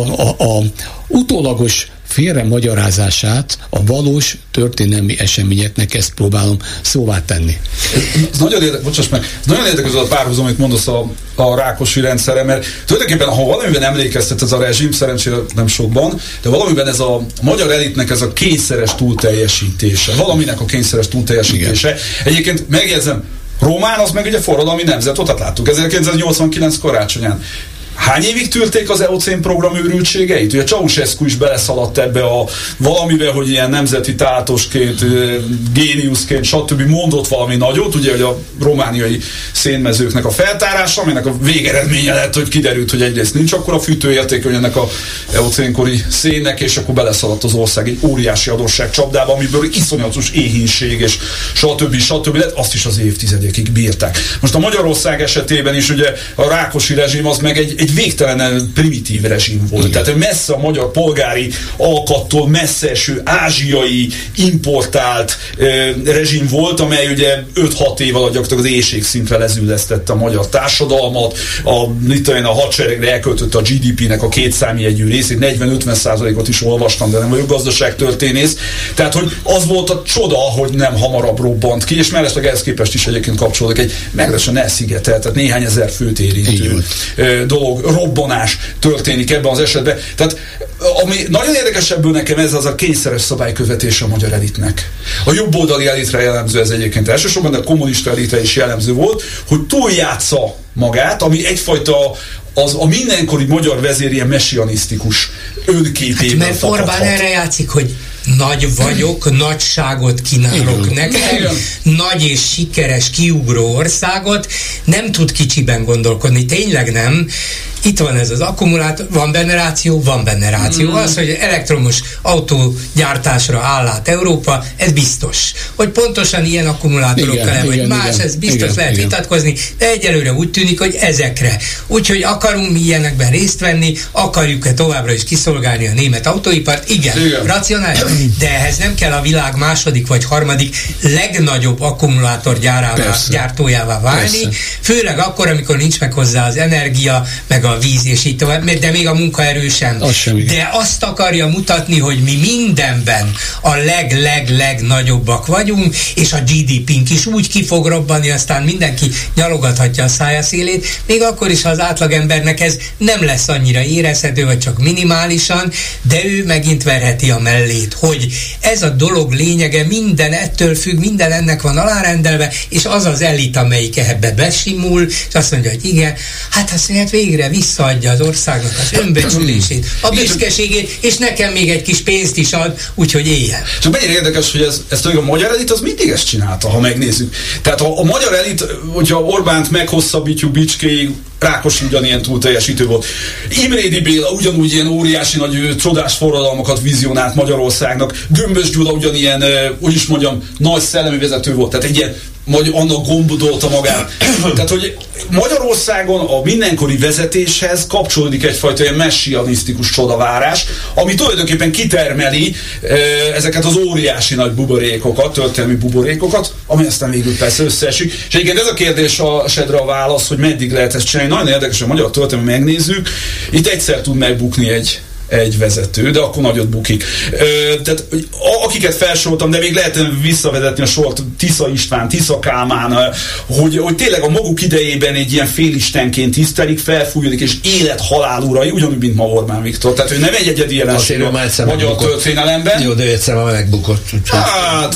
a utólagos félre magyarázását a valós történelmi eseményeknek ezt próbálom szóvá tenni. Ez nagyon érdekes az a párhuzam, amit mondasz a Rákosi rendszerre, mert tulajdonképpen, ha valamiben emlékeztet ez a rezsim, szerencsére nem sokban, de valamiben ez a magyar elitnek ez a kényszeres túlteljesítése, valaminek a kényszeres túlteljesítése. Igen. Egyébként megjegyzem, Rómán az meg ugye forradalmi nemzet, ott láttuk 1989 karácsonyán. Hány évig tűrték az EOCén program őrültségeit? Ugye Ceausescu is beleszaladt ebbe a valamivel, hogy ilyen nemzeti táltosként, géniuszként, stb. Mondott valami nagyot, ugye, hogy a romániai szénmezőknek a feltárása, aminek a végeredménye lett, hogy kiderült, hogy egyrészt nincs akkor a fűtőérték, hogy ennek a EOCén-kori szénnek, és akkor beleszaladt az ország egy óriási adósságcsapdába, amiből iszonyatos éhínség, és stb. Lett, azt is az évtizedekig bírták. Most a Magyarország esetében is ugye a Rákosi rezsim az meg egy végtelenen primitív rezsim volt. Igen. Tehát messze a magyar polgári alkattól messze eső ázsiai importált rezsim volt, amely ugye 5-6 év alatt gyakorlatilag az éhségszintre lezüllesztette a magyar társadalmat, a hadseregre elköltötte a GDP-nek a 2 számjegyű részét, 40-50%-ot is olvastam, de nem vagyok gazdaságtörténész. Tehát, hogy az volt a csoda, hogy nem hamarabb robbant ki, és mellesleg ehhez képest is egyébként kapcsolódik egy meglehetősen elszigetelt, tehát néhány ezer főt érintő dolog robbanás történik ebben az esetben. Tehát ami nagyon érdekes ebből nekem ez az a kényszeres szabálykövetés a magyar elitnek. A jobboldali elitre jellemző ez egyébként elsősorban, de a kommunista elitre is jellemző volt, hogy túljátsza magát, ami egyfajta a mindenkori magyar vezér ilyen messianisztikus önképében. Hát, mert Orbán erre játszik, hogy nagy vagyok, nagyságot kínálok nektek, nagy és sikeres, kiugró országot, nem tud kicsiben gondolkodni, tényleg nem. Itt van ez az akkumulátor, van benne ráció. Az, hogy elektromos autógyártásra áll át Európa, ez biztos. Hogy pontosan ilyen akkumulátorokkal vagy más, ez biztos lehet vitatkozni, de egyelőre úgy tűnik, hogy ezekre. Úgyhogy akarunk mi ilyenekben részt venni, akarjuk-e továbbra is kiszolgálni a német autóipart? Igen. Racionális. De ehhez nem kell a világ második vagy harmadik legnagyobb akkumulátor gyártójává válni, főleg akkor, amikor nincs meg hozzá az energia, meg a víz, és így tovább, de még a munkaerő sem. De azt akarja mutatni, hogy mi mindenben a legnagyobbak vagyunk, és a GDP-nk is úgy ki fog robbanni, aztán mindenki nyalogathatja a szája szélét, még akkor is, ha az átlagembernek ez nem lesz annyira érezhető, vagy csak minimálisan, de ő megint verheti a mellét, hogy ez a dolog lényege, minden ettől függ, minden ennek van alárendelve, és az az elit, amelyik ebbe besimul, és azt mondja, hogy igen, hát azt mondja, végre visszaadja az országnak az önbecsülését, a büszkeségét, és nekem még egy kis pénzt is ad, úgyhogy éljen. Csak mennyire érdekes, hogy ezt a magyar elit az mindig ezt csinálta, ha megnézzük. Tehát a magyar elit, hogyha Orbánt meghosszabbítjuk Bicskéig, Rákosi ugyanilyen túlteljesítő volt. Imrédi Béla ugyanúgy ilyen óriási nagy csodás forradalmakat vizionált Magyarországnak. Gömbös Gyula ugyanilyen, úgy is mondjam, nagy szellemi vezető volt. Tehát egy ilyen, vagy annak gombodolta magát. Tehát, hogy Magyarországon a mindenkori vezetéshez kapcsolódik egyfajta ilyen messianisztikus csodavárás, ami tulajdonképpen kitermeli ezeket az óriási nagy buborékokat, történelmi buborékokat, ami aztán végül persze összeesik. És egyébként ez a kérdés a sedre a válasz, hogy meddig lehet ezt csinálni. Nagyon érdekes, hogy a magyar történelmi megnézzük, itt egyszer tud megbukni egy vezető, de akkor nagyot bukik. Tehát akiket felsoroltam, de még lehetne visszavezetni a sort, Tisza István, Tisza Kálmán, hogy tényleg a maguk idejében egy ilyen félistenként tisztelik, felfújjodik, és élet-halál urai, ugyanúgy, mint ma Orbán Viktor. Tehát, hogy nem egy egyedi jelenség a magyar történelemben. Jó, de egyszer már megbukott. Hát,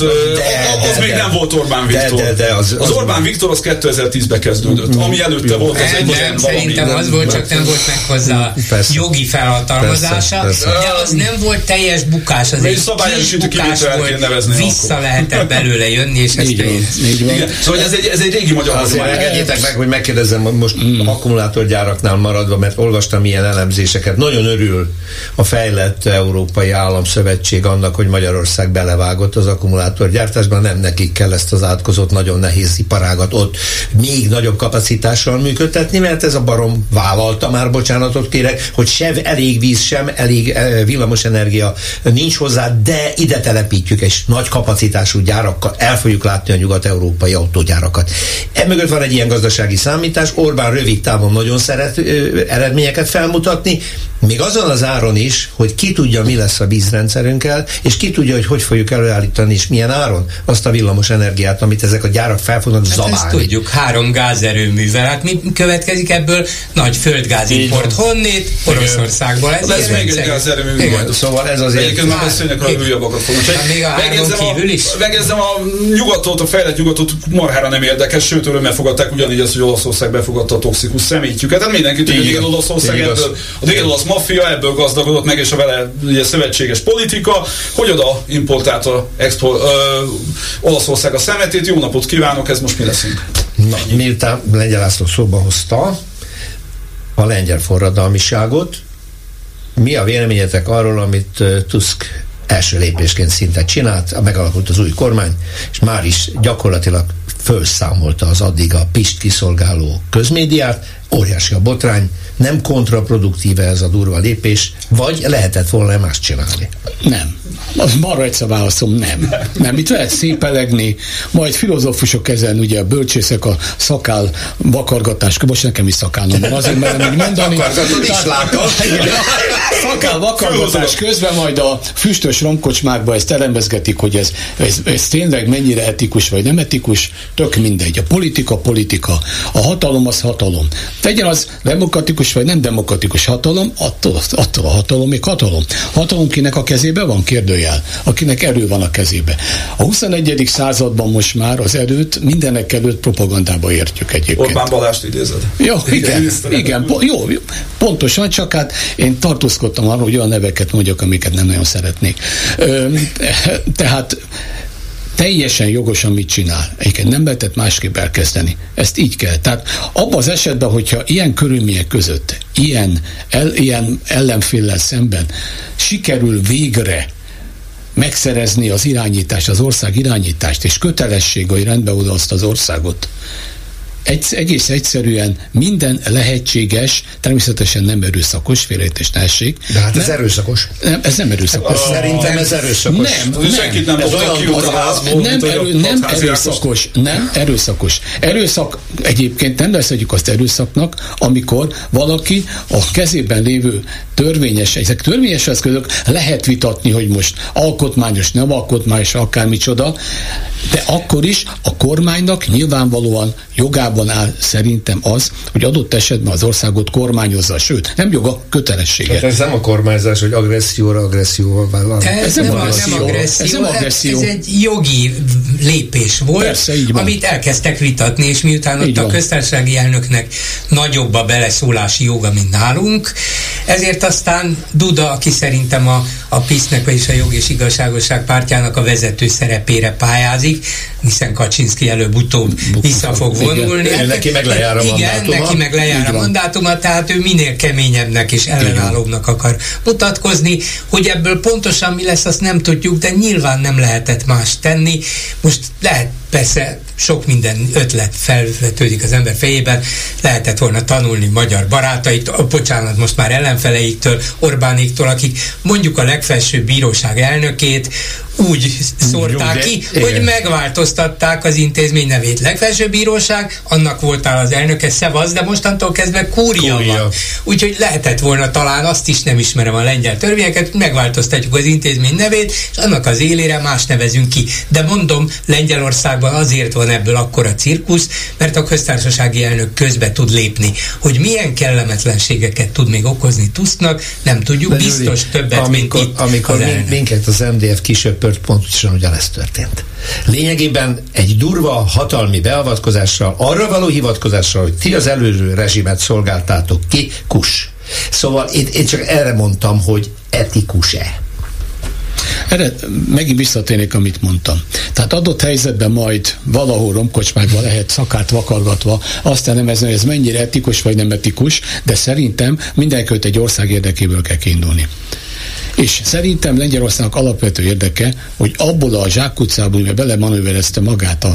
az még nem volt Orbán Viktor. Az Orbán Viktor az 2010-ben kezdődött. Ami előtte volt, az egy ilyen szerintem az volt, csak nem volt meg hozzá jogi felhatalmazás. De az nem volt teljes bukás, az egy kis bukás volt, vissza lehetett belőle jönni, és ezt igen. Szóval ez egy régi magyar hagyomány. Engedjétek meg, hogy megkérdezem most akkumulátorgyáraknál maradva, mert olvastam ilyen elemzéseket. Nagyon örül a fejlett Európai Államszövetség annak, hogy Magyarország belevágott az akkumulátorgyártásban, nem nekik kell ezt az átkozott, nagyon nehéz iparágat ott még nagyobb kapacitással működtetni, mert ez a barom vállalta már, bocsánatot kérek, hogy se elég víz, sem elég villamosenergia nincs hozzá, de ide telepítjük egy nagy kapacitású gyárakkal, el fogjuk látni a nyugat-európai autógyárakat. Emögött van egy ilyen gazdasági számítás, Orbán rövid távon nagyon szeret eredményeket felmutatni, még azon az áron is, hogy ki tudja, mi lesz a vízrendszerünkkel, és ki tudja, hogy fogjuk előállítani, és milyen áron azt a villamos energiát, amit ezek a gyárak fel fognak zabálni. Ezt tudjuk, 3 gázerőművel. Hát mi következik ebből? Nagy földgázimport. Honnét? Oroszországból. Ez még egy gázerőmű majd. Szóval ez azért... Egyébként már beszélnek a újabbakat fognak. Még a három kívül is? Megjegyzem a nyugatot, a fejlett nyugatot marhára nem érdekes, sőt örömmel fogadták ugyanígy azt, hogy Olaszország befogadta a toxikus szemétjüket. Hát mindenki tudja, hogy Dél-Olaszország ebből, a dél-olasz maffia ebből gazdagodott meg, és a vele ugye, szövetséges politika, hogy oda importálta Olaszország a szemetét. Jó napot kívánok, ez most mi leszünk? Na, miután Lengyel László szóba hozta a lengyel forradalmiságot, mi a véleményetek arról, amit Tusk első lépésként szinte csinált, megalakult az új kormány, és már is gyakorlatilag felszámolta az addig a Pist kiszolgáló közmédiát, óriási a botrány, nem kontraproduktíve ez a durva lépés, vagy lehetett volna más csinálni? Nem. Az marra egyszer válaszom, nem. Itt lehet szépelegni, majd filozófusok ezen, ugye a bölcsészek a szakál vakargatás, most nekem is szakálnom van, azért merem úgy mondani. Szakál vakargatás közben majd a füstös romkocsmákba ezt elemezgetik, hogy ez tényleg mennyire etikus vagy nem etikus, tök mindegy. A politika, a hatalom az hatalom. Legyen az demokratikus vagy nem demokratikus hatalom, attól a hatalom még hatalom. Hatalom kinek a kezébe van? Kérdőjel. Akinek erő van a kezébe. A 21. században most már az erőt mindenek előtt propagandába értjük egyébként. Orbán Balást idézed. Jó, igen, jó, pontosan, csak hát én tartózkodtam arra, hogy olyan neveket mondjak, amiket nem nagyon szeretnék. Tehát teljesen jogos, amit csinál. Egyébként nem lehetett másképp elkezdeni. Ezt így kell. Tehát abban az esetben, hogyha ilyen körülmények között, ilyen ellenféllel szemben sikerül végre megszerezni az irányítást, az ország irányítást, és kötelesség, hogy rendbe oda azt az országot, egész egyszerűen minden lehetséges, természetesen nem erőszakos, félreértést ne essék. De hát ez erőszakos. Nem, ez nem erőszakos. Szerintem ez erőszakos. Nem erőszakos. Erőszak egyébként nem nevezhetjük azt erőszaknak, amikor valaki a kezében lévő ezek törvényes eszközök, lehet vitatni, hogy most alkotmányos, nem alkotmányos, akármicsoda, de akkor is a kormánynak nyilvánvalóan jogában áll szerintem az, hogy adott esetben az országot kormányozza, sőt, nem joga, kötelessége. Tehát ez nem a kormányzás, hogy agresszióval vállal. Ez nem agresszió. Ez egy jogi lépés volt, persze, amit elkezdtek vitatni, és miután ott a köztársasági elnöknek nagyobb a beleszólási joga, mint nálunk, ezért aztán Duda, aki szerintem a PiS-nek, vagyis a Jog és Igazságosság pártjának a vezető szerepére pályázik, hiszen Kaczynszki előbb-utóbb vissza fog vonulni. Neki meg lejár a mandátuma. Neki meg lejár a mandátuma, tehát ő minél keményebbnek és ellenállóbbnak akar mutatkozni. Hogy ebből pontosan mi lesz, azt nem tudjuk, de nyilván nem lehetett más tenni. Most lehet persze sok minden ötlet felvetődik az ember fejében, lehetett volna tanulni magyar barátaiktól, bocsánat, most már ellenfeleiktől, Orbánéktól, akik mondjuk a legfelsőbb bíróság elnökét úgy szórták ki, hogy megváltoztatták az intézmény nevét. Legfelsőbb bíróság, annak voltál az elnöke, szevasz, de mostantól kezdve kúria van. Úgyhogy lehetett volna talán, azt is nem ismerem a lengyel törvényeket, megváltoztatjuk az intézmény nevét, és annak az élére más nevezünk ki. De mondom, Lengyelországban azért van ebből akkora cirkusz, mert a köztársasági elnök közbe tud lépni. Hogy milyen kellemetlenségeket tud még okozni Tusknak, nem tudjuk, biztos többet, mint itt amikor minket az MDF kisöpört, pontosan ugyanezt történt. Lényegében egy durva hatalmi beavatkozással, arra való hivatkozással, hogy ti az előző rezsimet szolgáltátok ki, kus. Szóval én csak erre mondtam, hogy etikus-e. Erre megint visszatérnék, amit mondtam. Tehát adott helyzetben majd valahol romkocsmákban lehet szakát vakargatva azt elemezni, hogy ez mennyire etikus vagy nem etikus, de szerintem mindenkit egy ország érdekéből kell kiindulni. És szerintem Lengyelországnak alapvető érdeke, hogy abból a zsákutcából, mivel belemanőverezte magát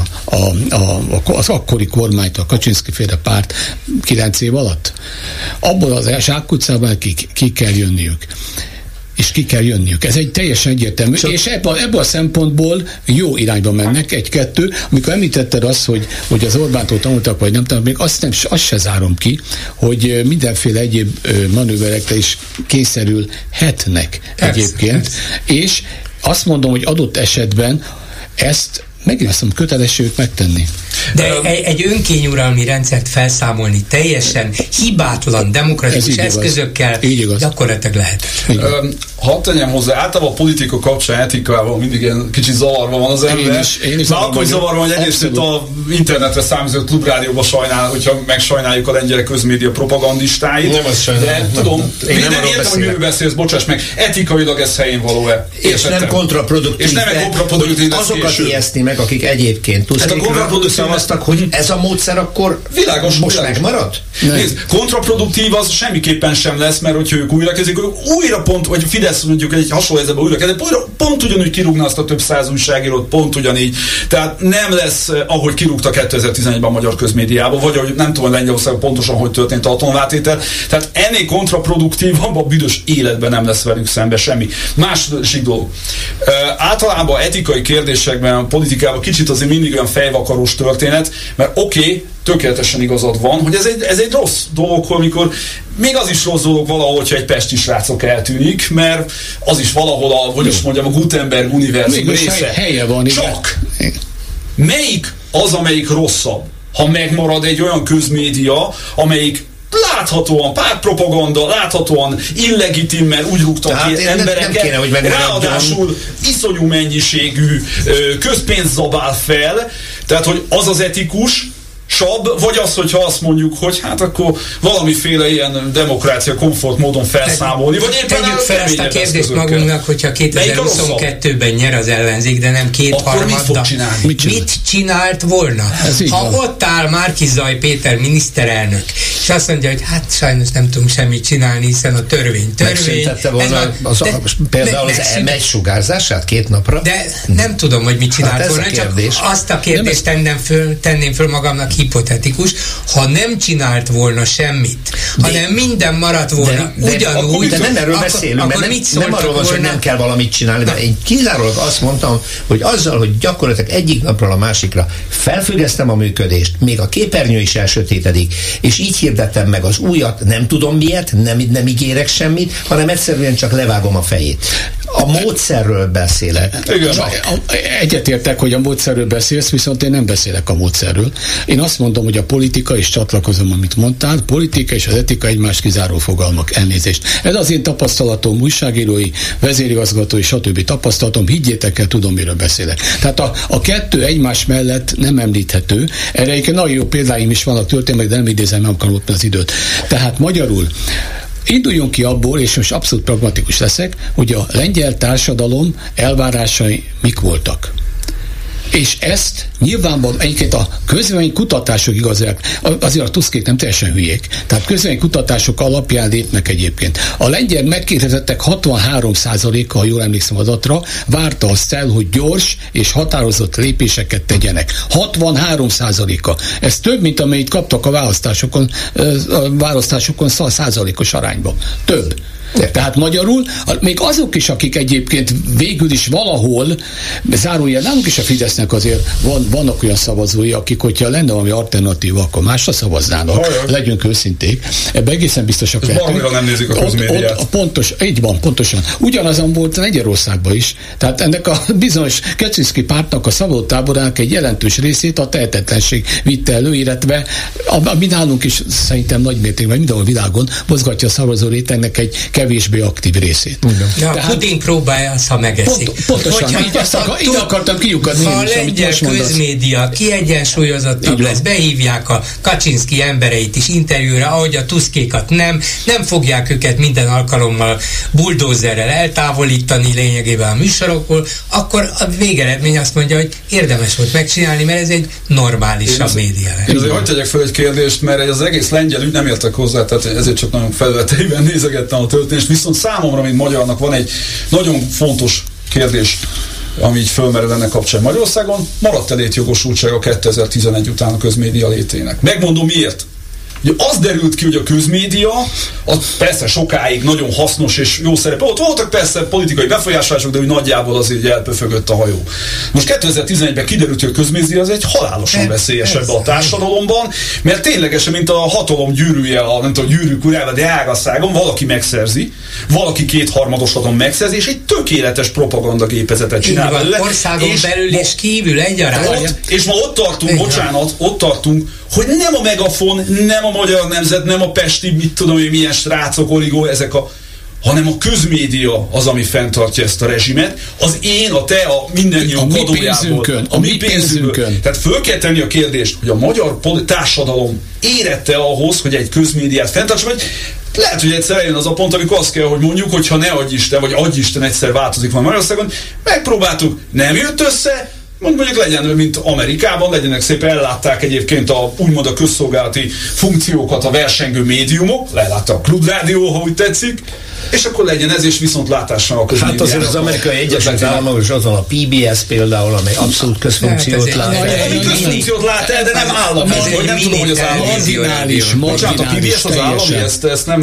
az akkori kormányt, a Kaczynszki-féle párt 9 év alatt, abból az zsákutcában ki kell jönniük. És ki kell jönniük. Ez egy teljesen egyértelmű. És ebből a szempontból jó irányba mennek, egy-kettő. Amikor említetted azt, hogy az Orbántól tanultak, vagy nem tanultak, még azt se zárom ki, hogy mindenféle egyéb manőverekre is kényszerülhetnek egyébként. És azt mondom, hogy adott esetben ezt megint azt mondom, kötelességük megtenni. De egy önkényuralmi rendszert felszámolni teljesen hibátlan, demokratikus eszközökkel gyakorlatilag lehet. Hadd tegyem hozzá, általában a politika kapcsán etikával mindig ilyen kicsit zavarva van az ember. Én is akkor zavarva, hogy egyrészt a internetre számított klubrádióban sajnál, hogyha megsajnáljuk a lengyel közmédia propagandistáit. Nem azt sajnálom. De tudom, nem értem, hogy miről beszélsz, bocsáss meg, etikailag ez helyén való-e? És nem kontraproduktív. És nem kontraproduktív. Azokat ijesztni meg, akik egyébként szavaztak, hogy ez a módszer akkor világos, most megmarad? Nézd, kontraproduktív az semmiképpen sem lesz, mert hogyha ők újra kezdik, újra pont, vagy Fidesz mondjuk egy hasonló helyzetben újra kezdik, pont ugyanúgy kirúgna azt a több száz újságírót, pont ugyanígy. Tehát nem lesz, ahogy kirúgta 2011-ben a magyar közmédiába, vagy ahogy nem tudom, Lengyelországban pontosan, hogy történt a atomvátétel. Tehát ennél kontraproduktívabb a büdös életben nem lesz velük szembe semmi. Másik dolog. Általában etikai kérdésekben, a politikában kicsit azért mindig olyan fejvakarós történet, mert oké, tökéletesen igazad van, hogy ez egy rossz dolog, amikor még az is rossz dolog valahol, hogyha egy pesti srácok eltűnik, mert az is valahol a Gutenberg univerzum része. Helye van, csak melyik az, amelyik rosszabb? Ha megmarad egy olyan közmédia, amelyik láthatóan pártpropaganda, láthatóan illegitimmen úgy rúgtak ki embereket, ráadásul iszonyú mennyiségű közpénzt zabál fel, tehát hogy az az etikus, vagy az, hogyha azt mondjuk, hogy hát akkor valamiféle ilyen demokrácia komfort módon felszámolni, vagy éppen tegyük fel ezt a kérdést magunknak, hogyha 2022-ben nyer az ellenzék, de nem kétharmaddal. Mit csinált volna? Ha ott áll Márki-Zay Péter miniszterelnök, és azt mondja, hogy hát sajnos nem tudunk semmit csinálni, hiszen a törvény. Megszüntette volna például az M1 sugárzását 2 napra? De nem tudom, hogy mit csinált volna, csak azt a kérdést tenném föl magamnak hipotetikus, ha nem csinált volna semmit, hanem minden maradt volna ugyanúgy, de nem erről beszélünk, mert nem arról van, hogy nem kell valamit csinálni, de én kizárólag azt mondtam, hogy azzal, hogy gyakorlatilag egyik napról a másikra felfüggesztem a működést, még a képernyő is elsötétedik, és így hirdettem meg az újat, nem tudom miért, nem ígérek semmit, hanem egyszerűen csak levágom a fejét. A módszerről beszélek. Egyetértek, hogy a módszerről beszélsz, viszont én nem beszélek a módszerről. Én azt mondom, hogy a politika, és csatlakozom, amit mondtál, politika és az etika egymás kizáró fogalmak, elnézést. Ez az én tapasztalatom, újságírói, vezérigazgatói, stb. Tapasztalatom, higgyétek el, tudom, miről beszélek. Tehát a kettő egymás mellett nem említhető. Erre egyébként nagyon jó példáim is vannak történelmek, de nem idézem, nem akarom az időt. Tehát magyarul induljunk ki abból, és most abszolút pragmatikus leszek, hogy a lengyel társadalom elvárásai mik voltak. És ezt nyilvánvalóan egyébként a közvélemény kutatások igazolják, azért a tuszkék nem teljesen hülyék. Tehát közvélemény kutatások alapján lépnek egyébként. A lengyel megkérdezettek 63%-a, ha jól emlékszem adatra, várta azt el, hogy gyors és határozott lépéseket tegyenek. 63%-a. Ez több, mint amennyit kaptak a választásokon 100%-os arányban. Több. Tehát magyarul, még azok is, akik egyébként végül is valahol, zárójel, nálunk is a Fidesznek azért vannak olyan szavazói, akik, hogyha lenne valami alternatíva, akkor másra szavaznának. Legyünk őszinték. Ebben egészen biztosak lehetünk. Valamira nem nézik a közmédiát. Így van, pontosan. Ugyanazon volt Lengyelországban is. Tehát ennek a bizonyos Kaczynszki pártnak a szavazótáborának egy jelentős részét a tehetetlenség vitte elő, illetve mi nálunk is szerintem nagy mértékben mindenhol világon mozgatja a szavazó rétegnek egy kevésbé aktív részét. De a puding próbálja azt, ha megeszik. Pontosan, így akartam kiukadni. Ha a lengyel közmédia kiegyensúlyozottabb lesz, behívják a Kaczynszki embereit is interjúra, ahogy a tuszkékat nem fogják őket minden alkalommal buldózerrel eltávolítani lényegében a műsorokból, akkor a végeredmény azt mondja, hogy érdemes volt megcsinálni, mert ez egy normálisabb média. Én azért hadd tegyek fel egy kérdést, mert az egész lengyel ügy nem értek hozzá, tehát ezért csak nagyon felületeiben nézegettem a történést, viszont számomra, mint magyarnak van egy nagyon fontos kérdés, ami így fölmerül ennek kapcsán. Magyarországon maradt-e létjogosultsága 2011 után a közmédia létének? Megmondom miért. Ugye az derült ki, hogy a közmédia, az persze sokáig nagyon hasznos és jó szerep. Ott voltak persze politikai befolyásolások, de úgy nagyjából azért elpöfögött a hajó. Most 2011-ben kiderült, hogy a közmédia az egy halálosan veszélyes ebben a társadalomban, mert ténylegesen, mint a hatalom gyűrűje, nem tudom, gyűrűk urával, de ágasszágon valaki megszerzi, valaki kétharmadosodon megszerzi, és egy tökéletes propagandagépezetet csinál. Országon belül és kívül egyaránt. És ma ott tartunk, ott tartunk, hogy nem a Megafon, nem a Magyar Nemzet, nem a pesti, mit tudom én, milyen srácok, oligó, hanem a közmédia az, ami fenntartja ezt a rezsimet, az én, a te, a mindannyiunk adójából. A mi pénzünkön. Tehát föl kell tenni a kérdést, hogy a magyar társadalom érette ahhoz, hogy egy közmédiát fenntartsa, vagy lehet, hogy egyszer eljön az a pont, amikor azt kell, hogy mondjuk, hogyha ne adj Isten, vagy adj Isten egyszer változik van Magyarországon, megpróbáltuk, nem jött össze, mondjuk legyen, mint Amerikában, legyenek szépen, ellátták egyébként úgymond a közszolgálati funkciókat a versengő médiumok, leellátta a Klubrádió, ha úgy tetszik, és akkor legyen ez, és viszontlátásra a közmédiának. Hát azért az amerikai Egyesült Államok is azon a PBS például, amely abszolút közfunkciót lát el. Közfunkciót lát el, de nem állami, vagy nem tudom, hogy az állami. Bocsánat, a PBS az állami, ezt nem...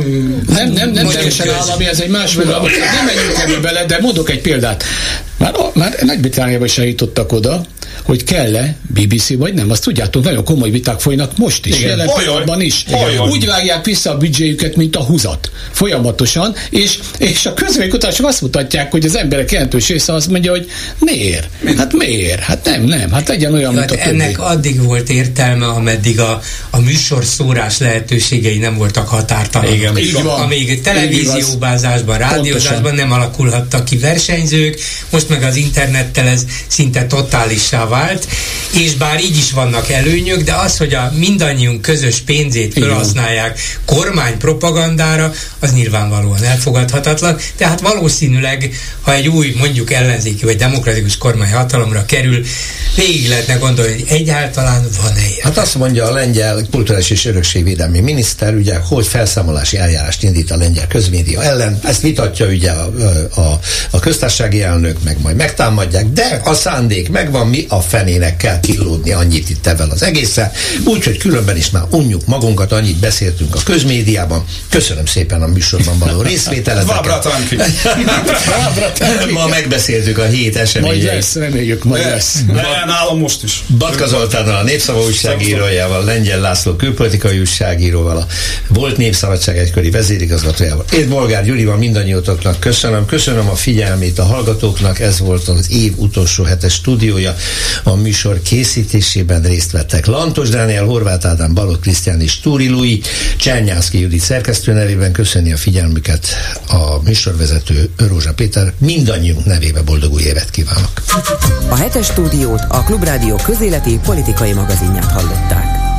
Nem teljesen állami, ez egy más program. Nem menjünk ebbe bele, de mondok egy példát. Már Nagy-Britanniában is eljutottak oda, hogy kell-e BBC vagy nem. Azt tudjátok, nagyon komoly viták folynak most is, jelen pillanatban is. Úgy vágják vissza a büdzséjüket, mint a húzat. Folyamatosan, és a közvéleménykutatások azt mutatják, hogy az emberek jelentős része azt mondja, hogy miért? Hát miért? Hát nem. Hát legyen olyan, mint a többi. Ennek addig volt értelme, ameddig a műsor szórás lehetőségei nem voltak határtalanok. Amíg televízióbázásban, rádiózásban nem alakulhattak ki versenyzők, most meg az internettel ez szinte totálissá vált, és bár így is vannak előnyök, de az, hogy a mindannyiunk közös pénzét felhasználják kormánypropagandára, az nyilvánvalóan elfogadhatatlan. Tehát valószínűleg, ha egy új, mondjuk ellenzéki vagy demokratikus kormány hatalomra kerül, végig lehetne gondolni, hogy egyáltalán van-e ilyen. Hát azt mondja a lengyel kulturális és örökségvédelmi miniszter, ugye, hogy felszámolási eljárást indít a lengyel közmédia ellen. Ezt vitatja ugye a köztársasági elnök, meg majd megtámadják, de a szándék megvan, mi a fenének kell kilódni, annyit itt ebben az egészen. Úgyhogy különben is már unjuk magunkat, annyit beszéltünk a közmédiában. Köszönöm szépen a műsorban való részvételeteket. Ma megbeszéltük a hét eseményeit. Majd lesz, reméljük, majd lesz. Nálam most is. Batka Zoltánnal, a Népszava újságírójával, Lengyel László külpolitikai újságíróval, a volt Népszabadság egykori vezérigazgatójával, és Bolgár Gyurival, mindannyiótoknak köszönöm a figyelmét a hallgatóknak, ez volt az év utolsó hetes stúdiója, a műsor készítésében részt vettek Lantos Dániel, Horváth Ádám, Balogh Krisztián és Túri Lui, Csernyánszky Judit szerkesztő nevében köszöni a figyelmüket a műsorvezető Rózsa Péter, mindannyiunk nevében boldog új évet kívánok. A hetes stúdiót a Klubrádió közéleti politikai magazinját hallották.